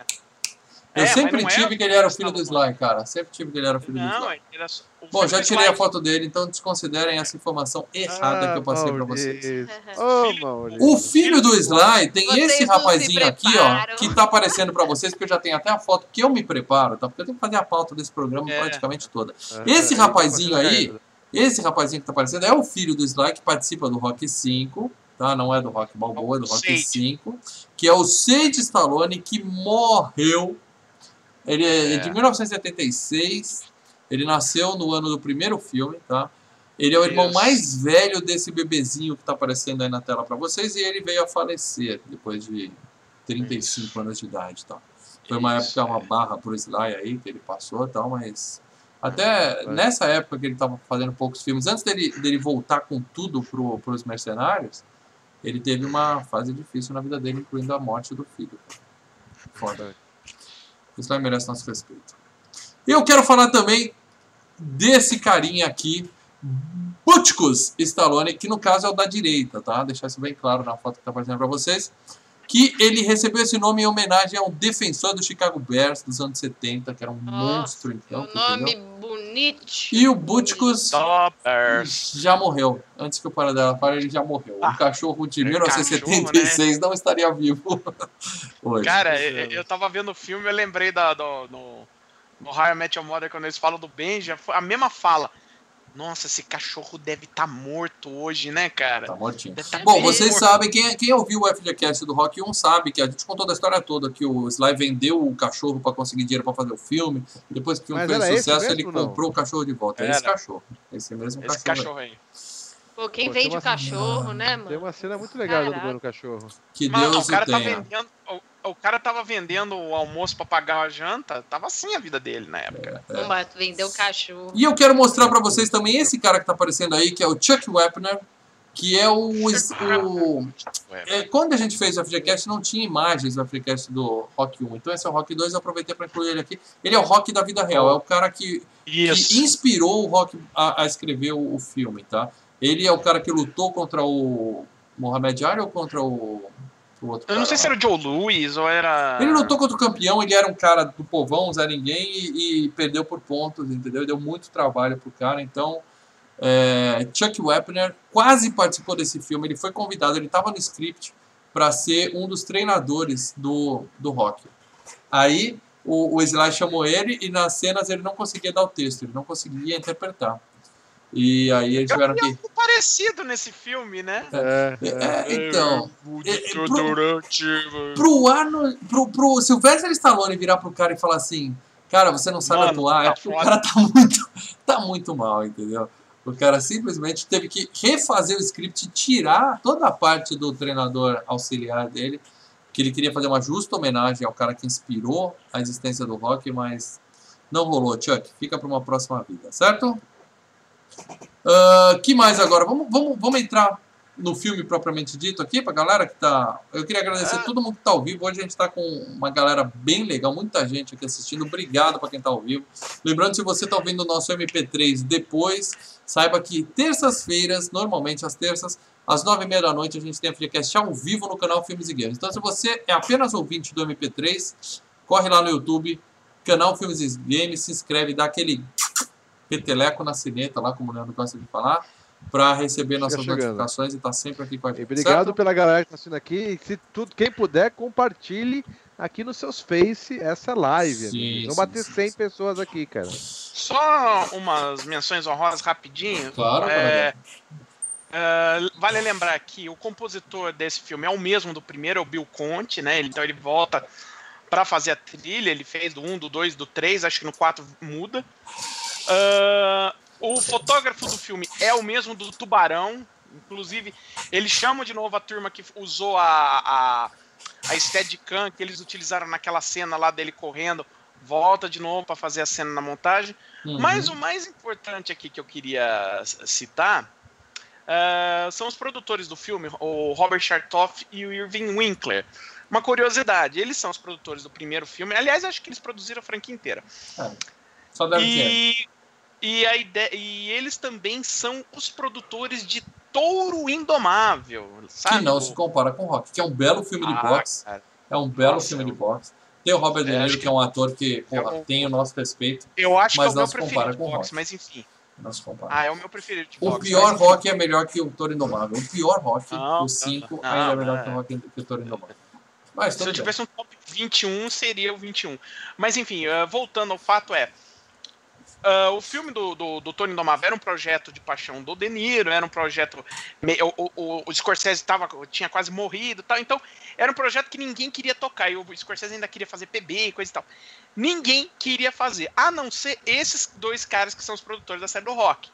S1: Eu
S2: É,
S1: sempre
S2: mas não é
S1: tive
S2: o
S1: que ele era o
S2: que
S1: filho do
S2: Stallone.
S1: Sly, cara. Sempre tive que ele era o filho do
S2: Não,
S1: Sly.
S2: ele era só- o
S1: Bom,
S2: filho
S1: já
S2: do
S1: tirei a
S2: Sly-
S1: foto dele, então desconsiderem essa informação errada que eu passei pra vocês.
S3: Ô, Maurício.
S1: O filho do Sly tem
S4: Vocês
S1: esse
S4: não se
S1: rapazinho aqui, ó,
S4: preparam.
S1: que tá aparecendo pra vocês, porque eu já tenho até a foto que eu me preparo, tá? Porque eu tenho que fazer a pauta desse programa
S2: É.
S1: praticamente toda.
S3: Ah,
S1: Esse
S3: aí,
S1: rapazinho
S3: você
S1: aí,
S3: caiu.
S1: esse rapazinho que tá aparecendo é o filho do Sly, que participa do Rock cinco, tá? Não é do Rock Balboa, é do Rock
S2: Sage.
S1: cinco, que é o Sage Stallone, que morreu. Ele é,
S2: É.
S1: de mil novecentos e setenta e seis, ele nasceu no ano do primeiro filme, tá? Ele é o irmão
S2: Isso.
S1: mais velho desse bebezinho que tá aparecendo aí na tela pra vocês, e ele veio a falecer depois de trinta e cinco anos de idade, tá? Foi uma
S2: Isso,
S1: época, uma
S2: é.
S1: barra pro Sly aí, que ele passou e tal, mas... Até
S3: É.
S1: nessa época que ele tava fazendo poucos filmes, antes dele, dele voltar com tudo pro, pros Mercenários, ele teve uma fase difícil na vida dele, incluindo a morte do filho. Foda. O Sly merece nosso respeito. E eu quero falar também desse carinha aqui, Butkus Stallone, que no caso é o da direita, tá? Deixar isso bem claro na foto que tá aparecendo pra vocês. Que ele recebeu esse nome em homenagem a um defensor do Chicago Bears dos anos setenta, que era um
S4: Nossa,
S1: monstro, então.
S4: o nome
S1: entendeu?
S4: bonito.
S1: E o Butkus
S2: Toppers.
S1: já morreu. Antes que o Paradela fale, ele já morreu.
S2: Ah,
S1: o cachorro de
S2: é
S1: mil novecentos e setenta e seis não estaria vivo hoje.
S2: Cara, eu, eu tava vendo o filme, eu lembrei da, do, no, no How I Met Your Mother, quando eles falam do Benja, a mesma fala. Nossa, esse cachorro deve estar morto hoje, né, cara?
S1: Tá mortinho.
S2: Deve tá
S1: Bom,
S2: bem
S1: vocês
S2: morto.
S1: sabem, quem, quem ouviu o F G Cast do Rock um sabe que a gente contou da história toda, que o Sly vendeu o cachorro pra conseguir dinheiro pra fazer o filme. Depois que o filme
S3: Mas
S1: fez
S3: era esse
S1: sucesso,
S3: mesmo
S1: ele
S3: ou não?
S1: comprou o cachorro de volta. É esse
S2: Era.
S1: cachorro. Esse mesmo
S2: Esse
S1: cachorro.
S2: cachorro aí.
S4: Pô, quem
S3: Pô, tem
S4: vende
S3: uma-
S4: o cachorro, né,
S3: Tem
S4: mano?
S3: uma cena muito legal do
S4: Caraca.
S3: dublando o cachorro.
S1: Que
S2: Mano,
S1: Deus
S2: o cara
S1: o
S2: tá
S1: tenha.
S2: vendendo. O, o cara tava vendendo o almoço pra pagar a janta, tava assim a vida dele na época.
S1: É.
S4: Vamos vender o cachorro.
S1: E eu quero mostrar pra vocês também esse cara que tá aparecendo aí, que é o Chuck Wepner, que é o... o é, quando a gente fez o F G Cast, não tinha imagens do F G Cast do Rock um. Então esse é o Rock dois, eu aproveitei pra incluir ele aqui. Ele é o Rock da vida real, é o cara que, que
S2: Isso.
S1: inspirou o Rock a, a escrever o, o filme, tá? Ele é o cara que lutou contra o Mohamed Ali ou contra o, o outro
S2: Eu não
S1: cara
S2: sei
S1: lá?
S2: se era o Joe Louis ou era.
S1: Ele lutou contra o campeão, ele era um cara do povão, Zé Ninguém, e, e perdeu por pontos, entendeu? Deu muito trabalho pro cara, então... É, Chuck Wepner quase participou desse filme, ele foi convidado, ele estava no script para ser um dos treinadores do, do Rock. Aí o, o Sly chamou ele e nas cenas ele não conseguia dar o texto, ele não conseguia interpretar. E aí eles tiveram que...
S2: parecido nesse filme, né?
S3: É, é.
S1: É, então,
S2: É,
S1: é, é, pro,
S2: durante...
S1: pro, Arnold, pro, pro Sylvester Stallone virar pro cara e falar assim, cara, você não sabe
S2: Mano,
S1: atuar,
S2: tá
S1: é porque o
S2: foda.
S1: cara tá muito, tá muito mal, entendeu? O cara simplesmente teve que refazer o script e tirar toda a parte do treinador auxiliar dele, que ele queria fazer uma justa homenagem ao cara que inspirou a existência do rock, mas não rolou, Chuck. Fica para uma próxima vida, certo? Uh, que mais agora? Vamos, vamos, vamos entrar no filme propriamente dito aqui, pra galera que tá... Eu queria agradecer a
S2: Ah.
S1: todo mundo que tá ao vivo. Hoje a gente tá com uma galera bem legal, muita gente aqui assistindo. Obrigado pra quem tá ao vivo. Lembrando, se você tá ouvindo o nosso M P três depois, saiba que terças-feiras, normalmente às terças, às nove e meia da noite, a gente tem a FreeCast ao vivo no canal Filmes e Games. Então, se você é apenas ouvinte do M P três, corre lá no YouTube, canal Filmes e Games, se inscreve, dá aquele peteleco na sineta lá, como o Leandro gosta de falar, para receber
S3: Chega
S1: nossas
S3: chegando.
S1: notificações e estar tá sempre aqui com a
S3: E
S1: gente.
S3: obrigado
S1: certo?
S3: pela galera que está assistindo aqui. E se tudo, quem puder, compartilhe aqui nos seus Face essa live.
S1: Sim,
S3: amigos. Vamos
S1: sim,
S3: bater
S1: sim,
S3: cem
S1: sim.
S3: pessoas aqui, cara.
S2: Só umas menções honrosas rapidinho.
S1: Claro,
S2: É, é, vale lembrar que o compositor desse filme é o mesmo do primeiro, é o Bill Conti, né? Ele- Então ele volta para fazer a trilha. Ele fez do um, do dois, do três, acho que no quatro muda. Ah, o fotógrafo do filme é o mesmo do Tubarão. Inclusive, eles chamam de novo a turma que usou a, a, a Steadicam que eles utilizaram naquela cena lá dele correndo. Volta de novo para fazer a cena na montagem.
S1: Uhum.
S2: Mas o mais importante aqui que eu queria citar ah, são os produtores do filme, o Robert Chartoff e o Irving Winkler. Uma curiosidade, eles são os produtores do primeiro filme. Aliás, acho que eles produziram a franquia inteira.
S1: É, só deve ter.
S2: E, e, a ideia, e eles também são os produtores de Touro Indomável, sabe?
S1: Que não se compara com Rock, que é um belo filme de
S2: Ah,
S1: boxe.
S2: cara,
S1: É um belo
S2: Nossa,
S1: filme de
S2: eu-
S1: boxe. Tem o Robert De
S2: É,
S1: Niro,
S2: acho
S1: que
S2: que-
S1: é um ator que porra,
S2: É um-
S1: tem o nosso respeito.
S2: eu acho
S1: Mas
S2: que é o
S1: não
S2: meu
S1: se compara
S2: preferido de
S1: com
S2: boxe,
S1: Rock.
S2: mas enfim.
S1: Não se compara.
S2: Ah, é o meu preferido de
S1: O
S2: boxe.
S1: pior
S2: mas enfim.
S1: Rock é melhor que o Toro Indomável. O pior Rock,
S2: Não,
S1: o cinco,
S2: não,
S1: ainda é
S2: não,
S1: melhor
S2: é.
S1: que o, Rock, que o Toro Indomável. Mas
S2: Se
S1: tudo
S2: eu
S1: bem.
S2: tivesse um top vinte e um, seria o vinte e um. Mas enfim, uh, voltando ao fato é... Uh, o filme do, do, do Tony Indomável era um projeto de paixão do De Niro, era um projeto... Me, o, o, o Scorsese tava, tinha quase morrido e tal, então era um projeto que ninguém queria tocar, e o Scorsese ainda queria fazer P B e coisa e tal. Ninguém queria fazer, a não ser esses dois caras que são os produtores da série do Rock.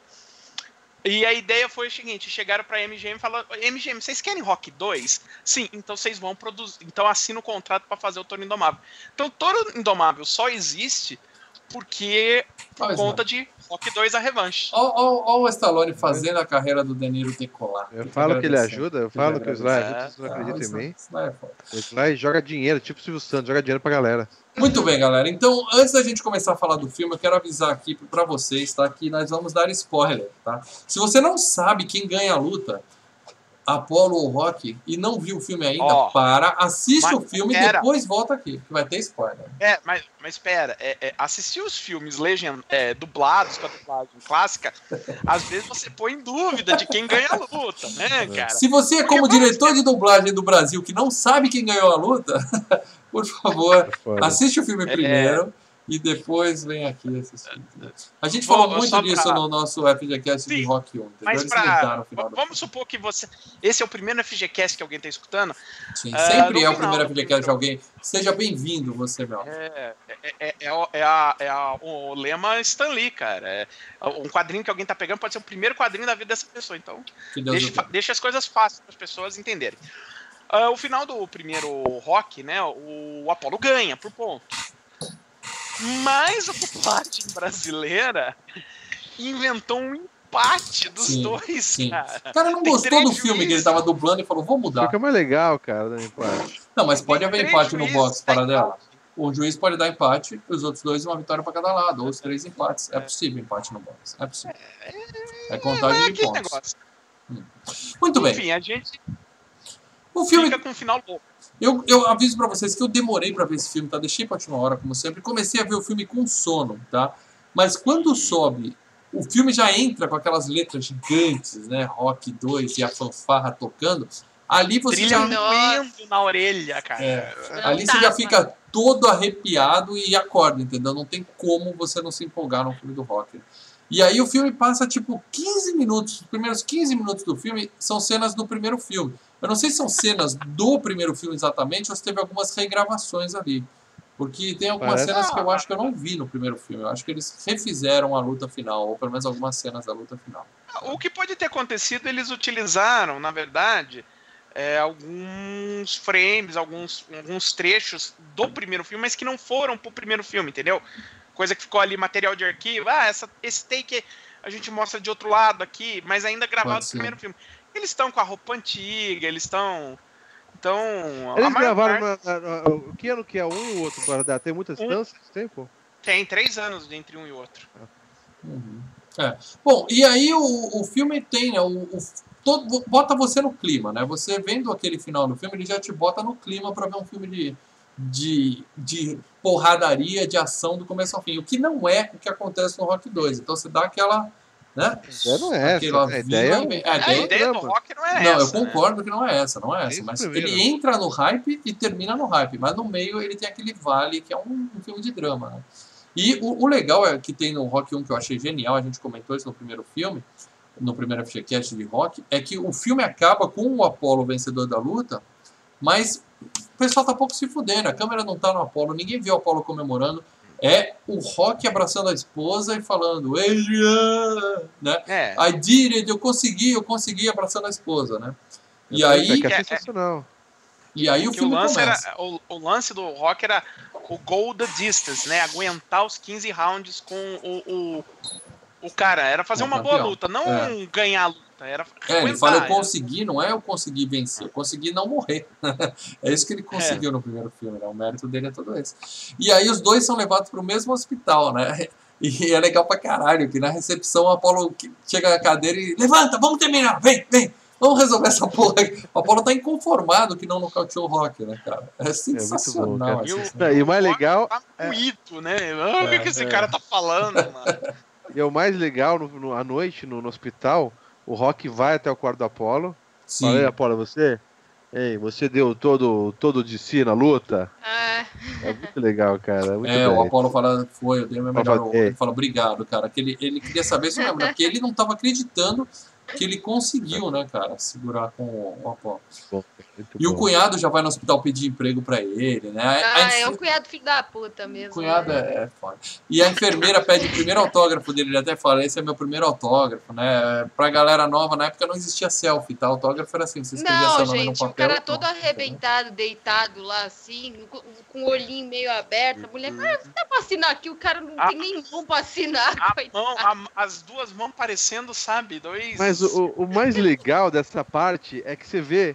S2: E a ideia foi o seguinte, chegaram pra M G M e falaram, M G M, vocês querem Rock dois? Sim, então vocês vão produzir, então assina o contrato pra fazer o Toro Indomável. Então o Toro Indomável só existe porque por
S1: Pois
S2: conta
S1: não.
S2: de Rock dois a revanche.
S1: Olha o Stallone fazendo a carreira do De Niro decolar.
S3: Eu
S1: Tem que
S3: falo que ele
S1: agradecer.
S3: ajuda, eu
S1: Tem que
S3: falo que o Sly
S1: agradecer.
S3: ajuda, vocês não
S2: É,
S3: acreditam em
S1: isso-
S3: mim.
S1: isso daí é foda.
S3: O Sly joga dinheiro, tipo o Silvio Santos, joga dinheiro pra galera.
S1: Muito bem, galera. Então, antes da gente começar a falar do filme, eu quero avisar aqui pra vocês, tá? Que nós vamos dar spoiler, tá? Se você não sabe quem ganha a luta, Apollo ou Rock, e não viu o filme ainda,
S2: Ó,
S1: para, assiste
S2: mas
S1: o filme e
S2: pera.
S1: depois volta aqui, que vai ter spoiler.
S2: É, mas, mas espera, é, é, assistir os filmes legend, é, dublados com a dublagem clássica, às vezes você põe em dúvida de quem ganha a luta, né, cara?
S1: Se você é como
S2: Porque vamos
S1: diretor de dublagem do Brasil que não sabe quem ganhou a luta, por favor,
S3: É foda.
S1: assiste o filme
S2: É.
S1: primeiro e depois vem aqui assistir. A gente
S2: Vou-
S1: falou muito
S2: só
S1: disso
S2: pra-
S1: no nosso F G Cast de
S2: Sim,
S1: Rock um, entendeu?
S2: Mas
S1: Eles
S2: pra.
S1: inventaram o final do
S2: Vamos supor que você. Esse é o primeiro F G Cast que alguém tá escutando.
S1: Sim,
S2: Ah,
S1: sempre
S2: no
S1: é o
S2: final
S1: primeiro
S2: do
S1: F G Cast de
S2: primeiro-
S1: alguém. Seja bem-vindo, você, meu.
S2: É, é, é, é, o- é a, é a- o lema Stan Lee, cara. É, um quadrinho que alguém tá pegando pode ser o primeiro quadrinho da vida dessa pessoa. Então,
S1: Que Deus
S2: deixa,
S1: o tenha.
S2: deixa as coisas fáceis para as pessoas entenderem. Ah, o final do primeiro Rock, né? O Apollo ganha por pontos. Mas a dublagem brasileira inventou um empate dos
S1: Sim,
S2: dois,
S1: sim.
S2: cara.
S1: O cara não
S2: Tem
S1: gostou
S2: três
S1: do filme que ele
S2: juízes.
S1: tava dublando e falou, vou mudar.
S3: Fica mais legal, cara, né, empate.
S1: Não, mas pode
S2: Tem
S1: haver
S2: três
S1: empate no
S2: juízes,
S1: box,
S2: tá
S1: para dela.
S2: empate.
S1: O juiz pode dar empate, os outros dois uma vitória para cada lado, ou os três empates. É possível empate no box. É possível. É contagem
S2: Mas é
S1: de
S2: aquele
S1: pontos.
S2: negócio.
S1: Muito bem.
S2: Enfim, a gente
S1: O filme,
S2: fica com um final louco.
S1: eu, eu aviso pra vocês que eu demorei pra ver esse filme, tá? Deixei pra última hora, como sempre. Comecei a ver o filme com sono, tá? Mas quando sobe, o filme já entra com aquelas letras gigantes, né? Rock dois e a fanfarra tocando. Ali você
S2: Trilha
S1: já...
S2: moendo na orelha, cara.
S1: É,
S4: Não
S1: ali
S4: tava.
S1: você já fica todo arrepiado e acorda, entendeu? Não tem como você não se empolgar no filme do Rock. E aí o filme passa, tipo, quinze minutos, os primeiros quinze minutos do filme são cenas do primeiro filme. Eu não sei se são cenas do primeiro filme exatamente ou se teve algumas regravações ali. Porque tem algumas
S3: Parece...
S1: cenas que eu acho que eu não vi no primeiro filme. Eu acho que eles refizeram a luta final, ou pelo menos algumas cenas da luta final.
S2: O que pode ter acontecido, eles utilizaram, na verdade, é, alguns frames, alguns, alguns trechos do primeiro filme, mas que não foram pro primeiro filme, entendeu? Coisa que ficou ali, material de arquivo. Ah, essa, esse take a gente mostra de outro lado aqui, mas ainda gravado do primeiro filme. Eles estão com a roupa antiga, eles estão... Então,
S3: eles gravaram parte... na, na, na, o que ano que é um e o outro, Guardar? Tem muita distância um... de tempo?
S2: Tem, três anos entre um e outro.
S1: Uhum. É. Bom, e aí o, o filme tem, né, o, o, todo, bota você no clima, né? Você vendo aquele final do filme, ele já te bota no clima para ver um filme de, de, de porradaria, de ação do começo ao fim. O que não é o que acontece no Rock dois. Então você dá aquela... Né?
S3: A ideia não é essa. A ideia,
S1: é,
S2: a ideia, a ideia do Rock não é
S1: não,
S2: essa.
S1: Não, eu concordo
S2: né?
S1: que não é essa, não é essa. Mas ele entra no hype e termina no hype. Mas no meio ele tem aquele vale que é um, um filme de drama, né? E o, o legal é que tem no Rock um, que eu achei genial, a gente comentou isso no primeiro filme, no primeiro F G Cast de Rock, é que o filme acaba com o Apollo vencedor da luta, mas o pessoal tá pouco se fudendo, a câmera não tá no Apollo, ninguém vê o Apollo comemorando. É o Rock abraçando a esposa e falando Adrian, né?
S2: É.
S1: I did it, eu consegui, eu consegui abraçando a esposa, né? E
S3: é,
S1: aí...
S3: É, é sensacional.
S1: E aí o filme
S2: o lance
S1: começa.
S2: Era, o, o lance do Rock era o goal the distance, né? Aguentar os quinze rounds com o, o, o cara. Era fazer
S1: É,
S2: uma
S1: campeão.
S2: boa luta, não
S1: É.
S2: ganhar a luta. Era
S1: é, ele fala, eu consegui, não é eu consegui vencer, eu consegui não morrer. É isso que ele conseguiu é. no primeiro filme, né? O mérito dele é todo esse. E aí os dois são levados para o mesmo hospital, né? E é legal pra caralho, que na recepção o Apollo chega na cadeira e levanta, vamos terminar, vem, vem, vamos resolver essa porra. O Apollo tá inconformado que não nocauteou o Rock, né, cara? É sensacional.
S3: É bom, cara. E o mais legal...
S2: Tá muito, né? Ah, o que, que esse é. cara tá falando, mano?
S3: E é o mais legal, no, no, à noite, no, no hospital... O Rock vai até o quarto do Apollo.
S1: Sim.
S3: Fala aí, Apollo, você? Ei, você deu todo, todo de si na luta?
S4: Ah.
S3: É muito legal, cara. Muito
S1: é,
S3: bem.
S1: o Apollo fala, foi, eu dei o meu melhor.
S3: Fala,
S1: ele fala, obrigado, cara. Que ele, ele queria saber se eu lembro, porque ele não estava acreditando que ele conseguiu, né, cara, segurar com o Apollo.
S3: Bom,
S1: e bom. O cunhado já vai no hospital pedir emprego pra ele, né?
S4: Ah, a é o cunhado filho da puta mesmo.
S1: O cunhado
S4: né?
S1: é, é foda. E a enfermeira pede o primeiro autógrafo dele, ele até fala, esse é meu primeiro autógrafo, né? Pra galera nova, na época não existia selfie, tá? O autógrafo era assim, você escrevia
S4: não,
S1: seu nome
S4: gente,
S1: no papel.
S4: O cara todo arrebentado, deitado lá, assim, com, com o olhinho meio aberto. A mulher, cara, você tá pra assinar aqui? O cara não a, tem nem mão pra assinar.
S2: A mão, a, as duas mãos parecendo, sabe, dois...
S3: Mas o, o mais legal dessa parte é que você vê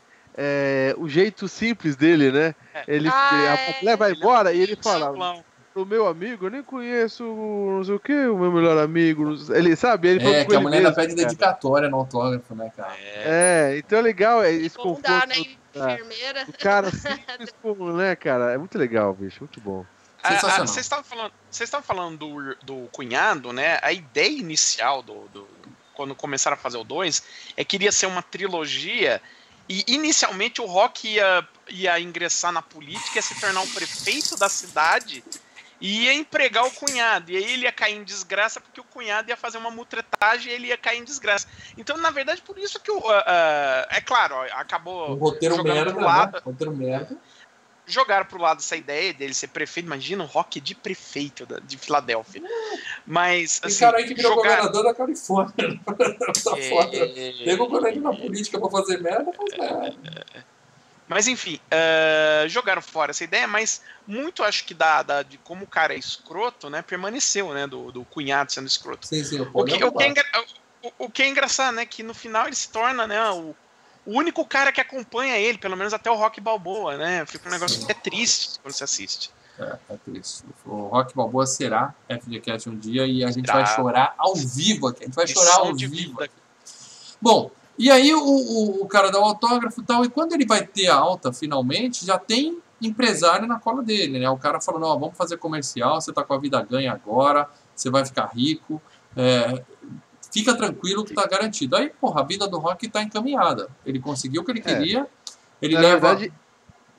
S3: é, o jeito simples dele, né? Ele,
S4: ah,
S3: a mulher vai embora
S2: é,
S3: e ele fala... O meu amigo, eu nem conheço, não sei o que, o meu melhor amigo. Ele sabe, ele
S1: É, que a mulher
S3: mesmo,
S1: pede
S3: cara.
S1: dedicatória no autógrafo, né, cara?
S3: É, é então é legal é, esse confronto.
S4: Dá, né, enfermeira.
S3: O cara simples como, né, cara? É muito legal, bicho, muito bom.
S2: Vocês estavam falando, vocês estavam falando do, do cunhado, né? A ideia inicial do, do quando começaram a fazer o dois é que iria ser uma trilogia e inicialmente o Rock ia, ia ingressar na política, ia se tornar o prefeito da cidade e ia empregar o cunhado, e aí ele ia cair em desgraça porque o cunhado ia fazer uma mutretagem e ele ia cair em desgraça. Então, na verdade, por isso que o... Uh, uh, é claro, ó, acabou
S1: um roteiro
S2: jogando
S1: merda,
S2: pro lado...
S1: Né? Roteiro merda.
S2: Jogaram pro lado essa ideia dele ser prefeito, imagina o Rock de prefeito da, de Filadélfia. Mas,
S1: tem
S2: assim...
S1: cara aí que virou
S2: jogaram...
S1: governador da Califórnia. Tá
S2: é...
S1: foda. Pegou quando ele na política pra fazer merda, faz merda.
S2: Mas enfim, uh, jogaram fora essa ideia, mas muito acho que da, da, de como o cara é escroto, né, permaneceu, né, do, do cunhado sendo escroto.
S1: Sim, sim,
S2: o, que, o, que é engra, o, o que é engraçado, né, que no final ele se torna, né, o, o único cara que acompanha ele, pelo menos até o Rock Balboa, né, fica um negócio sim. que é triste quando você assiste.
S1: É, é triste. O Rock Balboa será F G Cast um dia e a gente será. vai chorar ao vivo aqui, a gente vai chorar ao vivo aqui. Bom... E aí o, o, o cara dá o autógrafo e tal, e quando ele vai ter a alta finalmente, já tem empresário na cola dele, né? O cara falando, ó, vamos fazer comercial, você tá com a vida ganha agora, você vai ficar rico, é, fica tranquilo que tá garantido. Aí, porra, a vida do Rock tá encaminhada. Ele conseguiu o que ele queria, é. ele
S3: na
S1: leva...
S3: Verdade,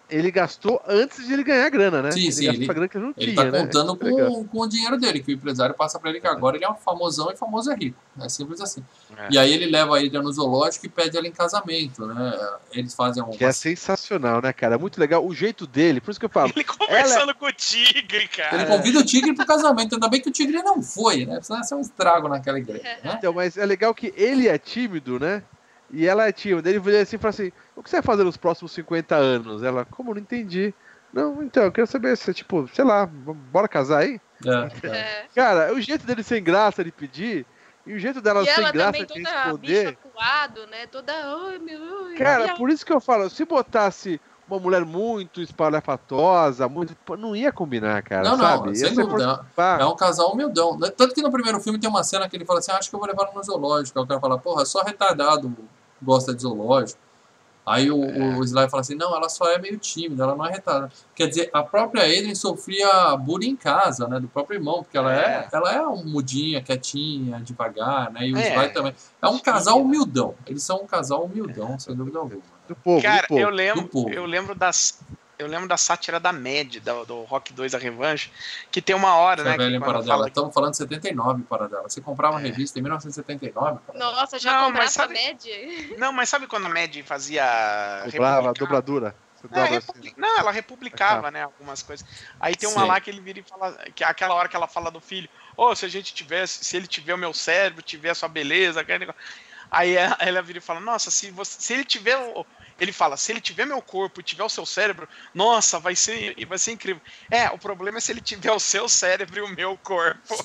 S3: ele gastou antes de ele ganhar a grana, né?
S1: Sim,
S3: ele
S1: sim,
S3: gastou
S1: ele-
S3: a grana que ele não
S1: Ele
S3: tinha,
S1: tá
S3: né?
S1: contando
S3: Legal.
S1: com, com o dinheiro dele, que o empresário passa pra ele que agora ele é um famosão e famoso é rico. É simples assim.
S2: É.
S1: E aí ele leva a Adrian no zoológico e pede ela em casamento, né? Eles fazem um.
S3: Que é sensacional, né, cara? É muito legal o jeito dele, por isso que eu falo.
S2: Ele conversando com o tigre, cara.
S1: Ele convida o tigre pro casamento. Ainda bem que o tigre não foi, né? Senão ia ser um estrago naquela igreja, né?
S3: Então, mas é legal que ele é tímido, né? E ela é tímida. Ele vira assim e fala assim: o que você vai fazer nos próximos cinquenta anos? Ela, como eu não entendi? Não, então, eu quero saber se, tipo, sei lá, bora casar aí?
S1: É, é.
S4: É.
S3: Cara, o jeito dele sem graça de pedir e o jeito dela
S4: E
S3: sem
S4: ela
S3: graça
S4: também
S3: de
S4: toda bicho
S3: responder.
S4: acuado, né? Toda. Ai, meu. ai,
S3: Cara,
S4: ai.
S3: por isso que eu falo, se botasse uma mulher muito espalhafatosa, muito. Pô, não ia combinar, cara,
S1: Não, não,
S3: sabe?
S1: sem
S3: Ia ser
S1: dúvida.
S3: forçar.
S1: É um casal humildão. Tanto que no primeiro filme tem uma cena que ele fala assim: acho que eu vou levar no zoológico. Aí o cara fala: porra, só retardado gosta de zoológico. Aí o, o Sly fala assim: não, ela só é meio tímida, ela não é retardada. Quer dizer, a própria Adrien sofria bullying em casa, né? Do próprio irmão, porque ela é,
S2: É.
S1: ela é um mudinha, quietinha, devagar, né? E o
S2: É.
S1: Sly também. É um casal humildão. Eles são um casal humildão, sem dúvida alguma.
S3: Do povo,
S2: Cara,
S3: do povo.
S2: eu lembro,
S1: do povo.
S2: eu lembro das. Eu lembro da sátira da Mad, do, do Rock dois, a revanche, que tem uma hora,
S1: Essa
S2: né?
S1: velha
S2: Que
S1: em
S2: quando
S1: Paradela.
S2: fala...
S1: Estamos falando de setenta e nove Paradela. Você comprava uma revista em mil novecentos e setenta e nove? Paradela.
S4: Nossa, já
S2: Não,
S4: comprasse
S2: mas sabe-
S4: a média?
S2: Não, mas sabe quando a Mad fazia.
S3: Dublava,
S2: republicava?
S3: dobradura. Você
S2: É,
S3: dobrava
S2: republi-
S3: assim.
S2: Não, ela republicava, né, algumas coisas. Aí tem uma
S1: Sim.
S2: lá que ele vira e fala, que é aquela hora que ela fala do filho, ô, se a gente tivesse, se ele tiver o meu cérebro, tiver a sua beleza, aquele negócio. Aí ela ela vira e fala, nossa, se, você, se ele tiver o... Ele fala, se ele tiver meu corpo e tiver o seu cérebro, nossa, vai ser, vai ser incrível. É, o problema é se ele tiver o seu cérebro e o meu corpo.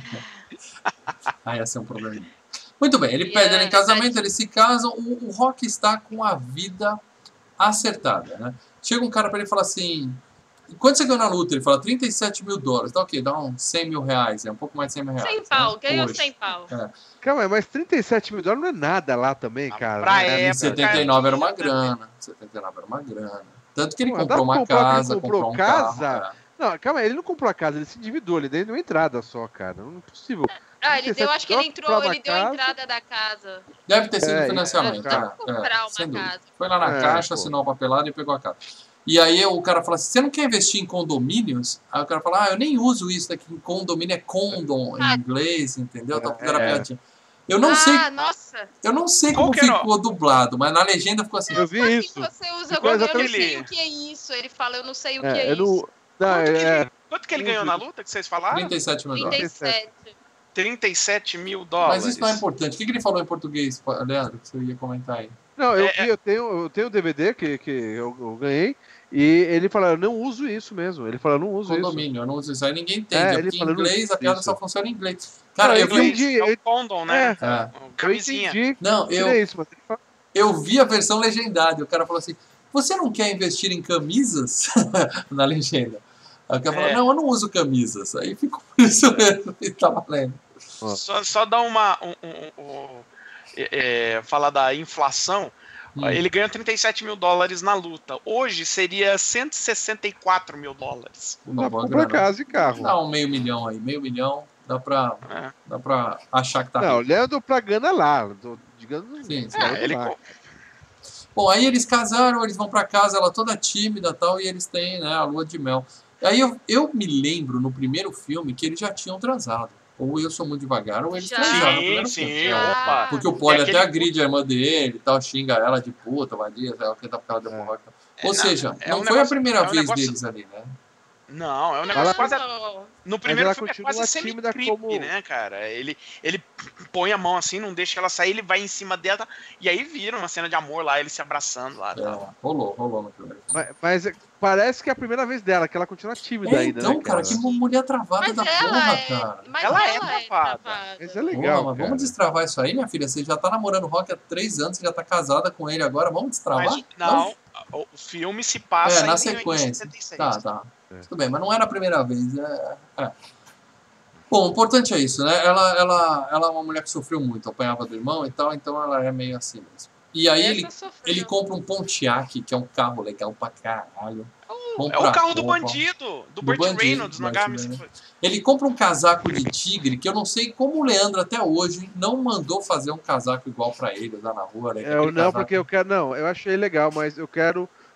S1: Ah, ia ser um problema. Muito bem, ele
S4: E
S1: pede ela
S4: é,
S1: em casamento, eles se casam. O, o Rock está com a vida acertada, né? Chega um cara pra ele e fala assim: quanto você ganhou na luta? Ele fala trinta e sete mil dólares. Dá o quê? Dá uns cem mil reais, é um pouco mais de cem mil reais.
S4: Sem
S1: né?
S4: pau, ganhou
S1: Hoje.
S4: sem pau.
S1: É.
S3: Calma aí, mas trinta e sete mil dólares não é nada lá também, cara.
S2: pra
S3: né?
S2: época,
S1: Em setenta e nove era uma
S2: né?
S1: grana. setenta e nove era uma grana. Tanto que ele
S3: Pô,
S1: comprou
S3: dá
S1: uma
S3: pra comprar que ele
S1: casa,
S3: comprou
S1: comprou um
S3: casa?
S1: carro. é.
S3: Não, calma aí, ele não comprou a casa, ele se endividou, ele deu uma entrada só, cara. Não é possível.
S4: Ah, ele deu, acho que ele
S3: Só
S4: entrou,
S3: comprar
S4: ele
S3: uma
S4: deu a
S3: casa.
S4: entrada da casa.
S1: Deve ter sido
S3: É,
S1: financiamento.
S3: é,
S1: É,
S4: Não comprar
S1: é,
S4: uma
S1: sem dúvida.
S4: casa.
S1: Foi lá na
S3: É,
S1: caixa,
S3: pô.
S1: assinou a papelada e pegou a casa. E aí o cara fala assim: você não quer investir em condomínios? Aí o cara fala: ah, eu nem uso isso daqui. Em condomínio é condom em
S4: Ah.
S1: inglês, entendeu? Tá tudo era
S3: É.
S1: piadinha. Eu não
S4: ah,
S1: sei,
S4: nossa.
S1: eu não sei
S2: Qual
S1: como
S2: que era?
S1: ficou dublado, mas na legenda ficou assim.
S3: Eu vi
S4: Como
S3: isso.
S4: que você usa
S3: Ficou
S4: agora? Eu não
S3: exatamente-
S4: sei o que é isso. Ele fala, eu não sei o que
S3: É,
S4: é
S3: eu não.
S4: isso.
S3: Não,
S2: Quanto que
S3: é,
S2: ele, quanto que ele ganhou na luta que vocês falaram?
S1: trinta e sete mil dólares.
S4: trinta e sete.
S2: trinta e sete mil dólares.
S1: Mas isso não é importante. O que que ele falou em português, Leandro, que você ia comentar aí?
S3: não, eu,
S2: É,
S3: vi, eu tenho eu tenho o D V D que, que eu, eu ganhei e ele fala, eu não uso isso mesmo. Ele fala, eu não uso isso.
S1: Condomínio, eu não uso isso aí, ninguém entende.
S3: É,
S1: É,
S3: ele
S1: porque em
S3: fala, eu não
S1: inglês a
S3: uso
S1: piada
S3: isso.
S1: só funciona em inglês. Cara,
S3: Não,
S1: eu
S3: eu
S1: vi um
S3: entendi.
S2: É o condom, né?
S3: É.
S1: É.
S3: Eu
S2: Camisinha.
S3: entendi.
S1: Não, eu,
S3: Tirei isso, mas ele fala,
S1: eu vi a versão legendada. E o cara falou assim: você não quer investir em camisas? Na legenda. Aí o cara falou:
S2: É.
S1: não, eu não uso camisas. Aí ficou por isso mesmo. E tá valendo.
S2: Só, só dar uma. Um, um, um, é, é, falar da inflação.
S1: Hum.
S2: Ele ganhou trinta e sete mil dólares na luta. Hoje seria cento e sessenta e quatro mil dólares.
S3: dá
S1: Uma
S3: pra
S1: boa
S3: comprar
S1: grana.
S3: casa e carro.
S1: Dá um meio milhão aí. Meio milhão dá pra,
S2: É.
S1: dá pra achar que tá
S3: Não,
S1: rico.
S3: lendo pra Gana lá. Tô, digamos,
S1: Sim, sim.
S3: falando
S2: É, ele
S3: lá.
S2: co-
S1: Bom, aí eles casaram, eles vão pra casa, ela toda tímida e tal, e eles têm, né, a lua de mel. Aí eu, eu me lembro no primeiro filme que eles já tinham transado. Ou eu sou muito devagar, ou eles
S4: Já.
S1: transaram no
S2: Sim,
S1: primeiro
S2: sim,
S1: filme.
S4: Já.
S2: opa.
S1: Porque o Poli
S2: É
S1: até
S2: aquele-
S1: agride a irmã dele e tal, xinga ela de puta, vadia, sei lá o que tá por causa da
S3: É.
S1: porra.
S2: É,
S1: Ou
S2: não,
S1: seja,
S2: é
S1: não
S2: um
S1: foi
S2: negócio-
S1: a primeira
S2: é um
S1: vez
S2: negócio-
S1: deles ali, né?
S2: Não, é um
S3: Ela-
S2: negócio quase.
S4: Não.
S2: No primeiro
S3: ela
S2: filme é
S3: continua
S2: quase
S3: tímida
S2: semi-creepy,
S3: como-
S2: né, cara? Ele, ele põe a mão assim, não deixa ela sair, ele vai em cima dela, e aí vira uma cena de amor lá, eles se abraçando lá.
S1: É,
S2: Tal.
S1: rolou, rolou no primeiro filme.
S3: Mas, mas é- parece que é a primeira vez dela, que ela continua tímida
S1: É,
S3: ainda,
S1: então,
S3: né,
S1: cara, que mulher travada
S4: Mas
S1: da
S4: ela
S1: porra,
S4: é.
S1: cara.
S4: Mas
S2: Ela
S4: ela,
S2: é
S4: é
S2: travada.
S4: travada.
S3: Mas é
S1: Porra,
S3: legal,
S1: mas
S3: cara.
S1: vamos destravar isso aí, minha filha. Você já tá namorando o Rock há três anos, você já tá casada com ele agora, vamos destravar?
S2: Mas não, o o filme se passa
S1: É, na
S2: em
S1: sequência.
S2: setenta e seis.
S1: Tá, tá.
S3: É.
S1: Tudo bem, mas não era a primeira vez. É, é. Bom, o importante é isso, né? Ela, ela, ela é uma mulher que sofreu muito, apanhava do irmão e tal, então ela é meio assim mesmo. E aí
S4: Essa
S1: ele,
S4: sofreu.
S1: ele compra um Pontiac, que é um carro legal pra caralho.
S2: É
S1: Compra
S2: o carro do
S1: roupa.
S2: bandido, do,
S1: Do
S2: Burt
S1: bandido,
S2: Reynolds, no
S1: Burt
S2: H M
S1: Reynolds. Ele compra um casaco de tigre, que eu não sei como o Leandro até hoje não mandou fazer um casaco igual pra ele, lá na rua. Né?
S3: É, eu
S1: Aquele
S3: não,
S1: casaco-
S3: porque eu quero. Não, eu achei legal, mas eu quero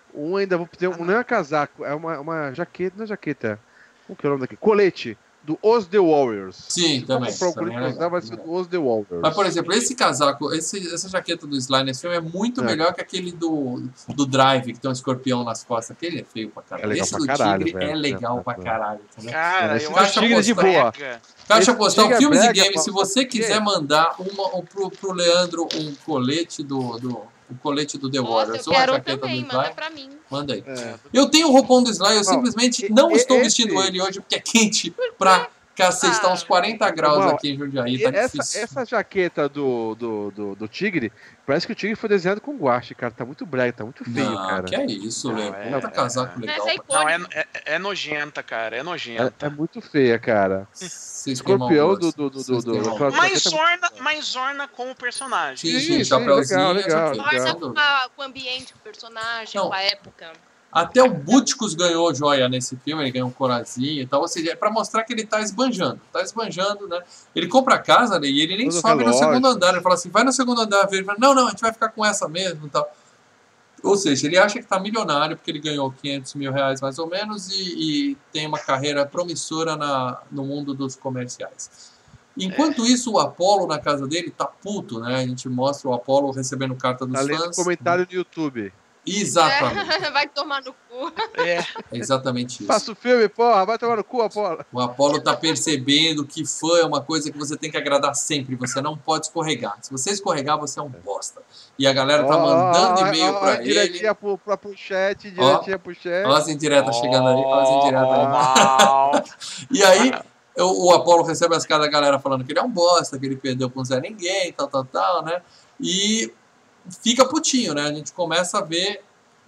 S3: Um ainda vou ter, um, não é um casaco, é uma, uma jaqueta, não é jaqueta, como que é o nome daqui? Colete, do Os The Warriors.
S1: Sim,
S3: Se
S1: também.
S3: comprar um
S1: também
S3: colete
S1: é legal,
S3: vai ser
S1: também.
S3: do Os The Warriors.
S1: Mas, por exemplo, esse casaco, esse, essa jaqueta do Sly nesse filme é muito
S3: É.
S1: melhor que aquele do, do Drive, que tem um escorpião nas costas. Aquele é feio pra caralho.
S3: É legal
S1: esse
S3: pra
S1: do
S3: caralho,
S1: Tigre
S3: velho.
S1: é legal
S3: É,
S1: pra
S3: é.
S1: caralho. Entendeu?
S2: Cara,
S3: Esse
S2: eu
S1: Caixa
S2: acho
S3: Tigre de
S1: postal.
S3: boa.
S2: brega.
S1: Caixa
S3: Esse
S1: postal,
S3: Tigre é
S1: filmes
S3: brega,
S1: e games.
S3: Paulo,
S1: Se você
S3: sabe por quê?
S1: quiser mandar uma, um, pro, pro Leandro um colete do, do, o colete do The
S4: Nossa,
S1: Warriors
S4: eu
S1: ou a
S4: quero
S1: jaqueta
S4: também,
S1: do
S4: manda
S1: Sly,
S4: pra mim.
S1: manda aí.
S3: É.
S1: Eu tenho o roupão do Sly, eu
S3: Não,
S1: simplesmente
S3: e-
S1: não
S3: e-
S1: estou
S3: esse-
S1: vestindo ele hoje porque é quente pra cacete, tá uns quarenta graus
S3: Mal,
S1: aqui em Jundiaí, tá
S3: essa,
S1: difícil.
S3: essa jaqueta do, do, do, do Tigre, parece que o Tigre foi desenhado com guache, cara. Tá muito brega, tá muito feio,
S1: Não,
S3: cara.
S1: que é isso,
S2: Não,
S1: Léo.
S2: é-
S1: Puta
S2: é-
S1: casaco
S2: é.
S1: legal.
S4: Essa é
S1: pra-
S2: Não, é,
S4: icônica.
S2: é, é nojenta, cara. É
S3: É,
S2: nojenta.
S3: é muito feia, cara.
S1: Vocês queimam
S3: Escorpião
S1: o
S3: do,
S1: gosto.
S3: do, do,
S1: Vocês
S3: do,
S1: queimam
S3: do,
S1: o
S3: aquela
S1: gosto.
S2: Mas
S3: jaqueta-
S2: orna, mas orna com o personagem.
S1: Sim,
S3: Sim,
S1: sim,
S3: sim,
S1: chapéuzinho
S3: legal,
S1: e
S3: legal,
S1: jaqueta,
S3: legal.
S1: sem
S4: Orna com,
S1: dúvida.
S4: a- com o ambiente, com o personagem,
S1: Não.
S4: com a época.
S1: Até o Búticos ganhou joia nesse filme, ele ganhou um corazinho e tal. Ou seja, é pra mostrar que ele tá esbanjando. Tá esbanjando, né? Ele compra a casa, né, e ele nem
S3: Todo
S1: sobe no
S3: relógio.
S1: segundo andar. Ele fala assim, vai no segundo andar ver. Ele fala, não, não, a gente vai ficar com essa mesmo e tal. Ou seja, ele acha que tá milionário porque ele ganhou quinhentos mil reais mais ou menos e, e tem uma carreira promissora na, no mundo dos comerciais. Enquanto isso, o Apollo na casa dele tá puto, né? A gente mostra o Apollo recebendo carta dos
S3: Tá lendo
S1: fãs.
S3: comentário no YouTube.
S1: Exatamente.
S4: É, vai tomar no cu.
S2: É.
S1: É exatamente isso.
S3: Faça o filme, porra, vai tomar no cu, Apolo.
S1: O Apollo tá percebendo que fã é uma coisa que você tem que agradar sempre. Você não pode escorregar. Se você escorregar, você é um bosta. E a galera tá mandando e-mail pra ele.
S3: Diretinha pro, pra pro chat, diretinha pro chat.
S1: Olha as indiretas chegando aí. Olha as indiretas
S2: Ó,
S1: aí.
S2: mal.
S1: E aí, o, o Apollo recebe as caras da galera falando que ele é um bosta, que ele perdeu com o Zé Ninguém, tal, tal, tal, né? E fica putinho, né? A gente começa a ver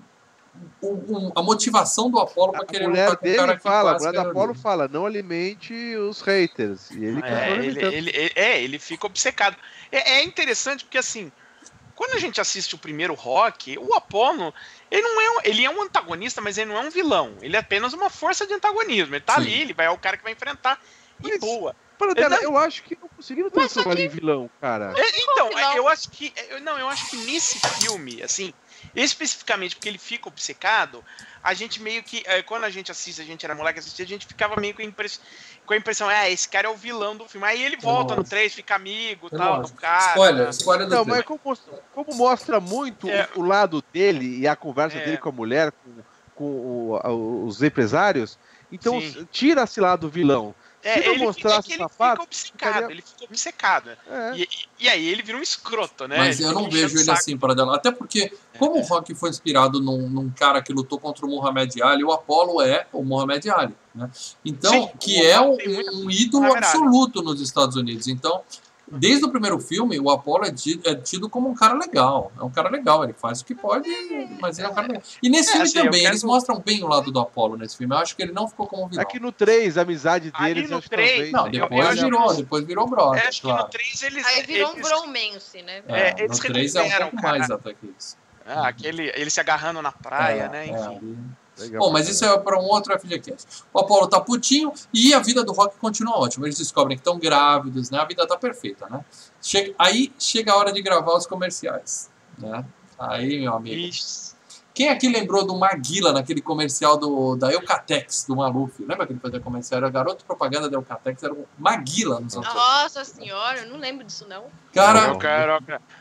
S1: o, o, a motivação do Apollo pra
S3: A
S1: querer
S3: mulher
S1: lutar com o cara
S3: dele
S1: que
S3: fala, a
S1: quase
S3: mulher do
S1: ganhou
S3: Apolo
S1: dele.
S3: fala, não alimente os haters. E ele
S2: É,
S3: continua
S2: ele,
S3: alimentando.
S2: ele- ele- é, ele fica obcecado. É, é interessante porque, assim, quando a gente assiste o primeiro Rock, o Apollo, ele não é um, ele é um antagonista, mas ele não é um vilão. Ele é apenas uma força de antagonismo. Ele tá
S1: Sim.
S2: ali, ele vai, é o cara que vai enfrentar e
S3: Mas-
S2: boa.
S3: Para dela,
S2: Ele
S3: eu acho que não conseguiram transformar ele em vilão, cara.
S2: É, então,
S4: vilão?
S2: eu acho que. eu- Não, eu acho que nesse filme, assim, especificamente porque ele fica obcecado, a gente meio que. eh, Quando a gente assiste, a gente era moleque assistia, a gente ficava meio com a, impress... com a impressão, ah, esse cara é o vilão do filme. Aí ele volta no
S1: lógico.
S2: três, fica amigo
S1: É
S2: tal, do
S1: lógico.
S2: cara.
S1: Spoiler, spoiler do
S3: Não,
S1: filme.
S3: mas como, como mostra muito
S2: É.
S3: o, o lado dele e a conversa
S2: É.
S3: dele com a mulher, com, com o- a- os empresários, então
S2: Sim.
S3: tira esse lado vilão.
S2: É,
S3: Se não
S2: ele, fica, é
S3: mostrasse
S2: que ele
S3: safado,
S2: fica obcecado,
S3: ficaria-
S2: ele fica obcecado.
S3: É.
S2: E, e aí ele vira um escroto, né?
S1: Mas
S2: Ele
S1: eu
S2: fica
S1: não
S2: enchendo
S1: vejo
S2: o
S1: ele
S2: saco.
S1: assim, para dela. Até porque, como o Rock foi inspirado num, num cara que lutou contra o Muhammad Ali, o Apollo é o Muhammad Ali, né? Então,
S2: Sim,
S1: que
S2: o
S1: é
S2: Apollo
S1: um,
S2: tem muita
S1: um ídolo
S2: Muhammad Ali.
S1: absoluto nos Estados Unidos. Então, desde o primeiro filme, o Apollo é tido, é tido como um cara legal. É um cara legal, ele faz o que pode, mas ele é um cara legal. E nesse
S2: É,
S1: filme
S2: assim, eu
S1: também,
S2: quero-
S1: eles mostram bem o lado do Apollo nesse filme. Eu acho que ele não ficou como vilão.
S3: Aqui no três, a amizade
S2: Ali
S3: deles,
S2: no
S3: acho que
S2: três,
S3: talvez-
S1: Não,
S2: eu-
S1: depois
S2: eu acho que
S1: virou,
S2: eles-
S1: depois virou brother,
S2: É, acho que
S1: claro.
S2: no três eles.
S4: Aí virou um
S2: eles-
S4: bromance, né?
S1: É,
S2: é, eles
S1: no três é um
S2: recuperam,
S1: pouco
S2: cara.
S1: mais até que isso.
S2: Ah, aquele, ele se agarrando na praia,
S1: É,
S2: né?
S1: é,
S2: Enfim.
S1: ali-
S3: Legal
S1: Bom,
S3: pra
S1: mas isso é para um outro F G Cast. O Apollo tá putinho e a vida do Rock continua ótima. Eles descobrem que estão grávidos, né? A vida tá perfeita, né? Chega, aí chega a hora de gravar os comerciais, né? Aí, meu amigo.
S2: Ixi.
S1: Quem aqui lembrou do Maguila naquele comercial do, da Eucatex, do Maluf? Lembra que ele fazia comercial? Era garoto propaganda da Eucatex, era o Maguila nos anos oitenta.
S4: Nossa senhora, eu não lembro disso, não.
S1: Cara,
S2: Eu quero,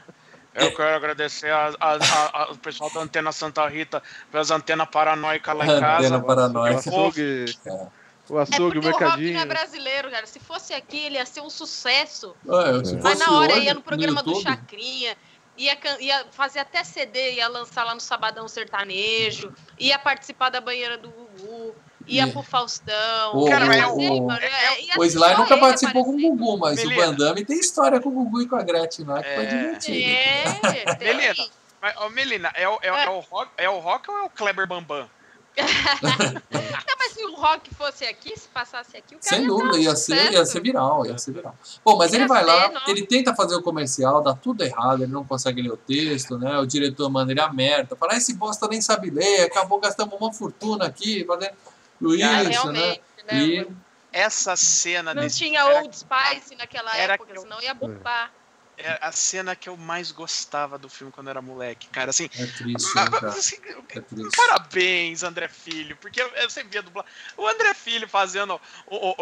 S2: eu quero agradecer a, a, a, a- o pessoal da Antena Santa Rita pelas antenas paranoicas lá em casa.
S1: Antena
S3: O
S1: paranoica.
S3: açougue,
S1: É.
S3: o
S4: É
S3: açougue,
S4: porque
S3: o
S4: o Rock
S3: mercadinho.
S4: não é brasileiro, cara. Se fosse aqui, ele ia ser um sucesso.
S1: É, se
S4: Mas
S1: fosse
S4: na hora
S1: hoje,
S4: ia no programa do
S1: YouTube,
S4: Chacrinha, ia, can- ia fazer até C D, ia lançar lá no Sabadão Sertanejo, ia participar da banheira do Gugu, ia
S1: E-
S4: pro Faustão.
S1: O-
S4: ia
S2: Cara,
S4: fazer,
S2: é o-
S4: mano,
S2: é-
S4: ia
S1: O
S4: ser
S1: Sly
S4: só
S1: nunca
S4: ele
S1: participou com o
S4: aparecendo.
S1: Gugu, mas
S2: Melina.
S1: o Van Damme tem história com o Gugu e com a Gretchen lá, que foi
S2: É.
S1: divertido.
S4: É, tem.
S2: Melina, mas, ô, Melina, é o, é, o- é o rock, é o Rock ou é o Kleber Bambam?
S4: Não, mas se o Rock fosse aqui, se passasse aqui, o cara
S1: Sem
S4: ia
S1: dúvida,
S4: dar um
S1: ia ser, ia
S4: sucesso.
S1: ser viral, ia ser viral. Bom, mas ele
S4: Ia
S1: vai lá,
S4: ser, não.
S1: ele tenta fazer o comercial, dá tudo errado, ele não consegue ler o texto, né? O diretor manda ele a merda, fala, esse bosta nem sabe ler, acabou gastando uma fortuna aqui, fazendo
S4: É,
S1: isso, né?
S4: realmente, né?
S1: E
S2: Essa cena
S4: Não
S2: desse
S4: tinha
S2: era,
S4: Old Spice naquela
S2: era
S4: época,
S2: que eu-
S4: senão ia bombar.
S2: é a cena que eu mais gostava do filme quando eu era moleque, cara. Assim,
S1: É triste, né, cara?
S2: assim,
S1: É triste.
S2: parabéns, André Filho, porque eu, eu sempre via dublar. O André Filho fazendo o, o,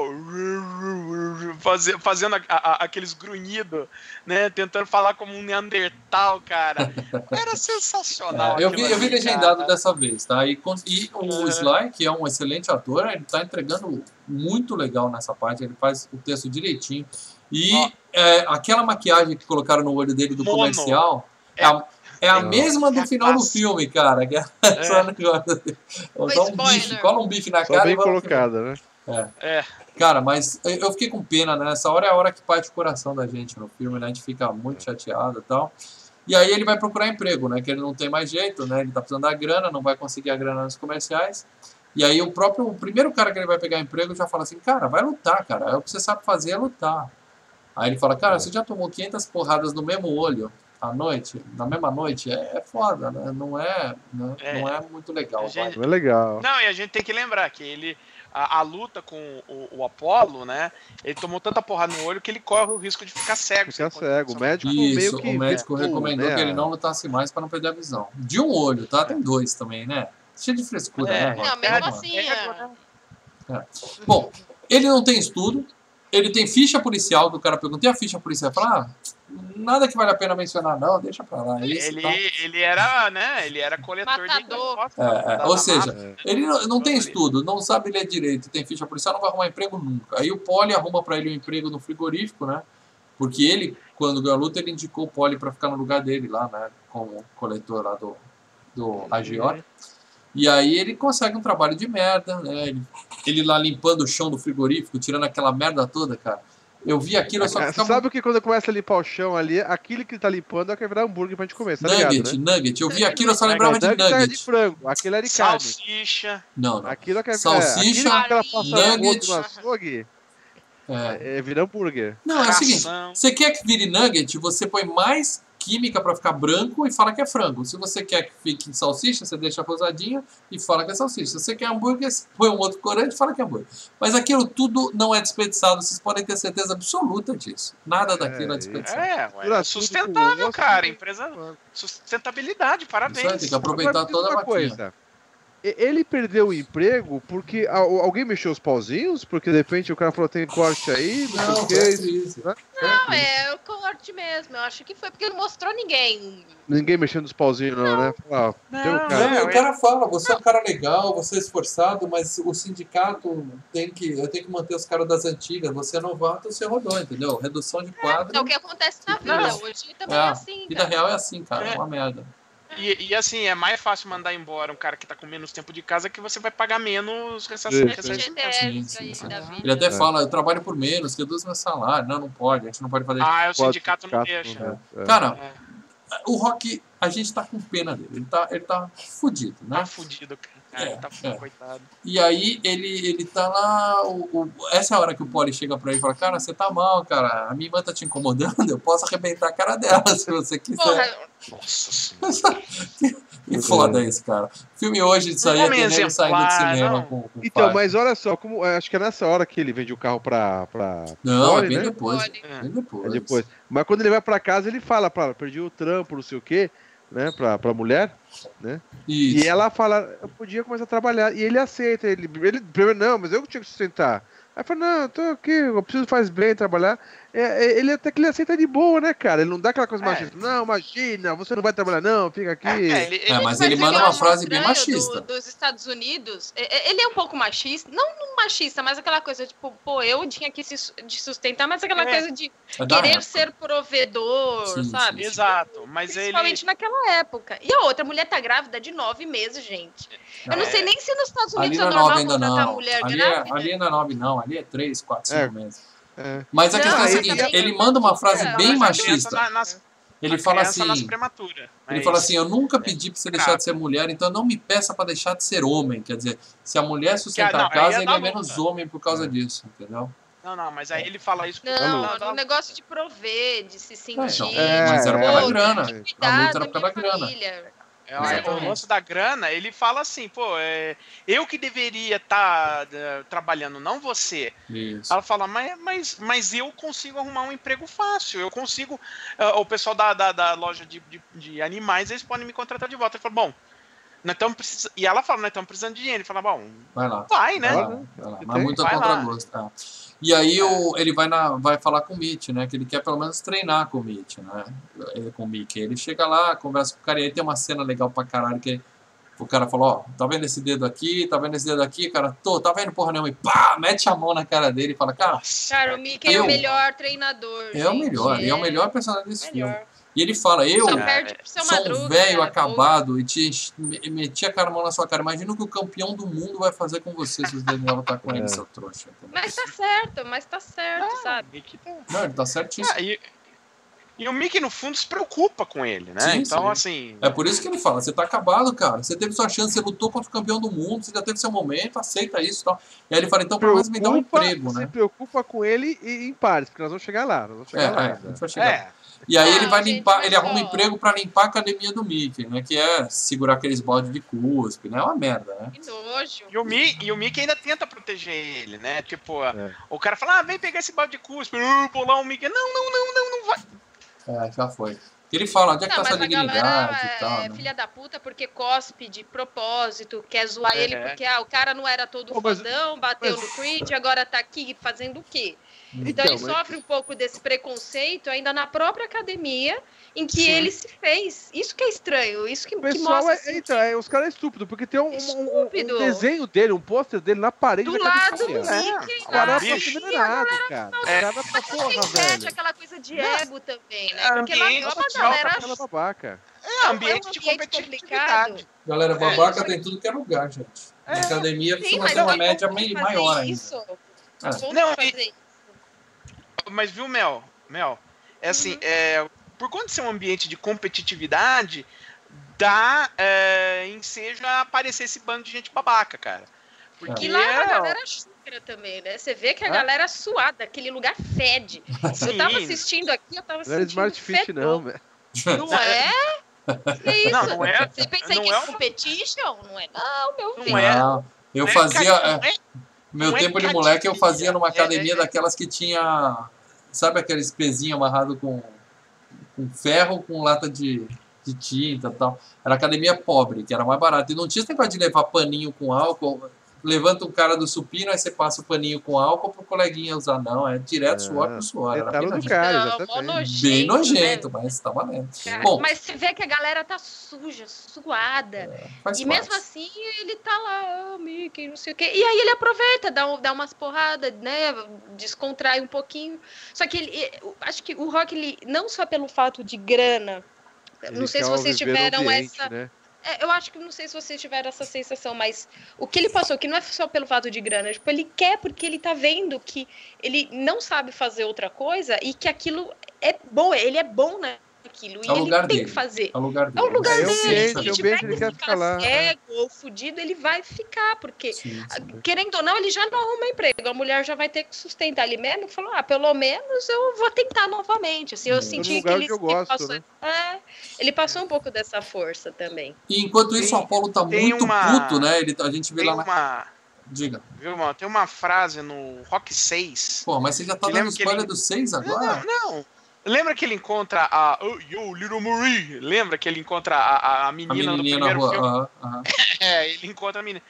S2: o, faze- fazendo a- a- aqueles grunhidos, né? Tentando falar como um Neandertal, cara. Era sensacional.
S1: É, eu vi,
S2: aquilo
S1: eu vi
S2: ali,
S1: legendado
S2: cara.
S1: dessa vez, tá? E, con- e o
S2: Uhum.
S1: Sly, que é um excelente ator, ele tá entregando muito legal nessa parte, ele faz o texto direitinho. E
S2: Ó.
S1: é, aquela maquiagem que colocaram no olho dele do
S2: Mono.
S1: comercial é,
S2: É-
S1: a, é a
S3: Não.
S1: mesma do
S2: É a
S1: final do
S2: classe.
S1: filme, cara. Que é
S2: É.
S1: só um negócio. Dá um bife,
S4: spoiler.
S1: cola um bife na
S3: Só
S1: cara
S3: bem
S1: e vai no filme.
S3: colocada, né?
S2: É.
S1: Cara, mas eu eu fiquei com pena, né? Essa hora é a hora que parte o coração da gente no filme, né? A gente fica muito chateado e tal. E aí ele vai procurar emprego, né? Que ele não tem mais jeito, né? Ele tá precisando da grana, não vai conseguir a grana nos comerciais. E aí o próprio, o primeiro cara que ele vai pegar emprego já fala assim, cara, vai lutar, cara. É o que você sabe fazer é lutar. Aí ele fala, cara, você já tomou quinhentas porradas no mesmo olho à noite, na mesma noite? É, é foda, né? Não é, né?
S2: É.
S1: Não é muito legal.
S2: A gente-
S3: Não é legal.
S2: Não, e a gente tem que lembrar que ele. A, a luta com o, o Apollo, né? Ele tomou tanta porrada no olho que ele corre o risco de ficar cego.
S3: Ficar
S2: se ele
S3: cego. O
S2: continuar.
S3: médico
S1: Isso,
S3: meio que
S1: o médico
S3: vetou,
S1: recomendou
S3: né?
S1: que ele não lutasse mais para não perder a visão. De um olho, tá? Tem dois também, né? Cheio de frescura,
S2: É.
S1: né, Rock?
S4: Não, mesmo
S1: Vamos lá.
S4: assim,
S2: É,
S4: é...
S1: Bom, ele não tem estudo, ele tem ficha policial, que o cara pergunta, e a ficha policial? Fala, ah, nada que vale a pena mencionar, não, deixa pra lá. Isso,
S2: Ele,
S1: tá?
S2: ele era, né? Ele era coletor
S4: Matador.
S2: de impostos
S1: É, é,
S2: da-
S1: ou
S2: da
S1: seja,
S2: máfia.
S1: ele não, não tem estudo, não sabe ler direito, tem ficha policial, não vai arrumar emprego nunca. Aí o Poli arruma pra ele um emprego no frigorífico, né? Porque ele, quando ganhou a luta, ele indicou o Poli pra ficar no lugar dele lá, né? Como coletor lá do, do agiota. E aí ele consegue um trabalho de merda, né? Ele, ele lá limpando o chão do frigorífico, tirando aquela merda toda, cara. Eu vi aquilo, eu só
S3: É, você
S1: ficava...
S3: sabe que quando começa a limpar o chão ali, aquilo que ele tá limpando é que vai virar hambúrguer pra gente comer, tá ligado,
S1: Nugget,
S3: né?
S1: nugget. Eu vi aquilo, eu só lembrava
S3: Não,
S1: de
S3: nugget é de
S1: nugget.
S3: frango, aquilo é de carne.
S2: Salsicha.
S1: Não, não.
S3: Aquilo que é,
S1: Salsicha,
S3: é, aquilo que ela passa
S1: nugget.
S3: no açougue,
S1: É.
S3: é, vira hambúrguer.
S1: Não, é o seguinte,
S2: Ração.
S1: você quer que vire nugget, você põe mais química pra ficar branco e fala que é frango. Se você quer que fique salsicha, você deixa rosadinho e fala que é salsicha. Se você quer hambúrguer, você põe um outro corante e fala que é hambúrguer. Mas aquilo tudo não é desperdiçado, vocês podem ter certeza absoluta disso. Nada daquilo é,
S3: É,
S1: desperdiçado.
S2: É,
S3: Mistura
S2: ué,
S3: tudo
S2: sustentável,
S3: com
S2: cara.
S3: osso.
S2: Empresa sustentabilidade,
S1: Isso aí,
S2: parabéns.
S1: tem que aproveitar
S3: Agora, me diz
S1: toda a
S3: uma
S1: vaquinha.
S3: coisa. E- Ele perdeu o emprego porque a- alguém mexeu os pauzinhos? Porque de repente o cara falou, tem corte aí, não,
S1: Não,
S3: sei o
S1: foi
S3: que.
S1: a crise.
S3: né?
S4: Não, é o corte mesmo. Eu acho que foi porque não mostrou ninguém.
S3: Ninguém mexendo os pauzinhos, não, né? Falar,
S2: Não,
S3: tem um
S1: Não,
S3: cara.
S2: É,
S1: o cara fala, você é um cara legal, você é esforçado, mas o sindicato tem que, eu tenho que manter os caras das antigas, você é novato, você rodou, entendeu? Redução de quadro.
S4: É o que acontece na vida.
S1: Não.
S4: Hoje também
S1: É,
S4: é assim,
S1: vida
S4: cara.
S1: real é assim, cara, é
S2: É.
S1: uma merda.
S2: E, e assim, é mais fácil mandar embora um cara que tá com menos tempo de casa que você vai pagar menos
S3: Isso.
S2: ressarcimento.
S1: Sim,
S4: G T L
S1: sim,
S4: aí
S1: sim.
S4: da vida.
S1: Ele até
S3: É.
S1: fala, eu trabalho por menos, reduz meu salário. Não, não pode, a gente não pode fazer isso.
S2: Ah, o
S3: Pode,
S2: sindicato não
S3: sindicato
S2: deixa.
S3: não deixa, é.
S1: Cara,
S2: É,
S1: o Rock, a gente tá com pena dele, ele tá, ele tá fudido, né?
S2: tá fudido, cara.
S1: É,
S2: tá
S1: é.
S2: coitado.
S1: E aí ele, ele tá lá, o, o- essa é a hora que o Poli chega pra ele e fala, cara, você tá mal, cara, a minha irmã tá te incomodando, eu posso arrebentar a cara dela se você quiser.
S4: Porra,
S2: Nossa senhora.
S1: Que foda esse cara. Filme hoje disso aí é
S2: Homem
S1: ter nego saindo do
S2: exemplar,
S1: cinema
S2: não.
S1: com, com
S3: Então,
S1: faixa.
S3: mas olha só, como, é, acho que é nessa hora que ele vende o carro pra, pra
S1: Não,
S3: Poli,
S1: é bem
S3: né?
S1: depois.
S4: Poli.
S1: Bem depois.
S3: É depois. Mas quando ele vai pra casa, ele fala pra ela, perdi o trampo, não sei o quê, né? Pra, pra mulher, né?
S1: Isso.
S3: E ela fala, eu podia começar a trabalhar. E ele aceita. Ele, ele primeiro, não, mas eu que tinha que sustentar. Aí fala, não, eu tô aqui, eu preciso faz bem trabalhar. É, é, ele até que ele aceita de boa, né, cara? Ele não dá aquela coisa
S2: É.
S3: machista. Não, imagina, você não vai trabalhar, não, fica aqui.
S2: É, ele, ele-
S1: É, mas
S4: Mas
S1: ele
S4: o que
S1: manda
S4: eu
S1: uma
S4: acho
S1: frase bem
S4: estranho
S1: machista.
S4: do- dos Estados Unidos, é- é- ele é um pouco machista, não um machista, mas aquela coisa, tipo, pô, eu tinha que se su- de sustentar, mas aquela
S2: É.
S4: coisa de
S1: É da
S4: querer
S1: época.
S4: ser provedor,
S1: Sim,
S4: sabe?
S1: sim.
S2: Exato, mas ele.
S4: Principalmente naquela época. E a outra, a mulher tá grávida de nove meses, gente. Eu não
S2: É.
S4: sei nem se nos Estados
S1: Ali
S4: Unidos
S1: não
S4: é
S1: é nove
S4: normal
S1: ainda
S4: contratar
S1: não.
S4: mulher
S1: Ali é,
S4: grávida.
S1: ali não é nove não, ali é três, quatro, cinco
S3: É.
S1: meses.
S3: É.
S1: Mas a
S4: Não,
S1: questão é a
S3: mas
S1: seguinte,
S4: também-
S1: ele manda uma frase
S4: Não,
S1: bem
S2: mas a criança
S1: machista.
S2: na- nas-
S1: Ele
S2: a
S1: fala
S2: criança nasce
S1: assim,
S2: prematura.
S1: ele
S2: É
S1: fala
S2: isso.
S1: assim, eu nunca pedi pra você deixar de ser mulher, então não me peça pra deixar de ser homem. Quer dizer, se a mulher sustentar
S2: não,
S1: a casa,
S2: aí é
S1: ele
S2: da
S1: é
S2: luta.
S1: menos homem por causa
S3: É.
S1: disso, entendeu?
S2: Não, não, mas aí ele fala isso.
S4: Não,
S2: Não,
S4: no negócio de prover, de se sentir.
S1: Não, então,
S3: É,
S1: mas era por causa da
S3: é,
S1: grana.
S3: é.
S1: A
S4: Cuidar
S1: luta
S4: da
S1: era por causa da
S4: minha
S1: grana.
S4: família.
S2: É, o lance da grana, ele fala assim, pô, é, eu que deveria estar tá, uh, trabalhando, não você.
S1: Isso.
S2: Ela fala, mas, mas, mas eu consigo arrumar um emprego fácil, eu consigo. Uh, o pessoal da, da, da loja de, de, de animais, eles podem me contratar de volta. Ele fala, bom, nós estamos precisando. E ela fala, nós estamos precisando de dinheiro. Ele fala, bom,
S1: vai lá.
S2: Vai, né?
S1: Vai lá, vai lá. Mas muito a contragosto. É. E aí o, ele vai, na, vai falar com o Mitch, né? Que ele quer pelo menos treinar com o Mitch, né? Ele, com o Mickey. Ele chega lá, conversa com o cara, e aí tem uma cena legal pra caralho que o cara fala, ó, tá vendo esse dedo aqui? Tá vendo esse dedo aqui? Cara, tô, tá vendo porra nenhuma? E pá, mete a mão na cara dele e fala, cara...
S4: Cara, o Mickey eu, é o melhor treinador,
S1: É
S4: gente.
S1: o melhor, é, é o melhor personagem desse
S4: melhor.
S1: filme. E ele fala, eu
S4: sou
S1: um velho acabado e te meti a cara mão na sua cara. Imagina o que o campeão do mundo vai fazer com você se os dedos dela tá com ele, é. seu trouxa. Entendeu?
S4: Mas tá certo, mas tá certo, ah, sabe?
S2: Tá...
S1: Não, ele tá certíssimo.
S2: Ah, e, e o Mickey, no fundo, se preocupa com ele, né?
S1: Sim,
S2: então,
S1: sim.
S2: assim...
S1: É por isso que ele fala, você tá acabado, cara. Você teve sua chance, você lutou contra o campeão do mundo, você já teve seu momento, aceita isso e tal. E aí ele fala, então pelo menos me dá um emprego, né?
S3: Se preocupa com ele e em pares, porque nós vamos chegar lá. Nós vamos chegar
S1: é,
S3: lá.
S1: É, a gente vai chegar
S2: é.
S1: lá. E aí
S4: não,
S1: ele vai
S4: gente,
S1: limpar, ele
S4: só...
S1: arruma um emprego pra limpar a academia do Mickey, né? Que é segurar aqueles baldes de cuspe, né? É uma merda, né?
S4: Que nojo.
S2: E o, Mi, e o Mickey ainda tenta proteger ele, né? Tipo, é. o cara fala, ah, vem pegar esse balde de cuspe, uh, pular o Mickey. Não, não, não, não, não vai.
S1: É, já foi. Ele fala, onde é que
S4: não,
S1: tá essa dignidade e tal,
S4: é
S1: né?
S4: filha da puta porque cospe de propósito, quer zoar
S2: é.
S4: ele porque ah, o cara não era todo oh, fodão, mas, bateu mas... no Creed, agora tá aqui fazendo o quê? Então, então ele mas... sofre um pouco desse preconceito ainda na própria academia em que Sim. ele se fez. Isso que é estranho, isso que,
S3: o pessoal
S4: que mostra...
S3: É, assim, então, é, os caras é estúpido, porque tem um, um, um, um desenho dele, um pôster dele na parede
S4: do
S3: da
S4: lado do
S3: academia.
S4: Mickey,
S3: é. Lá, venerado, cara.
S4: É.
S3: Cara pra porra, velho.
S4: Aquela coisa de ego também, né? Porque
S2: lá
S4: é uma galera...
S3: babaca.
S2: É um ambiente, é um ambiente de competitividade.
S1: Galera babaca é. tem tudo que é lugar, gente. É. Na academia
S4: Sim,
S1: precisa ter uma média maior
S4: isso.
S1: ainda.
S4: É. Não,
S2: e... Mas viu, Mel? Mel, é assim, uhum. é, por conta de ser um ambiente de competitividade, dá é, ensejo a aparecer esse bando de gente babaca, cara.
S4: Porque e lá é a galera chucra também, né? Você vê que a é? galera suada, aquele lugar fede. Eu tava assistindo aqui, eu tava
S3: não era Smart Fit, não,
S4: velho. Não é? Que isso?
S2: Não, não é.
S4: Você pensa em que é competition? Não é não, meu
S2: não
S4: filho.
S2: É.
S1: Não, eu
S2: não
S1: fazia...
S2: É,
S1: meu
S2: não
S1: tempo
S2: é
S1: de moleque eu fazia numa academia
S2: é, é,
S1: daquelas que tinha... Sabe aqueles pezinhos amarrados com, com ferro, com lata de, de tinta e tal? Era academia pobre, que era mais barato. E não tinha esse negócio de levar paninho com álcool. Levanta um cara do supino, aí você passa o paninho com álcool pro coleguinha usar. Não, é direto é, suor com suor. Era bem nojento.
S3: Cara,
S4: não, nojento,
S1: bem nojento,
S4: né?
S1: mas tá valendo.
S4: Cara,
S1: Bom,
S4: mas você vê que a galera tá suja, suada.
S1: É, e
S4: parte.
S1: mesmo
S4: assim, ele tá lá, oh, Mickey, não sei o quê. E aí ele aproveita, dá, dá umas porradas, né? Descontrai um pouquinho. Só que ele, acho que o Rock, ele, não só pelo fato de grana,
S3: ele
S4: não sei se vocês tiveram
S3: ambiente,
S4: essa...
S3: Né?
S4: É, eu acho que não sei se vocês tiveram essa sensação, mas o que ele passou, que não é só pelo fato de grana, tipo, ele quer porque ele tá vendo que ele não sabe fazer outra coisa e que aquilo é bom, ele é bom naquilo, e
S1: é o
S4: ele
S1: lugar
S4: tem
S1: dele.
S4: que fazer.
S1: É o lugar dele.
S4: É o lugar
S3: é
S4: dele.
S3: Se ele
S4: tiver
S3: ambiente,
S4: que
S3: ele quer
S4: ficar
S3: ficar lá,
S4: cego é. ou fudido, ele vai ficar, porque,
S1: sim, sim.
S4: querendo ou não, ele já não arruma emprego. A mulher já vai ter que sustentar ele mesmo. Falou, ah, pelo menos eu vou tentar novamente. Assim, eu
S1: é.
S4: senti que ele,
S3: que eu gosto,
S4: passou,
S3: né?
S4: é, ele passou um pouco dessa força também.
S1: E enquanto isso, o Apollo tá muito
S2: uma,
S1: puto, né? Ele, a gente vê lá na...
S2: uma...
S1: Diga.
S2: Viu, mano? Tem uma frase no Rock seis.
S1: Pô, mas você já tá dando spoiler ele... do seis agora?
S2: Não, não. Lembra que ele encontra a... Oh, yo, Little Marie. Lembra que ele encontra a, a menina, a menininha no primeiro filme?
S1: Uh -huh, uh -huh.
S2: É, ele encontra a menina.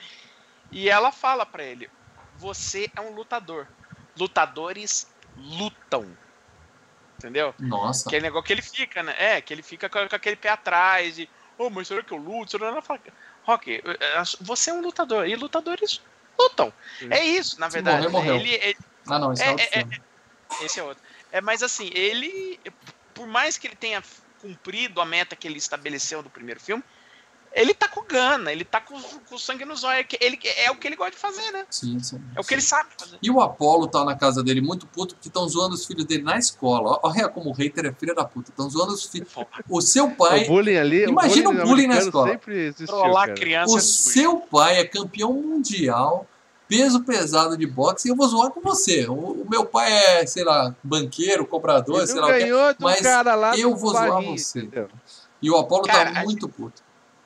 S2: E ela fala pra ele, você é um lutador. Lutadores lutam. Entendeu?
S1: Nossa.
S2: Que é negócio que ele fica, né? É, que ele fica com, com aquele pé atrás e... Oh, mas será que eu luto? Será que ela fala... Rock, você é um lutador. E lutadores lutam. Sim. É isso, na verdade.
S1: Se morrer, morreu.
S2: Ele, ele...
S1: Ah, não, esse é, é outro
S2: é,
S1: filme.
S2: É, esse é outro. É, mas assim, ele... Por mais que ele tenha cumprido a meta que ele estabeleceu no primeiro filme, ele tá com gana, ele tá com, com sangue nos olhos. Ele, é o que ele gosta de fazer, né?
S1: Sim, sim.
S2: É o que ele sabe fazer.
S1: E o Apollo tá na casa dele muito puto porque estão zoando os filhos dele na escola. Olha como o hater é filho da puta. Estão zoando os filhos. O seu pai...
S3: O bullying ali...
S1: Imagina o bullying, bullying na escola.
S3: Sempre existiu,
S2: Trollar criança
S1: o
S2: é
S1: seu pai é campeão mundial, peso pesado de boxe, e eu vou zoar com você. O, o meu pai é, sei lá, banqueiro, cobrador,
S3: ele
S1: sei lá o que.
S3: Mas
S1: cara lá
S3: eu
S1: vou
S3: zoar
S1: barrinho, você.
S3: Entendeu?
S1: E o Apollo
S2: cara,
S1: tá muito puto.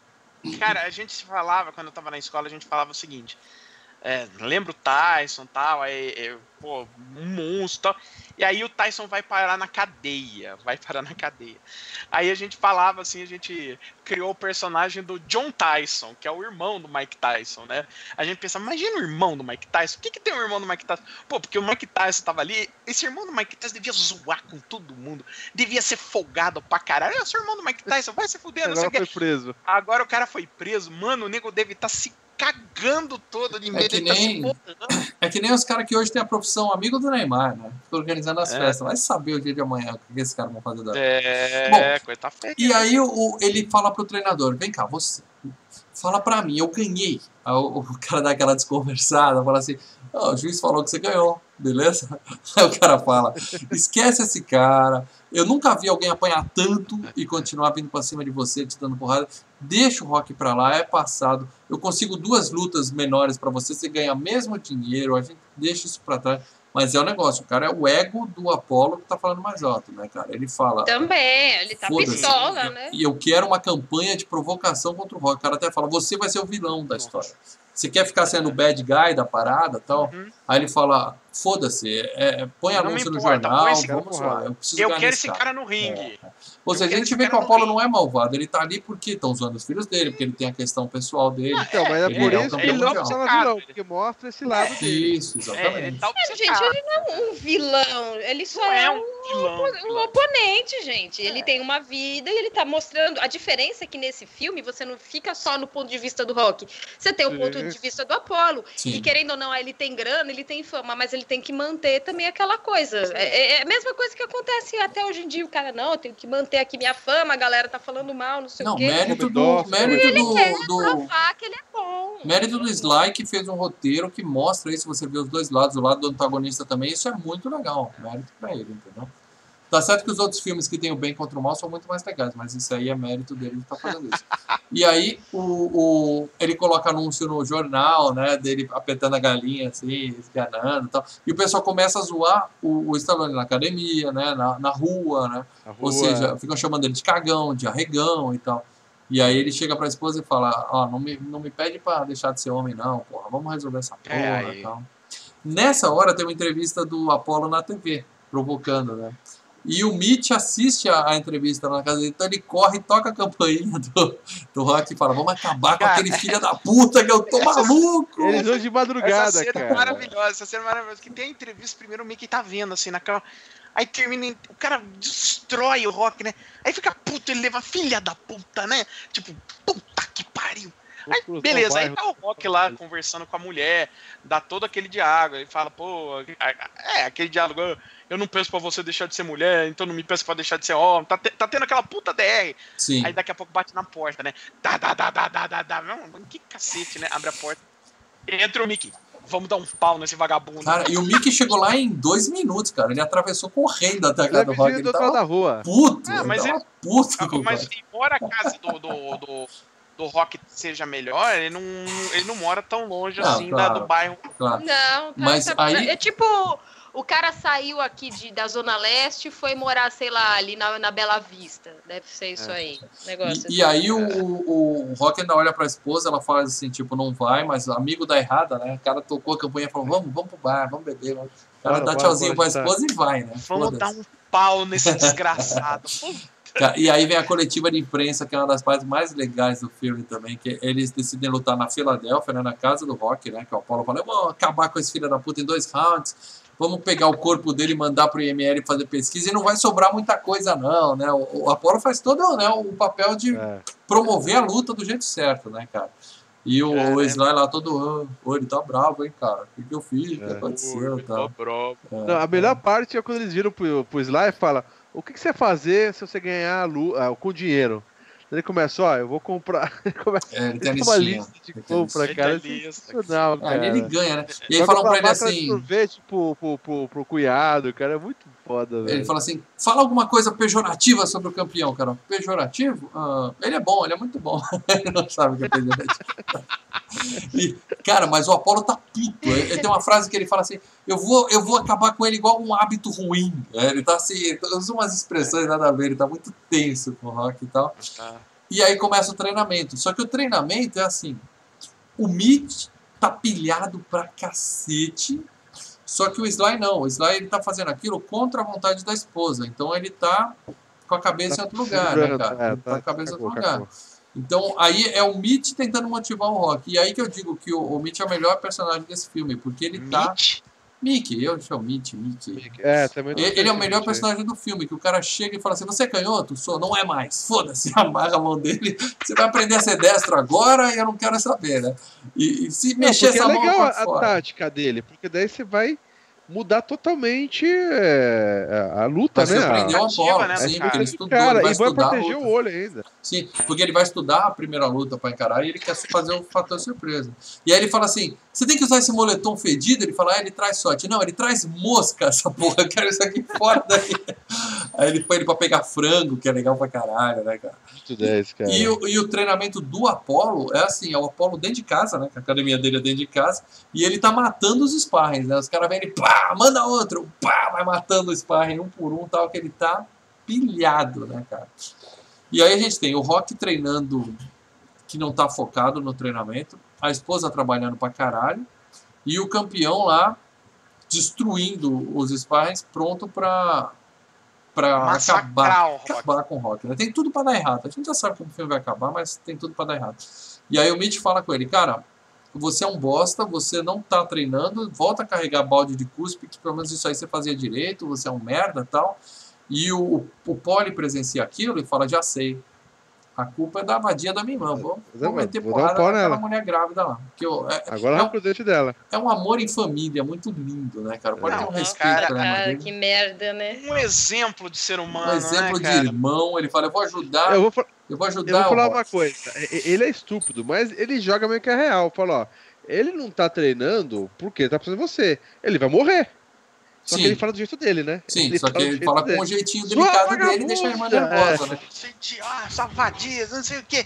S2: Cara, a gente se falava, quando eu tava na escola, a gente falava o seguinte. É, lembra o Tyson e tal, aí, é, pô, um monstro e tal. E aí o Tyson vai parar na cadeia. Vai parar na cadeia. Aí a gente falava assim, a gente criou o personagem do John Tyson, que é o irmão do Mike Tyson, né? A gente pensava, imagina o irmão do Mike Tyson. O que, que tem o irmão do Mike Tyson? Pô, porque o Mike Tyson tava ali. Esse irmão do Mike Tyson devia zoar com todo mundo. Devia ser folgado pra caralho. Eu sou irmão do Mike Tyson, vai se fuder.
S3: Agora foi preso.
S2: Agora o cara foi preso. Mano, o nego deve estar tá se cagando todo de medo.
S1: É que nem, tá é que nem os caras que hoje tem a profissão amigo do Neymar, né? Fica organizando as é. festas. Vai saber o dia de amanhã o que esses caras vão fazer da
S2: É,
S1: Bom,
S2: coisa tá feia.
S1: E aí o, o, ele fala pro treinador, vem cá, você fala pra mim, eu ganhei. Aí o, o cara dá aquela desconversada, fala assim, oh, o juiz falou que você ganhou, beleza? Aí o cara fala, esquece esse cara, eu nunca vi alguém apanhar tanto e continuar vindo pra cima de você, te dando porrada. Deixa o Rock pra lá, é passado. Eu consigo duas lutas menores pra você, você ganha mesmo dinheiro, a gente deixa isso pra trás. Mas é o negócio, o cara é o ego do Apollo que tá falando mais alto, né, cara? Ele fala...
S4: Também, ele tá pistola, né?
S1: E eu quero uma campanha de provocação contra o Rock. O cara até fala, você vai ser o vilão da história. Você quer ficar sendo o bad guy da parada e tal? Uhum. Aí ele fala, foda-se, é, é, põe anúncio no jornal, vamos lá. Eu, preciso
S2: eu quero esse cara, cara no ringue.
S1: É. Ou seja, a gente vê que o Apollo não é malvado, ele tá ali porque estão usando os filhos dele, porque ele tem a questão pessoal dele.
S3: Ah, então, mas é por isso que ele não precisa vilão, porque mostra esse lado
S1: é,
S3: dele.
S1: Isso, exatamente. É,
S4: ele tá é, gente, ele não é um vilão, ele só é, é um, vilão, um, um oponente, gente. Ele é. tem uma vida e ele tá mostrando... A diferença é que nesse filme você não fica só no ponto de vista do Rock. Você tem o Sim. ponto de vista do Apollo. Sim. E querendo ou não, ele tem grana, ele tem fama, mas ele tem que manter também aquela coisa. É, é a mesma coisa que acontece até hoje em dia. O cara, não, eu tenho que manter aqui minha fama, a galera tá falando mal, não sei
S1: não,
S4: o quê.
S1: Mérito do, mérito
S4: ele
S1: do,
S4: quer
S1: do,
S4: provar que ele é bom.
S1: Mérito do Sly, que fez um roteiro que mostra isso, você vê os dois lados, o lado do antagonista também, isso é muito legal. Mérito pra ele, entendeu? Tá certo que os outros filmes que tem o bem contra o mal são muito mais legais, mas isso aí é mérito dele que tá fazendo isso. E aí, o, o, ele coloca anúncio no jornal, né, dele apertando a galinha, assim, esganando e tal. E o pessoal começa a zoar o, o Stallone na academia, né, na, na rua, né. Rua. Ou seja, ficam chamando ele de cagão, de arregão e tal. E aí ele chega pra esposa e fala, ó, oh, não me, não me pede pra deixar de ser homem não, porra, vamos resolver essa porra é, e tal. Nessa hora tem uma entrevista do Apollo na T V, provocando, né. E o Mitch assiste a, a entrevista na casa dele, então ele corre e toca a campainha do, do Rock e fala, vamos acabar com aquele filho da puta que eu tô maluco.
S3: Eles vão de madrugada, essa cena
S2: cara. É maravilhosa, essa cena é maravilhosa. Que tem a entrevista, primeiro o Mickey tá vendo, assim, na cama. Aí termina, o cara destrói o Rock, né? Aí fica puto, ele leva filha da puta, né? Tipo, puta que pariu. Aí, beleza, aí tá o Rock lá conversando com a mulher, dá todo aquele diálogo, ele fala, pô, é, aquele diálogo, eu não peço pra você deixar de ser mulher, então não me peço pra deixar de ser homem, tá, te, tá tendo aquela puta D R.
S1: Sim.
S2: Aí daqui a pouco bate na porta, né? Dá, dá, dá, dá, dá, dá, dá. Não, que cacete, né? Abre a porta. Entra o Mickey. Vamos dar um pau nesse vagabundo.
S1: Cara, e o Mickey chegou lá em dois minutos, cara. Ele atravessou correndo até a casa do Rock. Ele
S3: tava da rua.
S1: puto.
S2: Ah, mas
S1: ele
S2: ele,
S1: puto.
S2: Mas embora a casa do... do, do... do Rock seja melhor, ele não, ele não mora tão longe não, assim claro, da, do bairro.
S1: Claro.
S4: Não, tá,
S1: mas
S4: tá,
S1: aí...
S4: é tipo, o cara saiu aqui de, da Zona Leste e foi morar, sei lá, ali na, na Bela Vista. Deve ser isso é. aí. Negócio
S1: e,
S4: assim.
S1: e aí o, o, o Rock ainda olha pra esposa, ela fala assim, tipo, não vai, mas o amigo dá errada, né? O cara tocou a campanha e falou, vamos, vamos pro bar, vamos beber. Vamos. O cara bora, dá tchauzinho bora, pra esposa e vai, né?
S2: Vamos dar um pau nesse desgraçado.
S1: E aí vem a coletiva de imprensa, que é uma das partes mais legais do filme também, que eles decidem lutar na Filadélfia, né, na casa do Rock, né, que o Apollo fala, vamos acabar com esse filho da puta em dois rounds, vamos pegar o corpo dele e mandar pro I M L fazer pesquisa, e não vai sobrar muita coisa não, né, o, o Apollo faz todo, né, o papel de é. promover a luta do jeito certo, né, cara. E o, é, o Sly lá todo, oh, ele tá bravo, hein, cara, o que, que eu fiz, o que é. aconteceu, tá.
S2: Tá bravo.
S1: É,
S3: não, a melhor parte é quando eles viram pro, pro Sly e falam, o que, que você vai fazer se você ganhar a lu ah, com dinheiro? Ele começa, ó, eu vou comprar. Ele começa,
S1: é, ele tem
S3: ele uma lista de compra, cara.
S2: Sensacional,
S1: cara. Ele ganha, né? E aí falam pra ele assim.
S3: Sorvete pro, pro, pro, pro cunhado, cara. É muito foda, velho.
S1: Ele fala assim: fala alguma coisa pejorativa sobre o campeão, cara. Pejorativo? Ah, ele é bom, ele é muito bom. Ele não sabe o que é pejorativo. E, cara, mas o Apollo tá puto. Ele tem uma frase que ele fala assim: eu vou, eu vou acabar com ele igual um hábito ruim. Ele tá assim, usa umas expressões nada a ver, ele tá muito tenso com o Rock e tal. E aí começa o treinamento. Só que o treinamento é assim, o Mitch tá pilhado pra cacete, só que o Sly não. O Sly ele tá fazendo aquilo contra a vontade da esposa. Então ele tá com a cabeça em outro lugar, né, cara?
S3: É,
S1: Ele tá com a cabeça em
S3: cagou,
S1: outro lugar.
S3: cagou.
S1: Então, aí é o Mitch tentando motivar o Rock. E aí que eu digo que o, o Mitch é o melhor personagem desse filme, porque ele tá...
S2: Mitch?
S1: Mickey, eu chamo Mitch, Mickey.
S3: É, também não
S1: Ele, ele é o melhor
S3: sei.
S1: personagem do filme, que o cara chega e fala assim, você é canhoto? Sou, não é mais. Foda-se, amarra a mão dele. Você vai aprender a ser destro agora e eu não quero saber, né? E, e se
S3: Não,
S1: mexer
S3: porque
S1: essa
S3: é
S1: mão
S3: legal
S1: pra
S3: a, a
S1: fora.
S3: tática dele, porque daí você vai mudar totalmente é, a luta,
S1: Vai
S3: né?
S1: surpreender o
S2: Ativa,
S1: Apollo,
S2: né,
S1: sim,
S2: cara?
S1: porque ele estudou,
S3: Cara,
S1: ele vai
S3: e vai
S1: estudar a
S3: proteger
S1: luta.
S3: o olho ainda.
S1: Sim, porque ele vai estudar a primeira luta pra encarar e ele quer fazer o fator surpresa. E aí ele fala assim, você tem que usar esse moletom fedido? Ele fala, ah, ele traz sorte. Não, ele traz mosca, essa porra, eu quero isso aqui fora daí. Aí ele põe ele pra pegar frango, que é legal pra caralho, né, cara?
S3: Muito dez, cara.
S1: E o, e o treinamento do Apollo é assim, é o Apollo dentro de casa, né? Que a academia dele é dentro de casa, e ele tá matando os sparrings, né? Os caras vêm e pá, manda outro, pá, vai matando o sparring um por um, tal, que ele tá pilhado, né, cara? E aí a gente tem o Rock treinando, que não tá focado no treinamento, a esposa trabalhando pra caralho, e o campeão lá destruindo os sparrings, pronto pra, pra
S2: Massacrar
S1: acabar,
S2: o Rock.
S1: acabar com o Rock. Né? Tem tudo pra dar errado. A gente já sabe como o filme vai acabar, mas tem tudo pra dar errado. E aí o Mitch fala com ele, cara, você é um bosta, você não tá treinando, volta a carregar balde de cuspe, que pelo menos isso aí você fazia direito, você é um merda e tal. E o, o Polly presencia aquilo e fala, já sei. A culpa é da vadia da minha irmã. Vou, vou meter
S3: Vou dar um
S1: porrada
S3: pau
S1: naquela
S3: nela.
S1: mulher grávida lá. Porque eu, é,
S3: Agora
S1: é,
S3: arranca o dente dela.
S1: é um amor em família muito lindo, né, cara? Pode ter um
S2: Não,
S1: respeito
S2: cara,
S1: pela irmã
S4: Cara,
S1: dele.
S4: que merda, né?
S2: Um exemplo de ser humano,
S1: Um exemplo
S2: né,
S1: de
S2: cara?
S1: irmão. Ele fala, eu vou ajudar,
S3: Eu vou, fa-
S1: eu vou
S3: eu
S1: ajudar
S3: vou falar
S1: o Rock.
S3: uma coisa. E- Ele é estúpido, mas ele joga meio que a real. Fala, ó, ele não tá treinando porque ele tá precisando de você. Ele vai morrer. Só
S1: Sim.
S3: que ele fala do jeito dele, né?
S1: Sim,
S3: ele
S1: só que
S3: fala do
S1: ele
S3: jeito
S1: fala
S3: dele.
S1: com um jeitinho
S3: Sua
S1: delicado dele e deixa a irmã
S3: vagabunda,
S1: nervosa,
S3: é.
S1: né?
S2: Gente, ah, safadias, não sei o quê.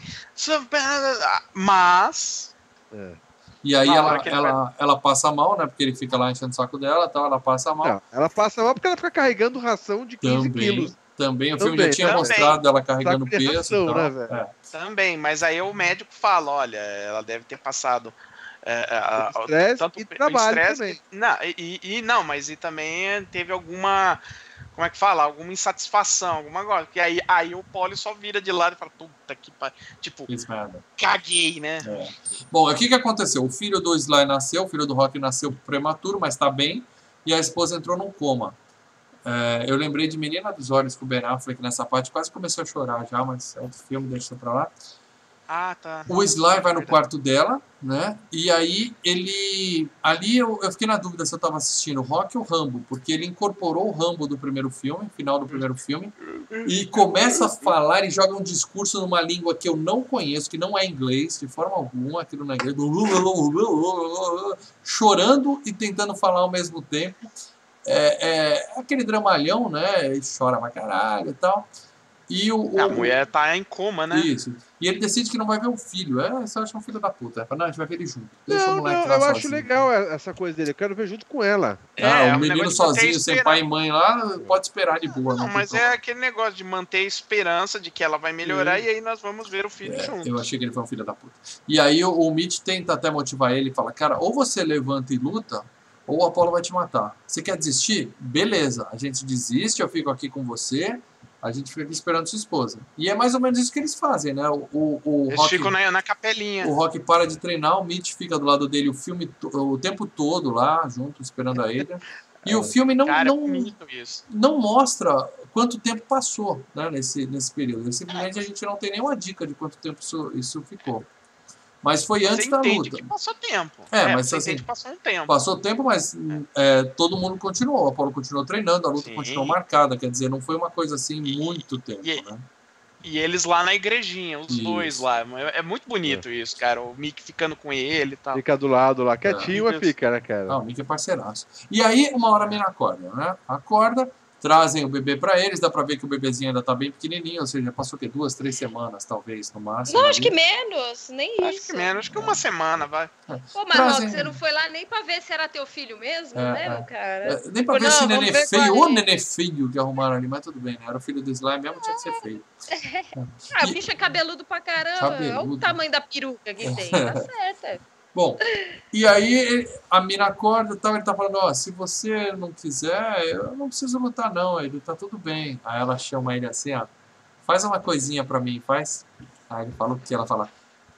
S2: Mas...
S3: É.
S1: E aí
S2: Na
S1: ela,
S2: hora que ele
S1: ela, ela passa mal, né? Porque ele fica lá enchendo o saco dela e tal, ela passa mal.
S3: Não, ela passa mal porque ela fica carregando ração de quinze
S1: Também,
S3: quilos.
S1: também. O filme já
S3: Também,
S1: tinha
S2: também.
S1: mostrado ela carregando
S3: Saco de
S1: peso
S3: ração,
S1: e tal.
S3: né, velho?
S1: É.
S2: Também, mas aí o médico fala, olha, ela deve ter passado é, a- a-
S3: Estresse
S2: tanto
S3: e
S2: o
S3: trabalho
S2: estresse
S3: também.
S2: que- não, e, e- não, mas e também teve alguma, como é que fala, alguma insatisfação, alguma coisa, que aí, aí o Polly só vira de lado e fala, puta que pariu, tipo,
S1: Fiz merda.
S2: caguei, né?
S1: É. Bom, o que que aconteceu? O filho do Sly nasceu, o filho do Rock nasceu prematuro, mas tá bem, e a esposa entrou num coma. É, eu lembrei de Menina dos Olhos com o Ben Affleck nessa parte, quase comecei a chorar já, mas é outro filme, deixa pra lá.
S2: Ah, tá.
S1: O Sly vai no quarto dela, né? E aí ele... Ali eu, eu fiquei na dúvida se eu tava assistindo o Rock ou o Rambo, porque ele incorporou o Rambo do primeiro filme, final do primeiro filme, e começa a falar e joga um discurso numa língua que eu não conheço, que não é inglês, de forma alguma, aquilo não é inglês, chorando e tentando falar ao mesmo tempo. É, é aquele dramalhão, né? Ele chora pra caralho e tal. E o, o,
S2: A mulher tá em coma, né?
S1: Isso. E ele decide que não vai ver o filho. É, você acha um filho da puta. Ele fala, não, a gente vai ver ele junto. Deixa
S3: Não,
S1: o moleque
S3: não,
S1: lá
S3: eu
S1: sozinho.
S3: acho legal essa coisa dele. Eu quero ver junto com ela.
S1: Ah,
S2: É,
S1: o
S2: um
S1: menino
S2: negócio de manter a
S1: sozinho, sem
S2: esperança.
S1: pai e mãe lá, pode esperar de boa.
S2: Não,
S1: tem
S2: mas
S1: problema.
S2: é aquele negócio de manter a esperança de que ela vai melhorar
S1: Sim.
S2: e aí nós vamos ver o filho
S1: É,
S2: junto.
S1: eu achei que ele foi um filho da puta. E aí o, o Mitch tenta até motivar ele e fala, cara, ou você levanta e luta, ou o Apollo vai te matar. Você quer desistir? Beleza, a gente desiste, eu fico aqui com você, a gente fica aqui esperando sua esposa. E é mais ou menos isso que eles fazem, né? O, o, o
S2: Eles
S1: Rock,
S2: ficam na, na capelinha.
S1: o Rock para de treinar, o Mitch fica do lado dele o filme to- o tempo todo lá, junto, esperando a Adrian. E o filme não,
S2: Cara, é
S1: não,
S2: bonito isso.
S1: não mostra quanto tempo passou, né, nesse, nesse período. Simplesmente a gente não tem nenhuma dica de quanto tempo isso, isso ficou. Mas foi antes
S2: Você
S1: da
S2: entende
S1: luta.
S2: que passou tempo.
S1: É, mas
S2: você
S1: assim,
S2: entende que passou um tempo.
S1: Passou tempo, mas é, todo mundo continuou. O Apollo continuou treinando, a luta
S2: Sim.
S1: continuou marcada. Quer dizer, não foi uma coisa assim
S2: E-
S1: muito tempo,
S2: e-
S1: né?
S2: E eles lá na igrejinha, os
S1: Isso.
S2: dois lá. É é muito bonito isso, cara. O Mick ficando com ele e tal.
S3: Fica do lado lá, quietinho,
S2: É.
S3: mas fica, né, cara?
S1: Ah, o Mickey é parceiraço. E aí, uma hora a mina acorda, né? Acorda, trazem o bebê pra eles, dá pra ver que o bebezinho ainda tá bem pequenininho, ou seja, passou o quê? Duas, três semanas, talvez, no máximo.
S4: Não, acho
S1: ali.
S4: que menos, nem
S2: Acho
S4: isso.
S2: que menos, acho que uma semana, vai.
S4: Pô, Marroca,
S1: Trazem-
S4: você não foi lá nem pra ver se era teu filho mesmo,
S1: É,
S4: né,
S1: é.
S4: meu cara?
S1: É, nem pra
S4: Tipo,
S1: ver esse
S4: não, vamos
S1: nenê
S4: ver
S1: feio,
S4: qual
S1: ou
S4: é.
S1: nenê feio que arrumaram ali, mas tudo bem, né? Era o filho do Sly mesmo, tinha que ser feio.
S4: Ah, o
S1: E-
S4: bicho é cabeludo pra caramba. Olha
S1: Cabeludo.
S4: o tamanho da peruca que tem. Tá certo. é.
S1: Bom, e aí ele- a mina acorda e tal, ele tá falando, ó, se você não quiser, eu não preciso lutar não, ele tá tudo bem. Aí ela chama ele assim, ó, faz uma coisinha pra mim, faz. Aí ele fala o que? Ela fala,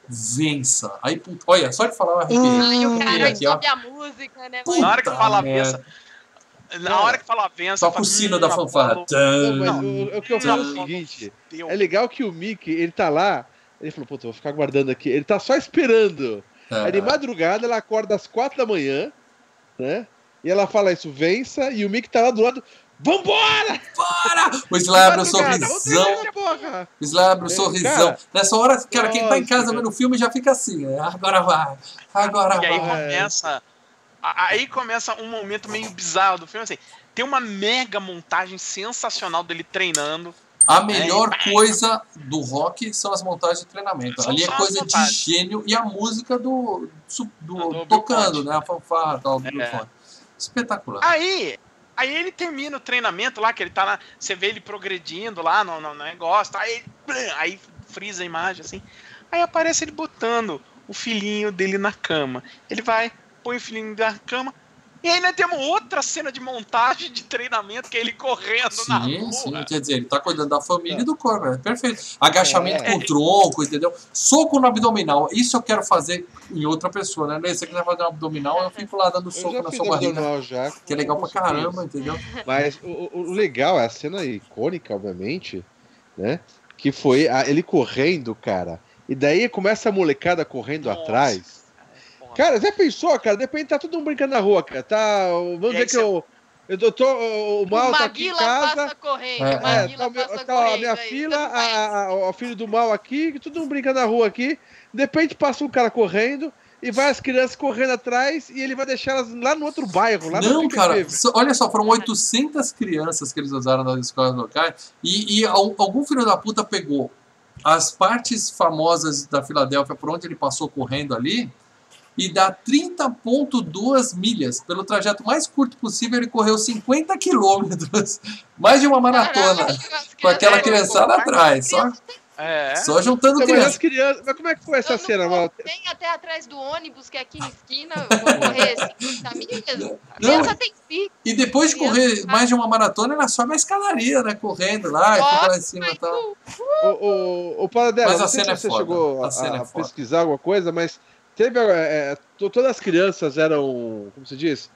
S1: vença. Aí, puta, olha, só de falar eu arrepiei.
S4: Aí o
S1: Arrepiei
S4: cara
S1: aqui, ó.
S4: sobe a música, né?
S1: Puta
S2: Na hora que fala a
S1: merda.
S2: vença, na hora que fala a vença,
S1: Toca o sino da fanfarra.
S3: Não,
S1: Tã,
S3: mas
S2: Não,
S3: o, o que eu
S2: não,
S3: falo é o
S2: não.
S3: seguinte:
S2: Deu.
S3: é legal que o Mickey, ele tá lá, ele falou, puta, vou ficar guardando aqui. Ele tá só esperando.
S1: é,
S3: Aí de madrugada ela acorda às quatro da manhã, né? E ela fala isso, vença, e o Mickey tá lá do lado, vambora!
S1: Para! O Sly
S3: De
S1: abre o
S3: madrugada, vamos
S1: sorrisão.
S3: treinar essa porra!
S1: O Sly abre o
S3: É,
S1: sorrisão.
S3: cara,
S1: Nessa hora, cara, quem tá em
S3: nossa,
S1: casa
S3: cara.
S1: vendo o filme já fica assim, né? Agora vai, agora
S2: E aí
S1: vai.
S2: começa. a- Aí começa um momento meio bizarro do filme, assim. Tem uma mega montagem sensacional dele treinando.
S1: A melhor coisa do rock são as montagens de treinamento.
S2: São
S1: Ali é
S2: só as
S1: coisa de
S2: montagens.
S1: gênio e a música do, do, do-
S2: Do Bill
S1: tocando,
S2: Conte.
S1: né? A fanfarra tal, do
S2: É.
S1: Bill Conte. Espetacular.
S2: Aí, aí ele termina o treinamento lá, que ele tá lá. Você vê ele progredindo lá no, no negócio. Tá, aí, aí frisa a imagem assim. Aí aparece ele botando o filhinho dele na cama. Ele vai, põe o filhinho na cama. E aí nós temos outra cena de montagem de treinamento, que é ele correndo na
S1: Sim,
S2: rua.
S1: sim, quer dizer, ele tá cuidando da família e do corpo, é perfeito. Agachamento
S3: É.
S1: com o tronco, entendeu? Soco no abdominal, isso eu quero fazer em outra pessoa, né? Se você quiser fazer um abdominal, eu fico lá dando
S3: Eu
S1: soco
S3: já
S1: na
S3: fiz
S1: sua barriga,
S3: abdominal já.
S1: que é legal pra
S3: com
S1: caramba,
S3: isso.
S1: entendeu?
S3: Mas o, o- o legal, a cena icônica, obviamente, né? Que foi a- ele correndo, cara. E daí começa a molecada correndo
S2: Nossa.
S3: atrás.
S2: Porra.
S3: Cara, já pensou, cara? De repente tá todo mundo brincando na rua, cara. Tá. Vamos
S2: E aí
S3: dizer que eu. Eu tô. O mal
S4: o
S3: tá aqui em
S4: Maguila
S3: casa.
S4: passa correndo,
S1: É,
S4: o
S3: É,
S4: Maguila
S3: tá, o meu-
S4: passa
S3: tá
S4: correndo.
S3: a minha
S4: aí,
S3: filha,
S4: tanto faz.
S3: a, a- o filho do mal aqui, todo mundo brincando na rua aqui. De repente passa um cara correndo e vai as crianças correndo atrás e ele vai deixar elas lá no outro bairro, lá no
S1: Não,
S3: P P P,
S1: cara,
S3: velho.
S1: só- olha só, foram oitocentas crianças que eles usaram nas escolas locais e, e al- algum filho da puta pegou as partes famosas da Filadélfia por onde ele passou correndo ali e dá trinta vírgula dois milhas. Pelo trajeto mais curto possível, ele correu cinquenta quilômetros, mais de uma maratona,
S4: Caralho, as
S1: com aquela
S2: É,
S1: criançada
S2: pô, mas-
S1: atrás, só,
S2: É.
S1: só juntando
S3: Então, mas as
S1: crianças.
S3: crianças. Mas como é que foi essa
S4: Eu não
S3: cena,
S4: vou
S3: Mal?
S4: nem até atrás do ônibus, que é aqui na esquina, eu vou correr cinquenta milhas. A
S1: Não,
S4: criança tem pique.
S1: E depois de correr mais de uma maratona, ela sobe a escadaria, né? Correndo lá e fica lá em cima e tal.
S3: O, o, o Paradela,
S1: Mas a
S3: não sei
S1: cena
S3: se
S1: é
S3: você
S1: foda.
S3: chegou
S1: A
S3: a,
S1: cena é
S3: a
S1: foda.
S3: pesquisar alguma coisa, mas teve. É, é, to- todas as crianças eram. Como se diz?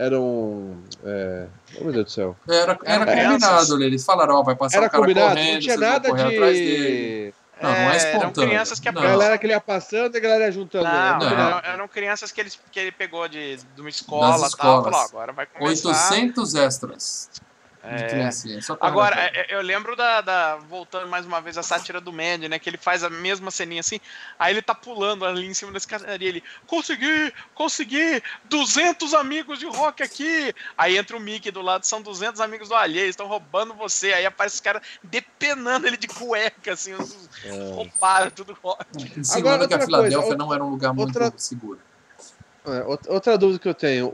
S3: Eram. É, oh, meu Deus do céu.
S1: Era, era
S2: Eram
S1: combinado,
S2: crianças.
S1: eles falaram, ó, vai passar
S3: Era
S1: o cara
S3: combinado,
S1: correndo,
S3: não tinha
S1: vocês vão
S3: nada
S1: correr atrás dele.
S3: de.
S1: Não, não é
S2: É, eram
S1: espontâneo.
S2: crianças que
S1: Não.
S3: A galera que ele ia passando e a galera ia juntando.
S2: Não,
S3: Era
S1: não.
S3: combinado.
S2: eram, eram crianças que ele, que ele pegou de, de uma escola
S1: Das
S2: e tal.
S1: escolas.
S2: Falou, ó, agora vai começar.
S1: oitocentos extras de
S2: É.
S1: criancinha. Só correndo
S2: Agora,
S1: atrás.
S2: é- é- eu lembro da, da- voltando mais uma vez a sátira do Mandy, né? Que ele faz a mesma ceninha assim, aí ele tá pulando ali em cima da escadaria, ele, consegui, consegui, duzentos amigos de rock aqui. Aí entra o Mickey do lado, são duzentos amigos do alheio, estão roubando você. Aí aparece os caras depenando ele de cueca, assim, os,
S3: É.
S2: roubaram tudo rock.
S1: Ensinando
S3: Agora,
S1: que a
S3: outra
S1: Filadélfia
S3: coisa,
S1: não era um lugar muito
S3: outra-
S1: seguro.
S3: É, out- outra dúvida que eu tenho.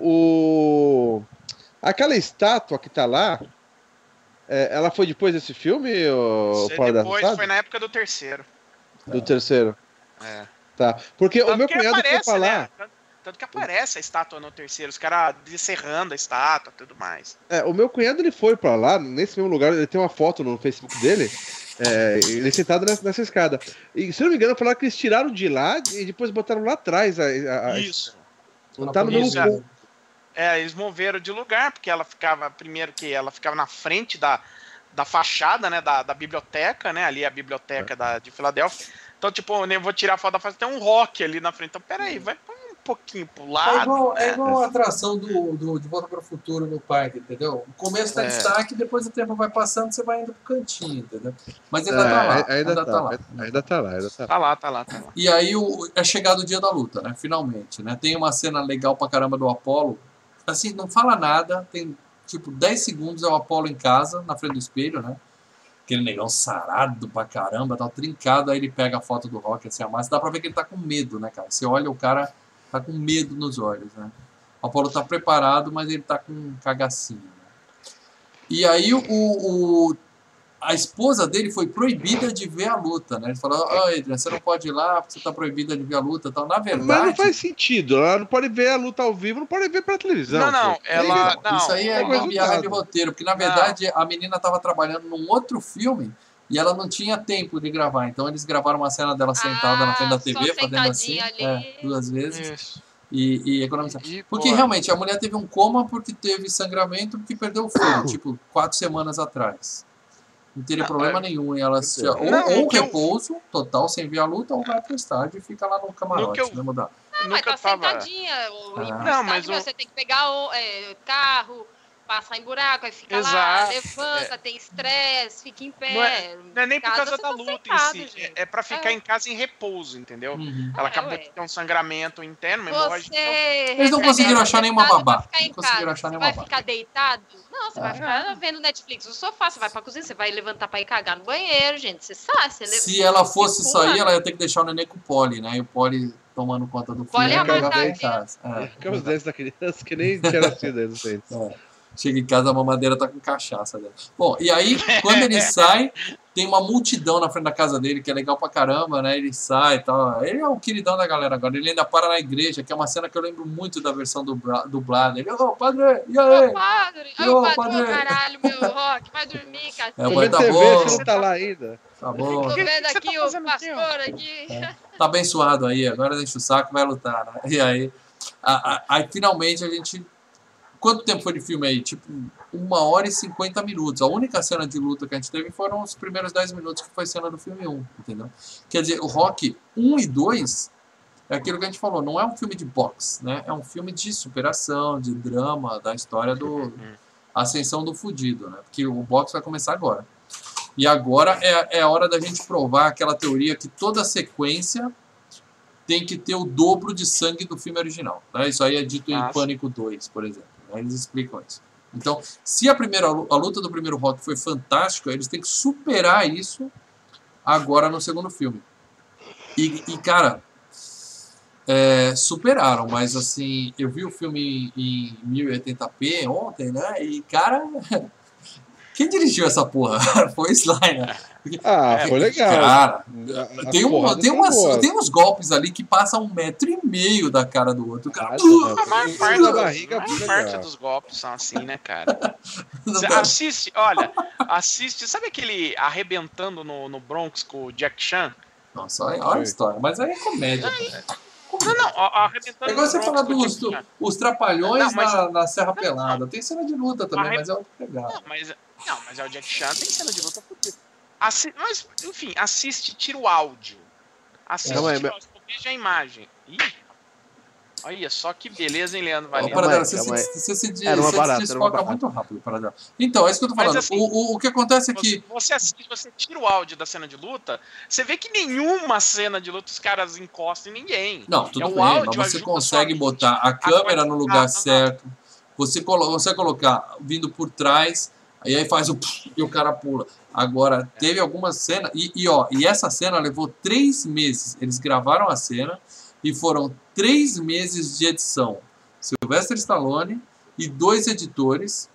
S3: O... Aquela estátua que tá lá, é, ela foi depois desse filme? Ou
S2: Isso
S3: fora da
S2: depois
S3: sabe?
S2: foi na época do terceiro.
S3: Do terceiro.
S2: É.
S3: Tá. Porque o
S2: Tanto
S3: meu
S2: que
S3: cunhado foi
S2: aparece,
S3: pra lá.
S2: né? Tanto- Tanto que aparece a estátua no terceiro, os caras descerrando a estátua e tudo mais.
S3: É, o meu cunhado ele foi pra lá, nesse mesmo lugar, ele tem uma foto no Facebook dele, é, ele sentado nessa, nessa escada. E se não me engano, falaram que eles tiraram de lá e depois botaram lá atrás. A, a- a-
S2: Isso.
S3: Não tá no mesmo
S2: Isso,
S3: ponto.
S2: É, eles moveram de lugar, porque ela ficava, primeiro que ela ficava na frente da, da fachada, né, da, da biblioteca, né, ali a biblioteca da, de Filadélfia. Então, tipo, eu vou tirar a foto da fachada, tem um rock ali na frente. Então, peraí, vai um pouquinho pro lado.
S1: É igual, é
S2: né?
S1: igual a atração do, do De Volta para o Futuro no parque, entendeu? O começo tá
S2: É.
S1: destaque, depois o tempo vai passando, você vai indo pro cantinho, entendeu? Mas
S3: É,
S1: ainda tá lá,
S3: ainda,
S1: ainda
S3: tá,
S1: tá lá.
S3: ainda tá lá, ainda tá lá.
S2: Tá lá, tá lá, tá lá.
S1: E aí o, é chegado o dia da luta, né? Finalmente, né? Tem uma cena legal pra caramba do Apollo. Assim, não fala nada, tem tipo, dez segundos é o Apollo em casa, na frente do espelho, né? Aquele negão sarado pra caramba, tá trincado, aí ele pega a foto do Rock, assim, a massa. Dá pra ver que ele tá com medo, né, cara? Você olha, o cara tá com medo nos olhos, né? O Apollo tá preparado, mas ele tá com um cagacinho, né? E aí o, o, a esposa dele foi proibida de ver a luta, né? Ele falou, ó, Adrian, você não pode ir lá, porque você tá proibida de ver a luta e tal. Na verdade...
S3: Mas não faz sentido, ela não pode ver a luta ao vivo, não pode ver pela televisão.
S2: Não, não,
S3: pô.
S2: ela... Não,
S1: isso aí é
S3: é
S1: gambiarra de roteiro, porque na verdade
S2: não.
S1: a menina tava trabalhando num outro filme e ela não tinha tempo de gravar, então eles gravaram uma cena dela sentada
S4: Ah,
S1: na frente da
S4: só
S1: T V, fazendo assim,
S4: sentadinha ali.
S1: é, duas vezes.
S2: Isso.
S1: E, e economizar.
S2: E,
S1: Porque
S2: pô,
S1: realmente a mulher teve um coma porque teve sangramento porque perdeu o filho, tipo, quatro semanas atrás. Não teria
S2: Não,
S1: problema
S2: é-
S1: nenhum em ela assistir. Ou,
S2: Não,
S1: ou
S2: o que eu-
S1: repouso total sem ver a luta, ou vai pro estádio e fica lá no camarote,
S2: No que eu-
S1: né, mudar.
S4: Ah, mas
S2: nunca
S4: tá
S2: tava...
S4: sentadinha. Ou ir
S1: Ah.
S4: pro
S2: Não,
S4: estádio,
S2: mas
S4: meu,
S2: o-
S4: você tem que pegar o é, carro, passar em buraco, aí fica lá,
S2: Exato.
S4: levanta, tem estresse, fica em pé.
S2: Não é, não é nem por
S4: Em
S2: causa
S4: casa
S2: da
S4: você tá
S2: luta
S4: sentado,
S2: em si,
S4: gente.
S2: é, é pra ficar
S4: É.
S2: em casa em repouso, entendeu?
S1: Uhum.
S2: Ela
S4: É,
S2: acabou
S4: ué.
S2: de ter um sangramento interno, uma hemorragia.
S4: Você
S1: Eles não
S4: recebe
S1: conseguiram
S4: ela
S1: achar nenhuma
S4: deitado pra
S1: babá.
S4: ficar em
S1: Não conseguiram
S4: casa.
S1: achar
S4: Você
S1: nenhuma
S4: vai
S1: babá.
S4: ficar deitado? Não, você vai
S1: Ah.
S4: ficar vendo Netflix no sofá, você vai pra cozinha, você vai levantar pra ir cagar no banheiro, gente. Você sabe, você
S1: Se
S4: você
S1: ela fosse
S4: circula.
S1: sair, ela ia ter que deixar o neném com o Poli, né? E o Poli tomando conta do filho.
S4: Poli
S1: ia
S4: é
S1: pegar
S4: amarradinho.
S1: em casa. É,
S3: Aqueles dentes da criança que nem tinha nascido aí dos dentes.
S1: é. Chega em casa, a mamadeira tá com cachaça dela. Bom, e aí, quando ele sai, tem uma multidão na frente da casa dele, que é legal pra caramba, né? Ele sai e tal. Ele é o queridão da galera agora. Ele ainda para na igreja, que é uma cena que eu lembro muito da versão dubla- dublada. Ele, ô, padre, e
S4: Ô,
S1: aí?
S4: padre!
S1: Ô,
S4: Ô, padre,
S1: padre.
S4: ô, caralho, meu rock, vai dormir, cara.
S1: É,
S3: Tô
S1: mas
S3: vendo
S1: tá
S3: T V,
S1: bom.
S3: você não tá lá ainda.
S1: Tá bom.
S4: Tô
S2: que
S4: vendo
S2: você tá
S4: aqui o
S2: fazendo aqui, ó?
S4: pastor aqui.
S1: Tá abençoado aí, agora deixa o saco e vai lutar, né? E aí, a- a- aí finalmente a gente... Quanto tempo foi de filme aí? Tipo, uma hora e cinquenta minutos. A única cena de luta que a gente teve foram os primeiros dez minutos, que foi cena do filme um, entendeu? Quer dizer, o Rock um e dois é aquilo que a gente falou, não é um filme de boxe, né? É um filme de superação, de drama, da história do... Ascensão do fudido, né? Porque o boxe vai começar agora. E agora é, é a hora da gente provar aquela teoria que toda sequência tem que ter o dobro de sangue do filme original. Né? Isso aí é dito em
S2: Ah, sim.
S1: Pânico dois, por exemplo. Né? Eles explicam isso. Então, se a, primeira, a luta do primeiro Rock foi fantástica, eles têm que superar isso agora no segundo filme. E, e cara, é, superaram, mas assim, eu vi o filme em mil e oitenta p ontem, né? E, cara, quem dirigiu essa porra? Foi o Sly, né? Porque,
S3: Ah, foi legal.
S1: cara,
S3: As
S1: tem, um,
S3: porradas
S1: tem,
S3: são
S1: umas,
S3: boas.
S1: tem uns golpes ali que passam um metro e meio da cara do outro. Cara,
S3: Ah, não.
S2: A maior
S3: Isso
S2: parte,
S3: da
S2: dos-
S3: barriga
S2: a maior
S3: é
S2: parte
S3: legal.
S2: dos golpes são assim, né, cara?
S1: não
S2: Você
S1: tá-
S2: assiste, olha, assiste. Sabe aquele arrebentando no, no Bronx com o Jack Chan?
S1: Nossa, olha, olha a história. Mas aí é comédia.
S2: Não, não, a- a arrebentando
S1: É igual
S2: no
S1: você
S2: Bronx
S1: falar
S2: com o
S1: dos
S2: Jack Chan.
S1: os trapalhões
S2: Não, mas-
S1: na, na Serra Pelada. Tem cena de luta também,
S2: Arre-
S1: mas é outra pegada.
S2: Não, mas, não, mas é o Jack Chan, tem cena de luta fodida. Assi- Mas, enfim, assiste, tira o áudio. Assiste,
S3: Não, é-
S2: tira o áudio, veja a imagem. Ih, olha só que beleza, hein, Leandro
S1: Ô,
S2: Valente?
S1: Paradela,
S3: Calma
S1: você,
S3: aí, calma
S1: se,
S3: aí.
S1: você, se, de-
S3: Era uma
S1: você
S3: barata,
S1: se
S3: era uma
S1: desfoca
S3: barata.
S1: muito rápido, Paradela. Então, é isso que eu tô
S2: Mas
S1: falando.
S2: assim,
S1: o, o, o que acontece é
S2: Você,
S1: que...
S2: você assiste, você tira o áudio da cena de luta, você vê que nenhuma cena de luta os caras encostam em ninguém.
S1: Não, tudo
S2: É o
S1: bem,
S2: áudio
S1: mas você
S2: ajuda
S1: consegue
S2: somente
S1: botar a câmera no lugar
S2: quantidade-
S1: certo, você colo consegue colocar vindo por trás, e aí faz o pff, e o cara pula. Agora, teve algumas cenas, e, e, ó, e essa cena levou três meses. Eles gravaram a cena e foram três meses de edição. Sylvester Stallone e dois editores.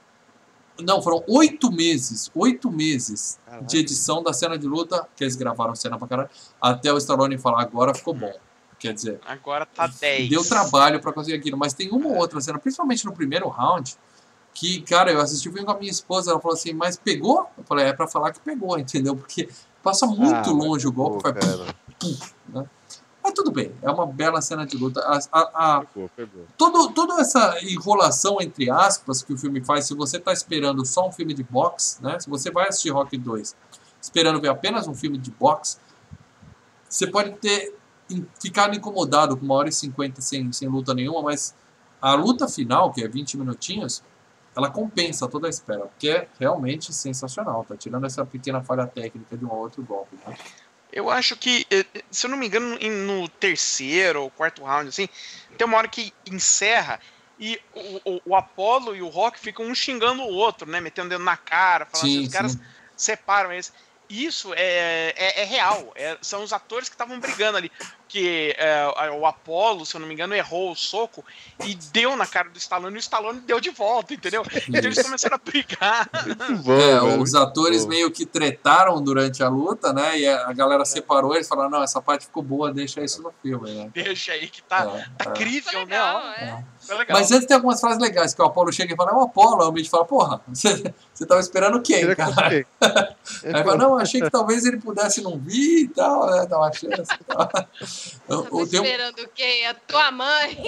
S1: Não, foram oito meses, oito meses
S3: Caralho.
S1: de edição da cena de luta, que eles gravaram cena pra caralho, até o Stallone falar, agora ficou bom. Quer dizer,
S2: Agora tá dez.
S1: deu trabalho pra conseguir aquilo, mas tem uma ou outra cena, principalmente no primeiro round, que, cara, eu assisti o filme com a minha esposa, ela falou assim, mas pegou? Eu falei, é pra falar que pegou, entendeu? Porque passa muito
S3: Ah,
S1: longe
S3: mas
S1: o golpe,
S3: pegou,
S1: vai
S3: cara.
S1: puf, né? Mas tudo bem, é uma bela cena de luta. A, a, a,
S3: Pegou, pegou.
S1: todo, toda essa enrolação, entre aspas, que o filme faz, se você tá esperando só um filme de boxe, né? Se você vai assistir Rock dois esperando ver apenas um filme de boxe, você pode ter in- ficado incomodado com uma hora e cinquenta sem, sem luta nenhuma, mas a luta final, que é vinte minutinhos, ela compensa toda a espera, porque é realmente sensacional, tá tirando essa pequena falha técnica de um ou outro golpe, né?
S2: Eu acho que, eh, se eu não me engano, em- no terceiro ou quarto round, assim, tem uma hora que encerra e o, o, o Apollo e o Rock ficam um xingando o outro, né? Metendo o dedo na cara, falando
S1: Sim,
S2: assim, os caras
S1: sim.
S2: separam esse. Isso é, é, é real, é, são os atores que estavam brigando ali. Que é, o Apollo, se eu não me engano, errou o soco e deu na cara do Stallone e o Stallone deu de volta, entendeu? Então eles começaram a brigar.
S3: Muito bom,
S1: É,
S3: velho,
S1: os
S3: muito
S1: atores
S3: bom.
S1: meio que tretaram durante a luta, né? E a a galera separou, eles falaram, não, essa parte ficou boa, deixa isso no filme, né?
S2: Deixa aí que tá,
S1: É,
S2: tá
S1: é.
S2: crível,
S4: Foi
S2: né?
S4: legal,
S2: Ó,
S4: é.
S2: foi legal.
S1: Mas antes tem algumas frases legais, que o Apollo chega e fala, é o Apollo, aí o Mitch fala, porra, você, você tava esperando quem,
S3: Queria
S1: cara?
S3: conseguir.
S1: Aí fala, não, achei que talvez ele pudesse não vir e tal, né? Dar uma chance e tal.
S4: Tava
S1: O- o- Tem um,
S4: esperando quem? A tua mãe?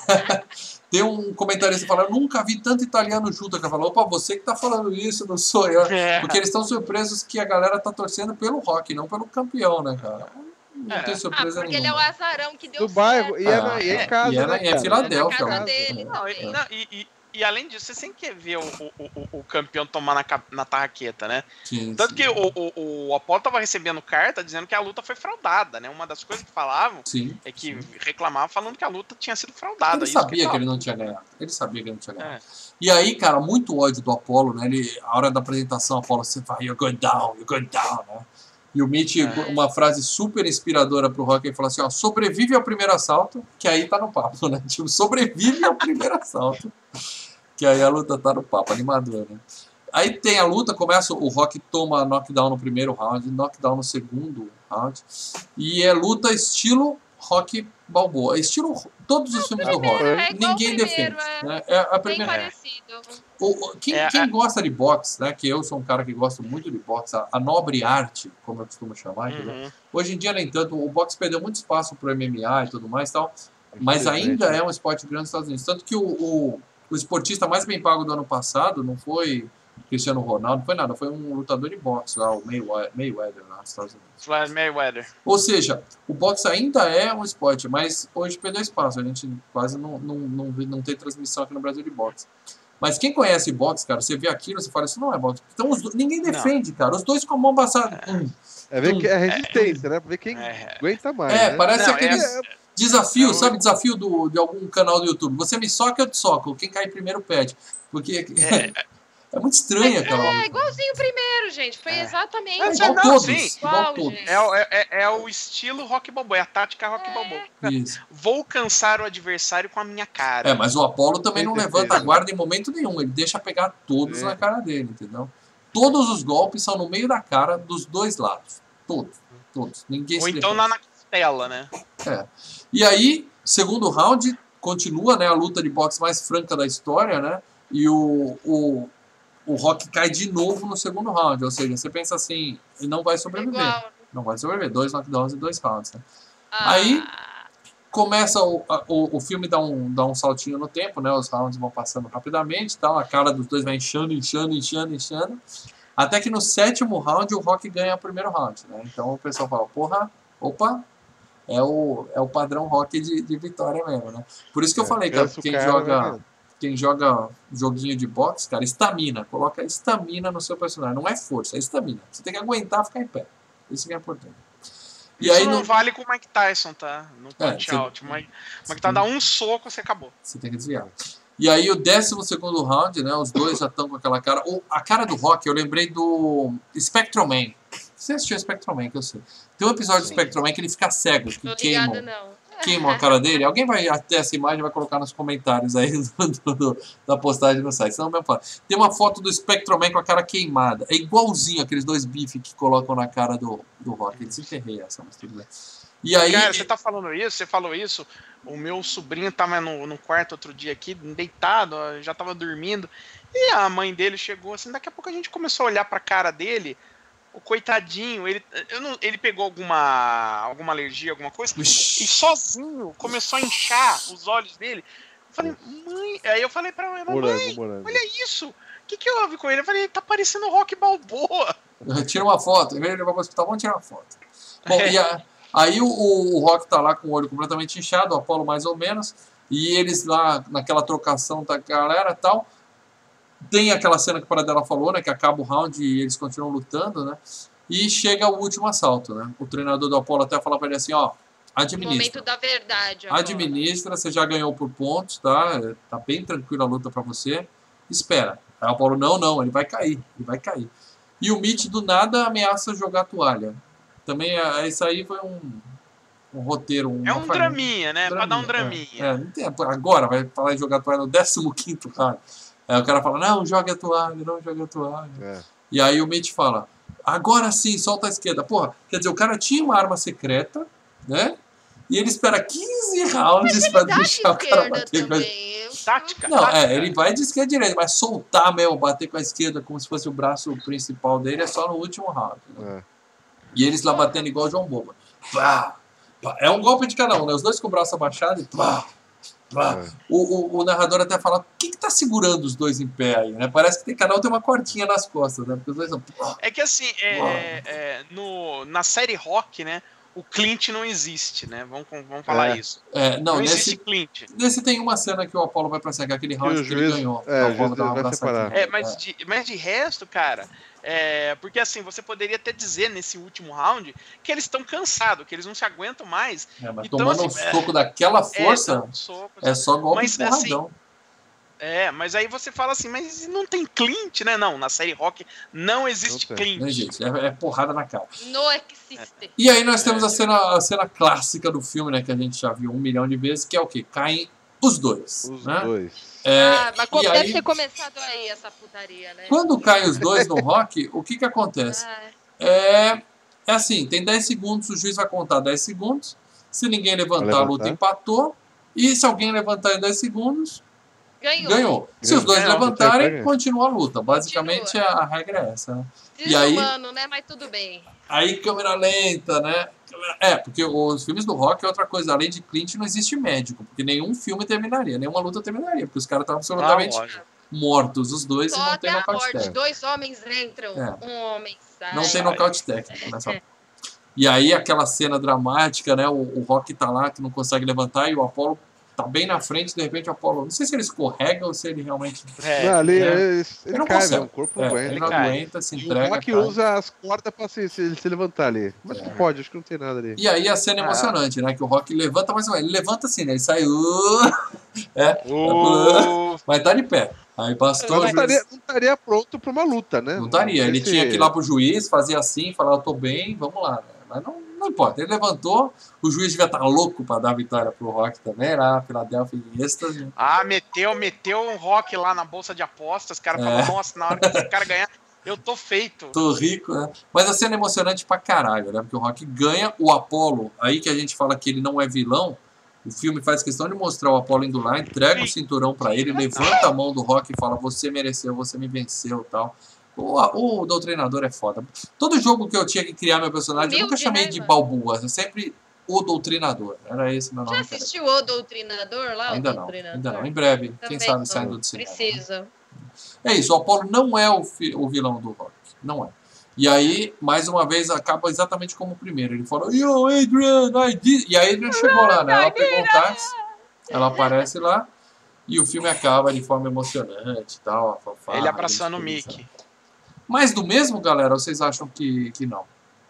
S1: tem um comentarista que fala, eu nunca vi tanto italiano junto, que fala, opa, você que tá falando isso, não sou eu.
S2: É.
S1: Porque eles estão surpresos que a galera tá torcendo pelo Rock, não pelo campeão, né, cara? Não
S2: É.
S1: tem
S4: Ah,
S1: surpresa
S4: porque ele é o
S1: nenhuma.
S4: azarão que deu
S3: Do bairro,
S4: certo.
S3: e é, na- e é
S1: É,
S3: em casa,
S1: e é na-
S3: né,
S1: e é
S3: cara?
S1: Filadélfia,
S4: É na casa
S1: né?
S4: dele
S2: Não,
S4: também.
S2: e, não, e, e, e além disso, você sempre quer ver o, o, o, o campeão tomar na, ca- na tarraqueta, né?
S1: Sim,
S2: Tanto
S1: sim.
S2: que o, o, o Apollo tava recebendo carta dizendo que a luta foi fraudada, né? Uma das coisas que falavam
S1: Sim,
S2: é que
S1: sim.
S2: reclamavam falando que a luta tinha sido fraudada.
S1: Ele
S2: Isso
S1: sabia que
S2: tava-
S1: ele não tinha ganhado. Ele sabia que ele não tinha ganhado.
S2: É.
S1: E aí, cara, muito ódio do Apollo, né? Ele, a hora da apresentação, o Apollo você fala, you're going down, you're going down, né? E o Mitch,
S2: É.
S1: uma frase super inspiradora pro Rock, ele falou assim, ó, sobrevive ao primeiro assalto, que aí tá no papo, né? Tipo, sobrevive ao primeiro assalto, que aí a luta tá no papo, animador, né? Aí tem a luta, começa, o Rock toma knockdown no primeiro round, knockdown no segundo round, e é luta estilo Rock Balboa, estilo todos os filmes do Rock.
S4: É igual
S1: Ninguém
S4: o primeiro,
S1: defende,
S4: é
S1: né? É a
S4: bem
S1: primeira...
S4: parecido.
S1: O- o- quem
S2: É,
S1: quem
S2: é.
S1: gosta de boxe, né? Que eu sou um cara que gosta muito de boxe, a, a nobre arte, como eu costumo chamar, entendeu?
S2: Uhum.
S1: Hoje em dia, nem tanto, o boxe perdeu muito espaço pro M M A e tudo mais e tal, mas
S3: Infelizmente,
S1: ainda
S3: né?
S1: é um esporte grande nos Estados Unidos. Tanto que o, o, o esportista mais bem pago do ano passado não foi Cristiano Ronaldo, não foi nada, foi um lutador de boxe lá, o Mayweather, Mayweather lá nos Estados Unidos.
S2: Floyd Mayweather.
S1: Ou seja, o boxe ainda é um esporte, mas hoje perdeu espaço. A gente quase não, não, não, vê- não tem transmissão aqui no Brasil de boxe. Mas quem conhece boxe, cara, você vê aquilo, você fala, isso não é boxe. Então os do- ninguém
S2: Não.
S1: defende, cara. Os dois com a mão passada. Hum.
S3: É ver que é resistência, né? Pra ver quem
S2: É.
S3: aguenta mais.
S1: É,
S3: né?
S1: parece
S2: Não,
S1: aqueles
S2: é-
S1: desafio,
S2: é um-
S1: sabe? Desafio do, de algum canal do YouTube. Você me soca, eu te soco. Quem cair primeiro perde. Porque é, muito estranha aquela
S4: É
S1: luta.
S4: igualzinho o primeiro, gente. Foi
S2: É.
S4: exatamente.
S2: Mas
S1: Igual
S2: não,
S1: todos.
S2: sim.
S1: Igual
S4: Igual,
S1: todos.
S4: gente.
S2: É, o- é, é- é o estilo Rock Balboa, é a tática Rock Balboa.
S1: Isso.
S2: Vou cansar o adversário com a minha cara.
S1: É, mas o Apollo também
S3: Com
S1: não
S3: certeza.
S1: levanta a guarda em momento nenhum. Ele deixa pegar todos
S3: É.
S1: na cara dele, entendeu? Todos os golpes são no meio da cara dos dois lados. Todos. Todos. Ninguém
S2: Ou
S1: se
S2: então
S1: defende.
S2: na, na costela, né?
S1: É. E aí, segundo round, continua, né, a luta de boxe mais franca da história, né? E o, o, o Rock cai de novo no segundo round. Ou seja, você pensa assim, ele não vai sobreviver.
S4: Igual.
S1: Não vai sobreviver. Dois knockdowns e dois rounds. Né?
S4: Ah,
S1: Aí- Começa o, a- o, o filme dá um, dá um saltinho no tempo, né? Os rounds vão passando rapidamente e tal. A cara dos dois vai inchando, inchando, inchando, inchando. Até que no sétimo round o Rock ganha o primeiro round, né? Então o pessoal fala, porra, opa, é o, é o padrão Rock de, de vitória mesmo, né? Por isso que eu
S3: É,
S1: falei, cara,
S3: cansa o
S1: quem
S3: cara,
S1: joga,
S3: né?
S1: quem joga joguinho de boxe, cara, estamina. Coloca estamina no seu personagem. Não é força, é estamina. Você tem que aguentar ficar em pé. Isso que é importante. E
S2: Isso
S1: aí
S2: não
S1: no-
S2: vale com o Mike Tyson, tá? No punch
S1: você-
S2: out. O Mike, Mike Tyson dá um soco, você acabou.
S1: Você tem que desviar. E aí o décimo segundo round, né? Os dois já estão com aquela cara. O, a cara do Rock, eu lembrei do Spectrum Man. Você assistiu Spectrum Man, que eu sei. Tem um episódio do
S2: Sim.
S1: Spectrum Man que ele fica cego, que
S4: tô
S1: queimam,
S4: ligada, não.
S1: queimam a cara dele. Alguém vai até essa imagem e vai colocar nos comentários aí do, do- do- da postagem no site. Senão, mesmo fala. Tem uma foto do Spectrum Man com a cara queimada. É igualzinho aqueles dois bifes que colocam na cara do, do Rock. Eles se ferrei essa, mas tudo bem. E aí.
S2: Cara, você tá falando isso, você falou isso. O meu sobrinho tava no, no quarto outro dia aqui, deitado, ó, já tava dormindo. E a mãe dele chegou assim, daqui a pouco a gente começou a olhar pra cara dele. O coitadinho, ele, eu não, ele pegou alguma, alguma alergia, alguma coisa,
S1: Vixe.
S2: e sozinho começou a inchar os olhos dele. Eu falei, mãe. Aí eu falei pra ela, mãe,
S3: Morango, morango.
S2: olha isso. O que, que houve com ele? Eu falei, ele tá parecendo o Rock Balboa.
S1: Tira uma foto. Em vez de levar para o hospital, vamos tirar uma foto. Bom, e a- aí o, o Rock tá lá com o olho completamente inchado, o Apollo mais ou menos, e eles lá naquela trocação da galera e tal. Tem aquela cena que o Paradela falou, né? Que acaba o round e eles continuam lutando, né? E chega o último assalto, né? O treinador do Apollo até fala pra ele assim, ó, Administra.
S4: Momento da verdade agora.
S1: Administra, você já ganhou por pontos, tá? Tá bem tranquila a luta pra você. Espera. Aí o Apollo, não, não, ele vai cair, ele vai cair. E o Mitch do nada ameaça jogar a toalha. Também, é, isso aí foi um, um roteiro. Um
S2: é um draminha, né? Draminha, pra dar um draminha.
S1: É, é, não tem, agora vai falar em jogar a toalha no décimo quinto round. Aí o cara fala, não, joga a toalha, não joga a toalha. É. E aí o Mitch fala, agora sim, solta a esquerda. Porra, quer dizer, o cara tinha uma arma secreta, né? E ele espera quinze rounds pra deixar o cara bater com a esquerda.
S2: Tática.
S1: Não,
S2: tática.
S1: é, ele vai de esquerda e direita, mas soltar mesmo, bater com a esquerda como se fosse o braço principal dele é só no último round. Né? É. E eles lá batendo igual o João Boba. Pá, pá. É um golpe de cada um, né? Os dois com o braço abaixado e pá, pá. É. O, o, o narrador até fala, o que que tá segurando os dois em pé aí, né? Parece que tem, cada um tem uma cordinha nas costas, né? Porque os dois são...
S2: É que assim, é, é, no, na série Rock, né? O Clint não existe, né? Vamos, vamos falar
S1: é.
S2: isso.
S1: É, não,
S2: não
S1: nesse,
S2: existe Clint.
S1: Nesse tem uma cena que o Apollo vai pra cima, aquele round que ele ganhou.
S3: É,
S1: o Apollo dá uma
S3: vai separar.
S2: É, mas, é. De, mas de resto, cara, é, porque assim, você poderia até dizer nesse último round que eles estão cansados, que eles não se aguentam mais.
S1: É, mas
S2: então,
S1: tomando
S2: assim,
S1: um soco é, daquela força, é,
S2: um soco,
S1: é só golpe
S2: mas,
S1: de porradão.
S2: Assim, É, mas aí você fala assim, mas não tem Clint, né? Não, na série Rock não existe
S1: não
S2: Clint.
S1: Não existe, é, é porrada na cara.
S4: Não existe.
S1: E aí nós temos a cena, a cena clássica do filme, né? Que a gente já viu um milhão de vezes, que é o quê? Caem os dois.
S3: Os
S1: né?
S3: dois.
S1: É,
S4: ah, mas deve
S1: aí,
S4: ter começado aí essa putaria, né?
S1: Quando caem os dois no Rock, o que que acontece?
S4: Ah.
S1: É, é assim, tem dez segundos, o juiz vai contar dez segundos. Se ninguém levantar, levantar, a luta empatou. E se alguém levantar em dez segundos...
S4: Ganhou.
S1: Ganhou. Se os dois
S2: Ganhou.
S1: levantarem, continua a luta. Basicamente, continua. A regra é essa. Né?
S4: E aí, humano, né? Mas tudo bem.
S1: Aí, câmera lenta, né? É, porque os filmes do Rock é outra coisa. Além de Clint, não existe médico. Porque nenhum filme terminaria, nenhuma luta terminaria. Porque os caras estavam absolutamente ah, mortos, os dois,
S4: Só
S1: e não tem nocaute técnico.
S4: Dois homens entram, é. um homem sai.
S1: Não tem nocaute técnico nessa é. E aí, aquela cena dramática, né? O, o Rock tá lá, que não consegue levantar, e o Apollo tá bem na frente, de repente o Apollo, não sei se ele escorrega ou se ele realmente...
S3: É, não, ali,
S1: né?
S3: ele, ele,
S1: ele não
S3: cai,
S1: consegue.
S3: Né? O corpo
S1: é,
S3: aguenta.
S1: Ele não aguenta, se entrega.
S3: O Rock usa as cordas pra se, se, se levantar ali. Mas é. não pode, acho que não tem nada ali.
S1: E aí a cena é emocionante, ah. né? Que o Rock levanta, mas ele levanta assim, né? Ele sai... Uh, é, uh, mas tá de pé. Aí bastou...
S3: Não estaria, não estaria pronto pra uma luta, né?
S1: Não estaria. Ele
S3: Esse...
S1: tinha que ir lá pro juiz, fazer assim, falar, eu tô bem, vamos lá, né? Mas não, não importa. Ele levantou, o juiz devia estar louco pra dar a vitória pro Rock também, lá, Filadélfia em êxtase.
S2: Ah, meteu, meteu um Rock lá na bolsa de apostas, os caras é. falaram, nossa, na hora que esse cara ganhar, eu tô feito.
S1: Tô rico, né? Mas a cena é emocionante pra caralho, né? Porque o Rock ganha o Apollo, aí que a gente fala que ele não é vilão, o filme faz questão de mostrar o Apollo indo lá, entrega o cinturão pra ele, levanta a mão do Rock e fala, você mereceu, você me venceu e tal. O, o doutrinador é foda. Todo jogo que eu tinha que criar meu personagem, Humilde, eu nunca chamei né, de Balboa, eu sempre o doutrinador. Era esse meu nome.
S4: Já assistiu o Doutrinador lá?
S1: Ainda
S4: o
S1: não,
S4: doutrinador?
S1: ainda não. Em breve,
S4: Também
S1: quem sabe
S4: não.
S1: saindo do cinema.
S4: Precisa.
S1: É isso, o Apollo não é o, fi, o vilão do Rock. Não é. E aí, mais uma vez, acaba exatamente como o primeiro. Ele falou, Yo, Adrian, I did... E a Adrian chegou lá, né? Ela pegou um táxi, ela aparece lá, e o filme acaba de forma emocionante e tal. A fanfarra,
S2: ele abraçando o Mickey.
S1: Mais do mesmo, galera? Ou vocês acham que, que não?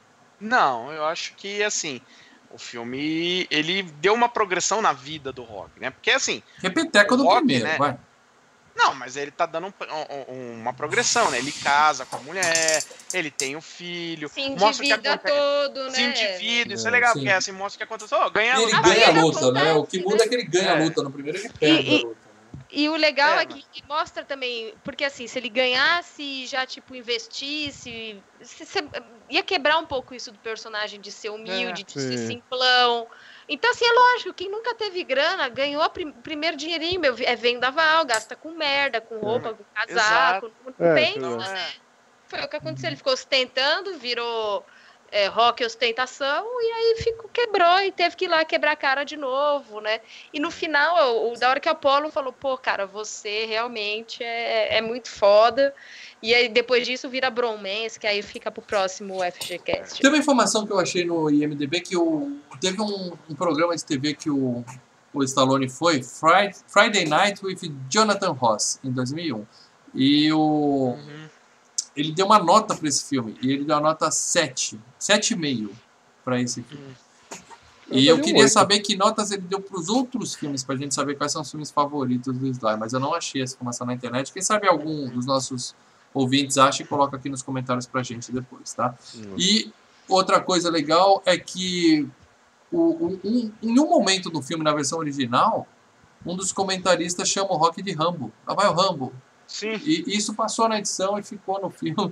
S2: Não, eu acho que, assim, o filme, ele deu uma progressão na vida do Rock, né? Porque, assim...
S1: Repeteco do Rock, primeiro, né? Vai.
S2: Não, mas ele tá dando um, um, uma progressão, né? Ele casa com a mulher, ele tem o um filho...
S4: Se endivida todo, né?
S2: Se endivida, isso é legal,
S1: sim.
S2: porque, assim, mostra que aconteceu. Oh, ganha
S1: e ele
S2: a
S1: ganha a luta, acontece, né? O que muda
S4: né?
S1: é que ele ganha
S2: é.
S1: a luta. No primeiro ele perde
S4: e,
S1: a luta.
S4: E o legal é, é que mostra também, porque assim, se ele ganhasse e já, tipo, investisse, se, se, ia quebrar um pouco isso do personagem de ser humilde, é, de ser simplão. Então, assim, é lógico, quem nunca teve grana, ganhou o prim, primeiro dinheirinho, meu, é vendaval, gasta com merda, com roupa, é. com casaco,
S2: Exato.
S4: não
S3: é,
S4: pensa, né? Foi o que aconteceu, ele ficou ostentando, virou... É, rock ostentação, e aí ficou, quebrou e teve que ir lá quebrar a cara de novo, né? E no final, o, da hora que o Apollo falou, pô, cara, você realmente é, é muito foda. E aí depois disso vira bromance, que aí fica pro próximo F G Cast.
S1: Tem uma informação que eu achei no I M D B que o, teve um, um programa de T V que o, o Stallone foi, Friday, Friday Night with Jonathan Ross, em dois mil e um. E o... Uhum. Ele deu uma nota para esse filme, e ele deu a nota sete, sete vírgula cinco para esse filme. Eu e eu queria um saber que notas ele deu para os outros filmes, pra gente saber quais são os filmes favoritos do Sly, mas eu não achei essa informação na internet. Quem sabe algum dos nossos ouvintes acha e coloca aqui nos comentários pra gente depois, tá? Hum. E outra coisa legal é que o, o, um, em um momento do filme, na versão original, um dos comentaristas chama o Rock de Rambo. Lá vai o Rambo.
S2: Sim.
S1: E isso passou na edição e ficou no filme.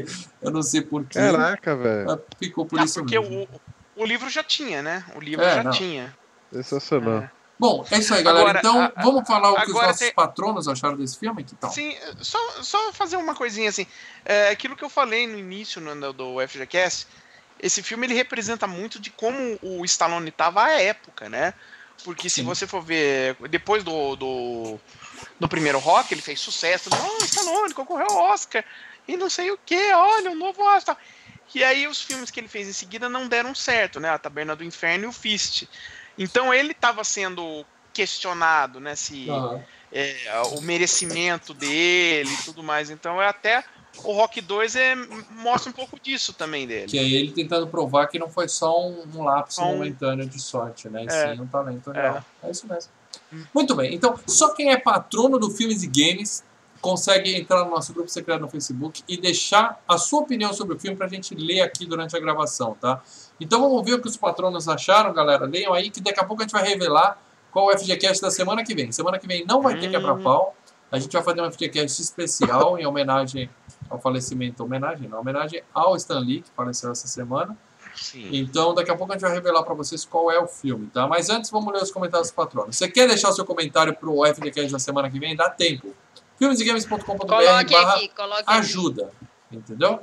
S1: Eu não sei porquê.
S3: Caraca, velho.
S1: Ficou por
S2: ah,
S1: isso
S2: porque
S1: mesmo.
S2: O, o livro já tinha, né? O livro
S1: é,
S2: já
S1: não.
S2: tinha.
S3: Sensacional.
S2: É.
S1: Bom, é isso aí, galera.
S2: Agora,
S1: então,
S2: a,
S1: vamos falar o que os nossos
S2: tem...
S1: patronos acharam desse filme? Que tal?
S2: Sim, só, só fazer uma coisinha assim. É, aquilo que eu falei no início no, do F G Cast, esse filme ele representa muito de como o Stallone estava à época, né? Porque se Sim. você for ver, depois do, do, do primeiro Rock, ele fez sucesso. Oh, Stallone concorreu ao Oscar e não sei o que, olha, um novo Oscar. E aí os filmes que ele fez em seguida não deram certo, né? A Taberna do Inferno e o Fist. Então ele estava sendo questionado, né? Se uhum. é, o merecimento dele e tudo mais. Então é até o Rock dois é, mostra um pouco disso também dele.
S1: Que é ele tentando provar que não foi só um, um lapso um... momentâneo de sorte, né? E é. sim um talento real. É. é isso mesmo. Hum. Muito bem. Então, só quem é patrono do Filmes e Games consegue entrar no nosso grupo secreto no Facebook e deixar a sua opinião sobre o filme pra gente ler aqui durante a gravação, tá? Então vamos ver o que os patronos acharam, galera. Leiam aí que daqui a pouco a gente vai revelar qual é o F G Cast da semana que vem. Semana que vem não vai ter quebra-pau. A gente vai fazer um F G Cast especial em homenagem ao falecimento, homenagem, não, homenagem ao Stan Lee, que faleceu essa semana.
S2: Sim.
S1: Então, daqui a pouco a gente vai revelar para vocês qual é o filme, tá? Mas antes, vamos ler os comentários dos patronos. Você quer deixar o seu comentário pro F G Cast da semana que vem? Dá tempo. filmes e games ponto com ponto b r barra ajuda. Aqui. Entendeu?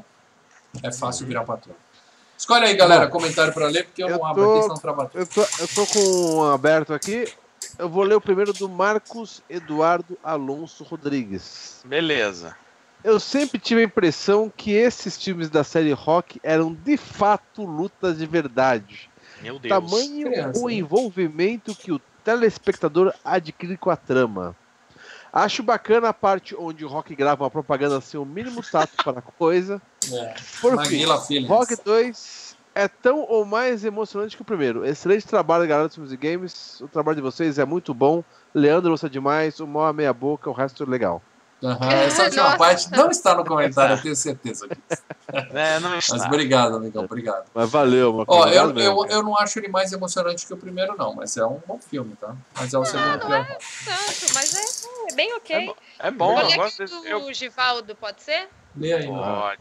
S1: É fácil virar patrão. Escolhe aí, galera, Bom, comentário para ler, porque eu, eu não abro tô, aqui, senão trava tudo.
S3: Eu tô, eu tô com um aberto aqui. Eu vou ler o primeiro do Marcos Eduardo Alonso Rodrigues.
S2: Beleza.
S3: Eu sempre tive a impressão que esses filmes da série Rock eram de fato lutas de verdade.
S2: Meu Deus.
S3: Tamanho
S1: Criança,
S3: o
S1: hein?
S3: envolvimento que o telespectador adquire com a trama. Acho bacana a parte onde o Rock grava uma propaganda sem o mínimo tato para a coisa.
S1: É.
S3: Por fim, Rock dois é tão ou mais emocionante que o primeiro. Excelente trabalho, galera dos Filmes e Games. O trabalho de vocês é muito bom. Leandro gosta demais. O mal é meia boca, o resto é legal.
S1: Uhum, essa última parte não está no comentário, eu tenho certeza disso.
S2: É, não está.
S1: Mas obrigado, amigão, obrigado.
S3: Mas valeu, meu
S1: Ó, eu,
S3: mesmo,
S1: eu, eu não acho ele mais emocionante que o primeiro, não, mas é um bom filme, tá? Mas é o segundo
S4: não, não é tanto, mas é, é bem ok.
S2: É bom, é bom
S4: Olha
S2: eu gosto
S4: aqui
S2: desse.
S4: do eu... Givaldo, pode ser?
S1: Lê aí,
S2: pode.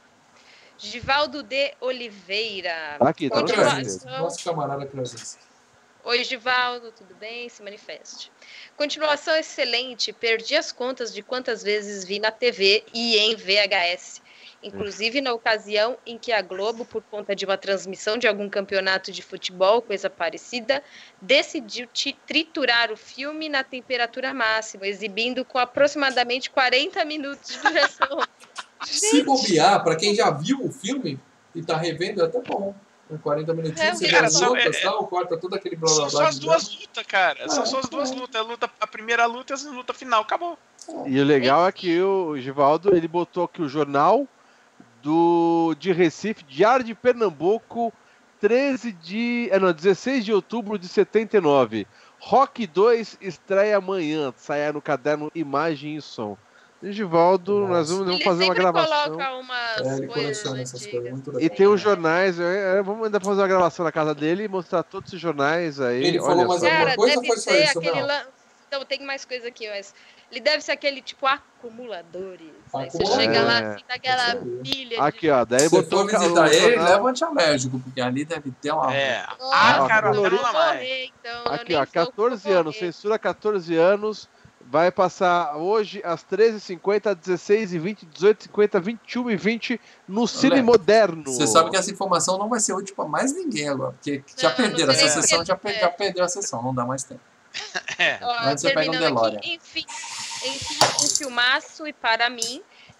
S4: Givaldo de Oliveira.
S3: Tá aqui, tá
S1: no nosso camarada Krasinski.
S4: Oi, Givaldo, tudo bem? Se manifeste. Continuação excelente. Perdi as contas de quantas vezes vi na T V e em V H S. Inclusive na ocasião em que a Globo, por conta de uma transmissão de algum campeonato de futebol, coisa parecida, decidiu triturar o filme na temperatura máxima, exibindo com aproximadamente quarenta minutos de duração.
S1: Se bobear, para quem já viu o filme e tá revendo, é até bom. quarenta minutinhos, é, você vê as lutas, é, tal, corta todo aquele blá blá blá.
S2: São só as duas lutas, cara. É, são só as duas é. lutas. A, luta. a primeira luta e a luta final. Acabou.
S3: E o legal é que o Givaldo, ele botou aqui o jornal do, de Recife, Diário de Pernambuco, treze de, é, não, dezesseis de outubro de setenta e nove. Rock dois estreia amanhã. Sai no caderno Imagem e Som. Givaldo, Nossa. nós vamos, vamos fazer uma gravação.
S4: Coloca umas
S1: é, ele
S4: coisas
S1: essas coisas muito
S3: e tem os jornais, é, é, vamos ainda fazer uma gravação na casa dele e mostrar todos esses jornais aí.
S1: Ele falou mais
S4: Cara,
S1: alguma coisa ou
S4: deve
S1: foi só
S4: ser
S1: isso?
S4: aquele
S1: Não?
S4: lan... Então, tem mais coisa aqui, mas ele deve ser aquele tipo acumuladores. Aí você
S1: Acumulador.
S4: chega lá
S3: É.
S4: assim, daquela pilha
S3: Aqui, ó, daí
S1: Se você
S3: botou
S1: for visitar ele, leva um antialérgico, porque ali deve ter uma...
S2: É.
S4: Nossa,
S2: Ah, cara,
S3: eu
S2: não
S3: vou
S2: dá mais.
S4: morrer, então, eu
S3: Aqui,
S4: nem
S3: ó,
S4: vou
S3: catorze
S4: correr.
S3: anos, censura catorze anos. Vai passar hoje às treze e cinquenta, dezesseis e vinte, dezoito e cinquenta, vinte e uma e vinte no Cine
S1: Olha,
S3: Moderno.
S1: Você sabe que essa informação não vai ser útil pra mais ninguém agora, porque já
S4: Não,
S1: perderam
S4: não
S1: essa
S4: sei
S1: sessão,
S4: nem
S1: já,
S4: o que
S1: per-
S4: é.
S1: já perdeu a sessão, não dá mais tempo.
S2: É.
S4: Ó,
S1: Antes você pega um
S4: terminando
S1: DeLorean.
S4: aqui, enfim, enfim, um filmaço e para mim,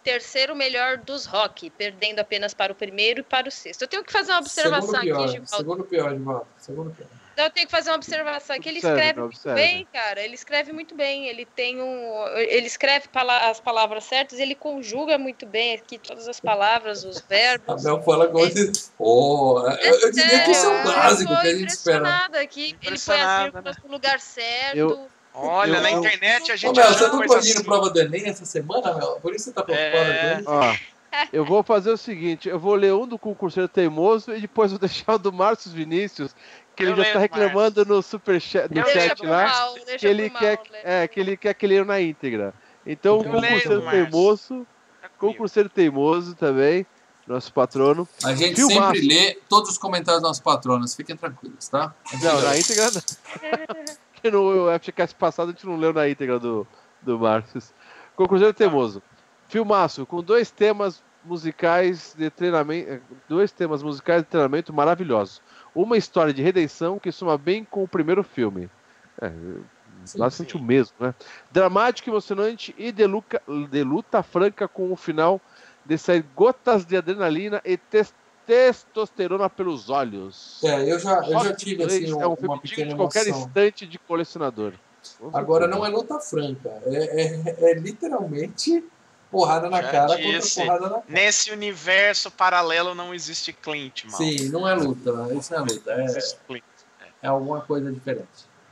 S4: terceiro melhor dos Rock, perdendo apenas para o primeiro e para o sexto. Eu tenho que fazer uma observação
S1: segundo pior,
S4: aqui, Givaldo.
S1: Segundo pior, Givaldo. Segundo pior.
S4: Então, eu tenho que fazer uma observação aqui. Ele
S3: Observe,
S4: escreve muito
S3: observe.
S4: bem, cara. Ele escreve muito bem. Ele tem um. Ele escreve pala- as palavras certas, ele conjuga muito bem aqui todas as palavras, os verbos.
S1: Abel fala como se. Oh, eu, eu diria que isso é o básico que a gente espera.
S4: Impressionada aqui. Ele põe as vírgulas no lugar certo.
S3: Eu-
S2: Olha,
S3: Eu-
S2: na
S3: eu-
S2: internet a
S1: Ô,
S2: gente
S1: Mel,
S2: acha
S1: você não
S2: coisa
S1: corrigindo
S2: assim.
S1: prova do Enem essa semana, Mel? Por isso você tá preocupado
S2: É.
S1: com isso?
S3: Ó, eu vou fazer o seguinte, eu vou ler um do concurseiro teimoso e depois vou deixar o do Márcio Vinícius, que ele
S2: Eu
S3: já
S2: leio
S3: está
S2: do
S3: reclamando no superchat, no
S2: Eu
S4: Deixa
S3: chat
S4: pro
S3: lá,
S4: mal,
S3: que
S4: deixa
S3: ele
S4: pro
S3: quer,
S4: mal, né?
S3: é, que ele quer que leia na íntegra. Então, o
S1: Eu
S3: concurseiro
S2: leio, Márcio.
S3: teimoso,
S2: Tá comigo.
S3: concurseiro teimoso também, nosso patrono.
S1: A gente
S3: Filmaço.
S1: sempre lê todos os comentários dos nossos patronos, fiquem tranquilos, tá?
S3: Não, na íntegra não. Que no F G Cast passado a gente não leu na íntegra do, do Márcio. Concurseiro teimoso. Filmaço, com dois temas musicais de treinamento, dois temas musicais de treinamento maravilhosos. Uma história de redenção que soma bem com o primeiro filme. É,
S1: Sim,
S3: basicamente
S2: sim.
S3: o mesmo, né? Dramático, emocionante e de, luca, de luta franca com o final de sair gotas de adrenalina e tes- testosterona pelos olhos.
S1: É, eu já, eu já
S3: Rock
S1: tive
S3: dois
S1: assim,
S3: é um
S1: uma
S3: filme digno
S1: pequena
S3: de qualquer
S1: emoção.
S3: estante de colecionador.
S1: Agora não é luta franca, é, é, é literalmente porrada na
S2: Já
S1: cara
S2: disse.
S1: contra porrada na cara.
S2: Nesse universo paralelo não existe Clint, mal.
S1: Sim, não é luta, isso não é luta,
S2: Não
S1: é,
S2: existe Clint.
S1: é alguma coisa diferente.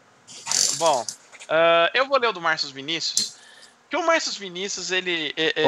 S2: Bom, ah, eu vou ler o do Márcio Vinícius. Que o Márcio Vinícius, ele. É, é-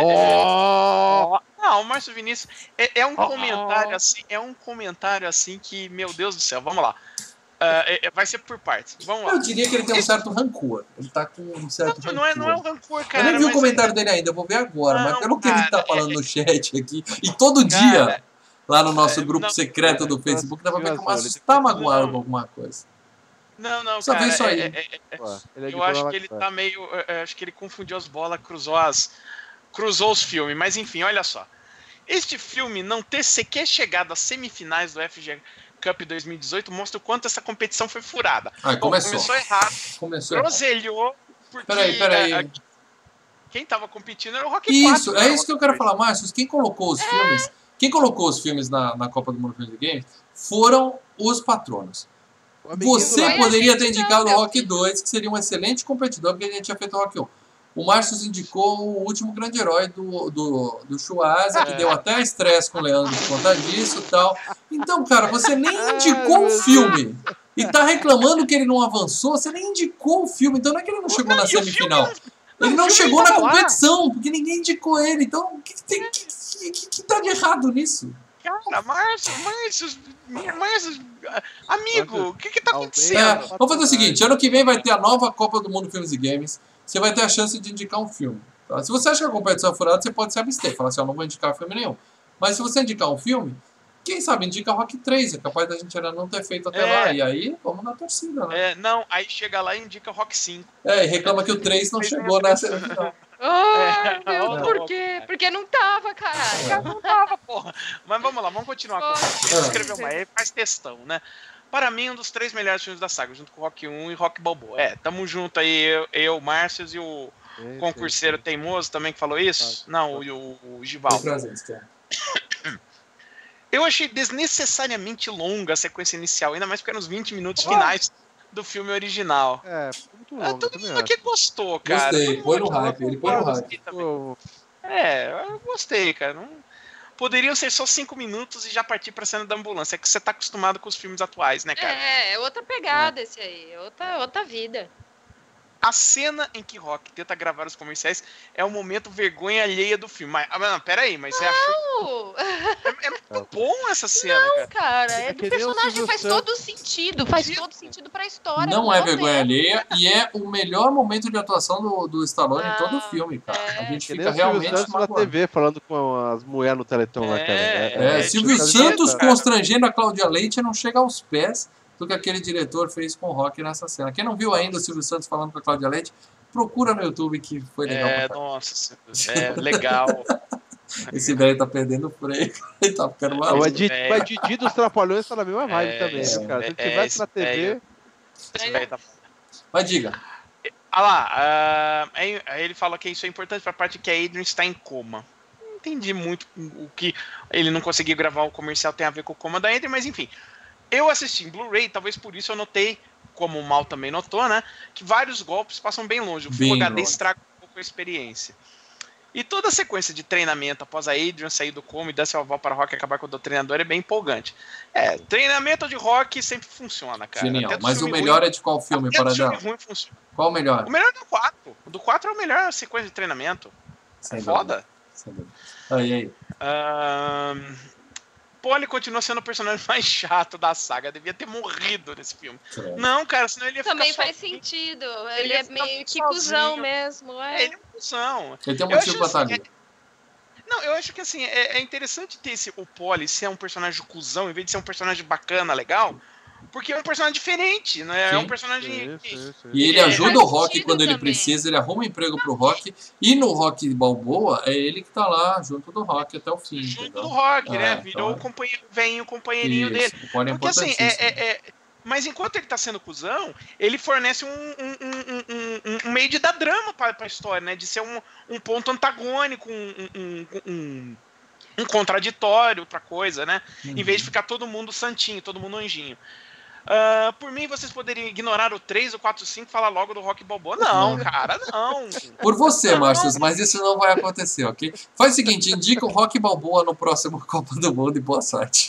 S3: Oh!
S2: Não, o Márcio Vinícius é, é um
S3: Oh!
S2: comentário assim, é um comentário assim que, meu Deus do céu, vamos lá. Ah, é- é- vai ser por partes. Vamos lá.
S1: Eu diria que ele tem um certo rancor, ele tá com um certo
S2: Não,
S1: rancor.
S2: não é, não é um rancor,
S1: Eu
S2: cara.
S1: nem vi o
S2: mas-
S1: comentário dele ainda, eu vou ver agora,
S2: Não,
S1: mas pelo que ele
S2: cara,
S1: tá falando
S2: é-
S1: no chat aqui, e todo
S2: Cara,
S1: dia lá no nosso
S2: é,
S1: grupo
S2: não,
S1: secreto do
S3: cara,
S1: Facebook, dá pra ver que o
S3: razão,
S1: Márcio
S3: ele tem
S1: tá
S3: que-
S1: magoado
S2: Não.
S1: com alguma coisa.
S2: Não, não,
S1: Só
S2: cara.
S1: vê isso aí.
S2: é- é- é-
S3: Pô, ele é de
S2: eu acho que ele
S3: Guadalajara.
S2: tá meio. é, é, acho que ele confundiu as bolas, cruzou as. Cruzou os filmes, mas enfim, olha só. Este filme não ter sequer chegado às semifinais do F G Cup dois mil e dezoito mostra o quanto essa competição foi furada.
S1: Ah,
S2: Bom,
S1: começou.
S2: começou errado,
S1: Começou. errado.
S2: groselhou, porque
S1: Peraí, peraí.
S2: a- a- quem tava competindo era o Rock
S1: Isso,
S2: quatro.
S1: é isso que eu quero falar, Márcio. Quem colocou os filmes, quem colocou os filmes na, na Copa do Mundo Filmes e Games foram os patronos.
S3: O amiguinho do
S1: Você
S3: lado.
S1: poderia
S4: a
S1: ter
S4: gente
S1: indicado o
S4: não,
S1: Rock dois, que seria um excelente competidor, porque a gente tinha feito o Rock um. O Márcio indicou o último grande herói do, do, do Schwarza, que
S2: É.
S1: deu até estresse com o Leandro por conta disso e tal. Então, cara, você nem
S3: Ai,
S1: indicou
S3: meu
S1: o
S3: Deus.
S1: filme. E tá reclamando que ele não avançou, você nem indicou o filme. Então não é que ele não chegou na
S2: e o filme
S1: semifinal.
S2: não-
S1: Ele
S2: não,
S1: não
S2: o filme
S1: chegou na
S2: tava lá.
S1: competição, porque ninguém indicou ele. Então, o que, que, tem- que, que, que tá de errado nisso?
S2: Cara, Márcio, Márcio, Márcio, amigo, o que que tá
S3: Aumenta.
S2: acontecendo?
S1: É, vamos fazer o seguinte, ano que vem vai ter a nova Copa do Mundo Filmes e Games. Você vai ter a chance de indicar um filme. Tá? Se você acha que a competição é furada, você pode se abster. Falar assim, eu não vou indicar filme nenhum. Mas se você indicar um filme, quem sabe indica Rock três. É capaz da gente ainda não ter feito até
S2: É.
S1: lá. E aí, vamos na torcida, né?
S2: É, não, aí chega lá e indica Rock cinco.
S1: É, e reclama que o três não chegou na semifinal.
S4: Ai,
S2: É,
S4: meu,
S2: ó,
S4: por
S2: ó,
S4: quê?
S2: cara.
S4: Porque não tava, caralho.
S2: Cara, não tava, porra. Mas vamos lá, vamos continuar com o Rock. Ele
S1: Ah.
S2: escreveu mais, ele faz textão, né? Para mim, um dos três melhores filmes da saga, junto com Rock um e Rock Balboa. É, tamo junto aí, eu, eu Márcios e o
S3: Sim,
S2: concurseiro
S3: sim, sim.
S2: teimoso também que falou isso.
S3: Tá,
S2: Não,
S3: tá.
S2: o, o, o
S1: Vou
S2: Givaldo.
S1: trazer isso, cara.
S2: Eu achei desnecessariamente longa a sequência inicial, ainda mais porque eram os vinte minutos
S1: Ah.
S2: finais do filme original.
S3: É, muito
S2: Ah,
S3: longo,
S2: todo
S3: também
S2: mundo
S3: acho.
S2: aqui gostou, cara.
S1: Gostei,
S2: Todo
S1: põe
S2: mundo
S1: no
S2: aqui
S1: hype, ele põe no
S2: gostou
S1: hype.
S2: também.
S3: Pô,
S2: É, eu gostei, cara. Não... Poderiam ser só cinco minutos e já partir pra cena da ambulância. É que você tá acostumado com os filmes atuais, né, cara?
S4: É, é outra pegada esse aí, é outra, outra vida.
S2: A cena em que Rock tenta gravar os comerciais é o momento vergonha alheia do filme. Mas, ah, não, peraí, mas você achou.
S4: Não,
S2: É, é muito bom essa cena, cara.
S4: cara, é
S3: É
S4: do
S3: que nem o
S4: personagem,
S3: Silvio
S4: faz
S3: Santos.
S4: todo sentido, faz todo sentido pra história.
S1: Não é
S4: do
S1: vergonha
S4: momento.
S1: alheia e é o melhor momento de atuação do, do Stallone em todo o
S4: Ah,
S1: filme, cara.
S4: é.
S1: A gente
S3: Que nem
S1: fica
S3: o Silvio
S1: realmente
S3: Santos na
S1: magoado.
S3: T V falando com as mulheres no Teleton lá, cara.
S2: É,
S1: É,
S2: É,
S1: Silvio
S2: tipo,
S1: Santos
S2: cara.
S1: constrangendo a Cláudia Leite não chega aos pés do que aquele diretor fez com o Rock nessa cena. Quem não viu ainda o Silvio Santos falando com a Cláudia Leite, procura no YouTube que foi legal.
S2: É,
S1: pra caralho.
S2: nossa, é legal.
S1: Esse velho tá perdendo o freio. Ele tá ficando
S3: O
S1: maluco.
S3: Didi,
S2: velho.
S3: o Didi dos Trapalhões tá na mesma vibe
S2: É,
S3: também, viu, cara? Se ele
S2: é,
S3: tivesse na
S2: esse
S3: T V,
S2: velho. Esse velho tá-
S1: Mas diga.
S2: Ah lá, ah, aí, aí ele fala que isso é importante pra parte que a Adrian está em coma. entendi muito o que ele não conseguiu gravar o comercial tem a ver com o coma da Andrew, mas enfim. Eu assisti em Blu-ray, talvez por isso eu notei, como o Mal também notou, né? Que vários golpes passam bem longe. O Full H D estraga um pouco a experiência. E toda a sequência de treinamento após a Adrian sair do coma e dar seu aval para Rock acabar com o doutrinador é bem empolgante. É, treinamento de Rock sempre funciona, cara.
S1: Genial. Mas o melhor ruim, é de qual filme, para dar? Qual o melhor?
S2: O melhor é do quatro. O do quatro é o melhor sequência de treinamento.
S1: Sem
S2: é foda.
S1: Sem dúvida. Aí, aí.
S2: Um... Polly continua sendo o personagem mais chato da saga. Devia ter morrido nesse filme.
S1: É.
S2: Não, cara, senão ele ia
S4: Também
S2: ficar
S4: faz
S2: sozinho.
S4: sentido.
S2: Ele
S4: Ele, é meio que cuzão mesmo. É.
S2: é, ele é um cuzão.
S1: Ele tem um motivo pra estar ali.
S2: É... Não, eu acho que assim, é, é interessante ter esse, o Polly ser um personagem cuzão em vez de ser um personagem bacana, legal. Porque é um personagem diferente, né?
S1: Sim.
S2: É um personagem...
S3: Sim, sim, sim.
S1: E ele
S2: É,
S1: ajuda
S4: faz
S1: o Rock
S4: sentido
S1: quando ele
S4: também.
S1: precisa, ele arruma um emprego pro Rock. E no Rock Balboa, é ele que tá lá junto do Rock até o fim.
S2: Junto
S1: entendeu?
S2: do Rock,
S1: É,
S2: né? Virou
S1: então-
S2: o companheiro, vem o companheirinho
S1: Isso,
S2: dele.
S1: o Polly é
S2: Porque assim,
S1: importantíssimo.
S2: é, é, é- mas enquanto ele tá sendo cuzão, ele fornece um, um, um, um- um- um meio de dar drama pra, pra história, né? De ser um, um ponto antagônico, um, um, um, um- um contraditório, outra coisa, né?
S1: Uhum.
S2: Em vez de ficar todo mundo santinho, todo mundo anjinho. Ah, por mim, vocês poderiam ignorar o três, o quatro, o cinco e falar logo do Rock Balboa. Não,
S1: Não.
S2: cara, não.
S1: Por você, Marcos, mas isso não vai acontecer, ok? Faz o seguinte, indica o Rock Balboa no próximo Copa do Mundo e boa sorte.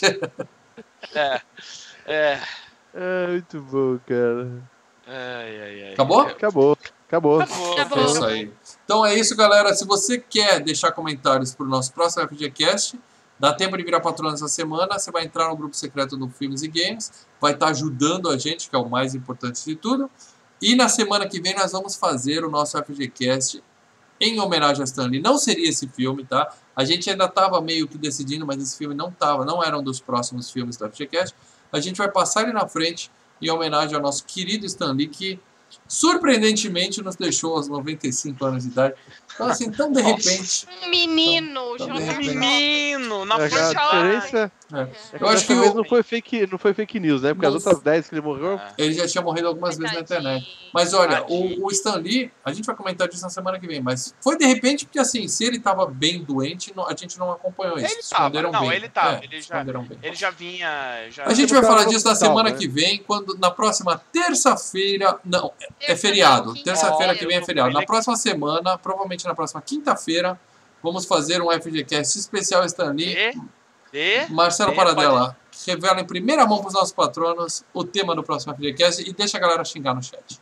S2: É. É.
S3: É muito bom, cara.
S2: Ai, ai, ai.
S1: Acabou?
S3: Acabou, acabou.
S2: Acabou.
S4: Acabou.
S1: É isso aí. Então é isso, galera. Se você quer deixar comentários pro nosso próximo FGCast, dá tempo de virar patrão essa semana, você vai entrar no grupo secreto do Filmes e Games, vai estar ajudando a gente, que é o mais importante de tudo. E na semana que vem nós vamos fazer o nosso FGCast em homenagem a Stan Lee. Não seria esse filme, tá? A gente ainda estava meio que decidindo, mas esse filme não estava, não era um dos próximos filmes do FGCast. A gente vai passar ele na frente em homenagem ao nosso querido Stan Lee, que surpreendentemente nos deixou aos noventa e cinco anos de idade. Então, assim, tão de repente.
S4: Um menino,
S1: Então,
S4: J.
S1: também-
S4: Rock.
S2: Menino, na
S3: É, a
S2: frente
S3: diferença
S1: É.
S3: é que
S1: Eu acho que
S3: dessa vez
S1: o-
S3: não foi fake, não foi fake news, né? Porque
S1: Não-
S3: as outras dez que ele morreu,
S1: ele já tinha morrido algumas vezes na internet.
S4: Tadinho.
S1: Mas olha,
S2: Tadinho.
S1: o, o Stan Lee, a gente vai comentar disso na semana que vem, mas foi de repente porque assim, se ele estava bem doente, não- a gente não acompanhou isso.
S2: Ele tava,
S1: Esconderam
S2: não,
S1: bem.
S2: ele tava,
S1: É,
S2: ele já-
S1: esconderam bem.
S2: Ele já vinha. Já...
S1: A gente
S3: Ele
S1: vai falar
S3: tava
S1: disso na
S3: hospital,
S1: semana
S3: né?
S1: que vem, quando na próxima terça-feira, não, é
S4: Terça
S1: feriado.
S4: não,
S1: Terça-feira
S2: quinta-feira.
S1: que vem é feriado. Na próxima semana, provavelmente na próxima quinta-feira, vamos fazer um FGCast especial Stan Lee.
S2: E, e,
S1: Marcelo
S2: e
S1: Paradela, revela em primeira mão para os nossos patronos o tema do próximo FGCast e deixa a galera xingar no chat.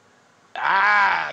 S2: Ah!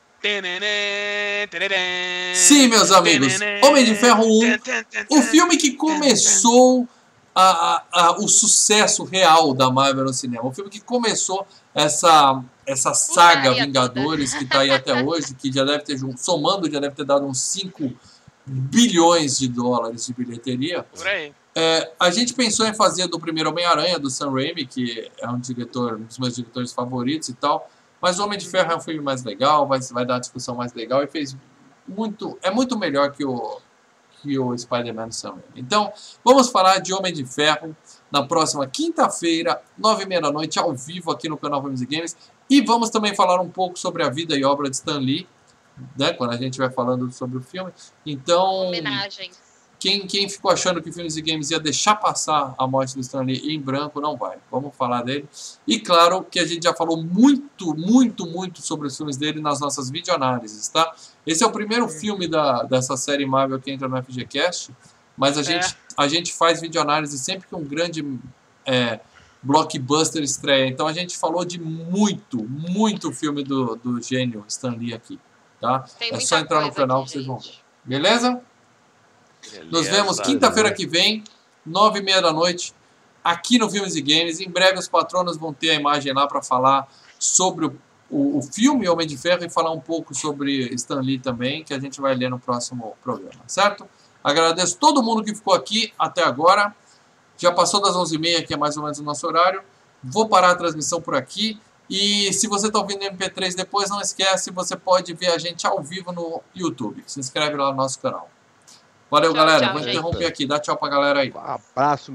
S2: Tenenê, tenenê,
S1: Sim, meus amigos,
S2: tenenê,
S1: Homem de Ferro um,
S2: ten, ten, ten,
S1: o filme que começou a, a- a- o sucesso real da Marvel no cinema. O filme que começou essa, essa saga
S4: Putaria
S1: Vingadores que está aí até hoje, que já deve ter, jun- somando, já deve ter dado uns cinco bilhões de dólares de bilheteria.
S2: Por aí.
S1: É, a gente pensou em fazer do primeiro Homem-Aranha, do Sam Raimi, que é um diretor, um dos meus diretores favoritos e tal. Mas o Homem de Ferro é um filme mais legal, vai, vai dar uma discussão mais legal e fez muito. É muito melhor que o, que o Spider-Man do Sam Raimi. Então, vamos falar de Homem de Ferro na próxima quinta-feira, nove e meia da noite, ao vivo aqui no canal Filmes e Games. E vamos também falar um pouco sobre a vida e obra de Stan Lee, né, quando a gente vai falando sobre o filme. Então.
S4: Homenagens.
S1: Quem, quem ficou achando que Filmes e Games ia deixar passar a morte do Stan Lee em branco, não vai. Vamos falar dele. E claro que a gente já falou muito, muito, muito sobre os filmes dele nas nossas videoanálises, tá? Esse é o primeiro filme da, dessa série Marvel que entra no FGCast, mas a,
S2: É.
S1: gente, a gente faz videoanálise sempre que um grande é, blockbuster estreia. Então a gente falou de muito, muito filme do, do gênio Stan Lee aqui, tá?
S4: Tem
S1: É
S4: muita
S1: só entrar no
S4: coisa
S1: canal
S4: aqui,
S1: que vocês vão ver.
S4: gente.
S1: Beleza? Nos vemos quinta-feira que vem, nove e meia da noite, aqui no Filmes e Games. Em breve os patronos vão ter a imagem lá para falar sobre o, o, o filme Homem de Ferro e falar um pouco sobre Stan Lee também, que a gente vai ler no próximo programa, certo? Agradeço todo mundo que ficou aqui até agora. Já passou das onze e meia, que é mais ou menos o nosso horário. Vou parar a transmissão por aqui. E se você está ouvindo M P três depois, não esquece, você pode ver a gente ao vivo no YouTube. Se inscreve lá no nosso canal. Valeu,
S4: Tchau,
S1: galera.
S4: tchau,
S1: Vou
S4: gente.
S1: interromper aqui. Dá tchau pra galera aí.
S3: abraço.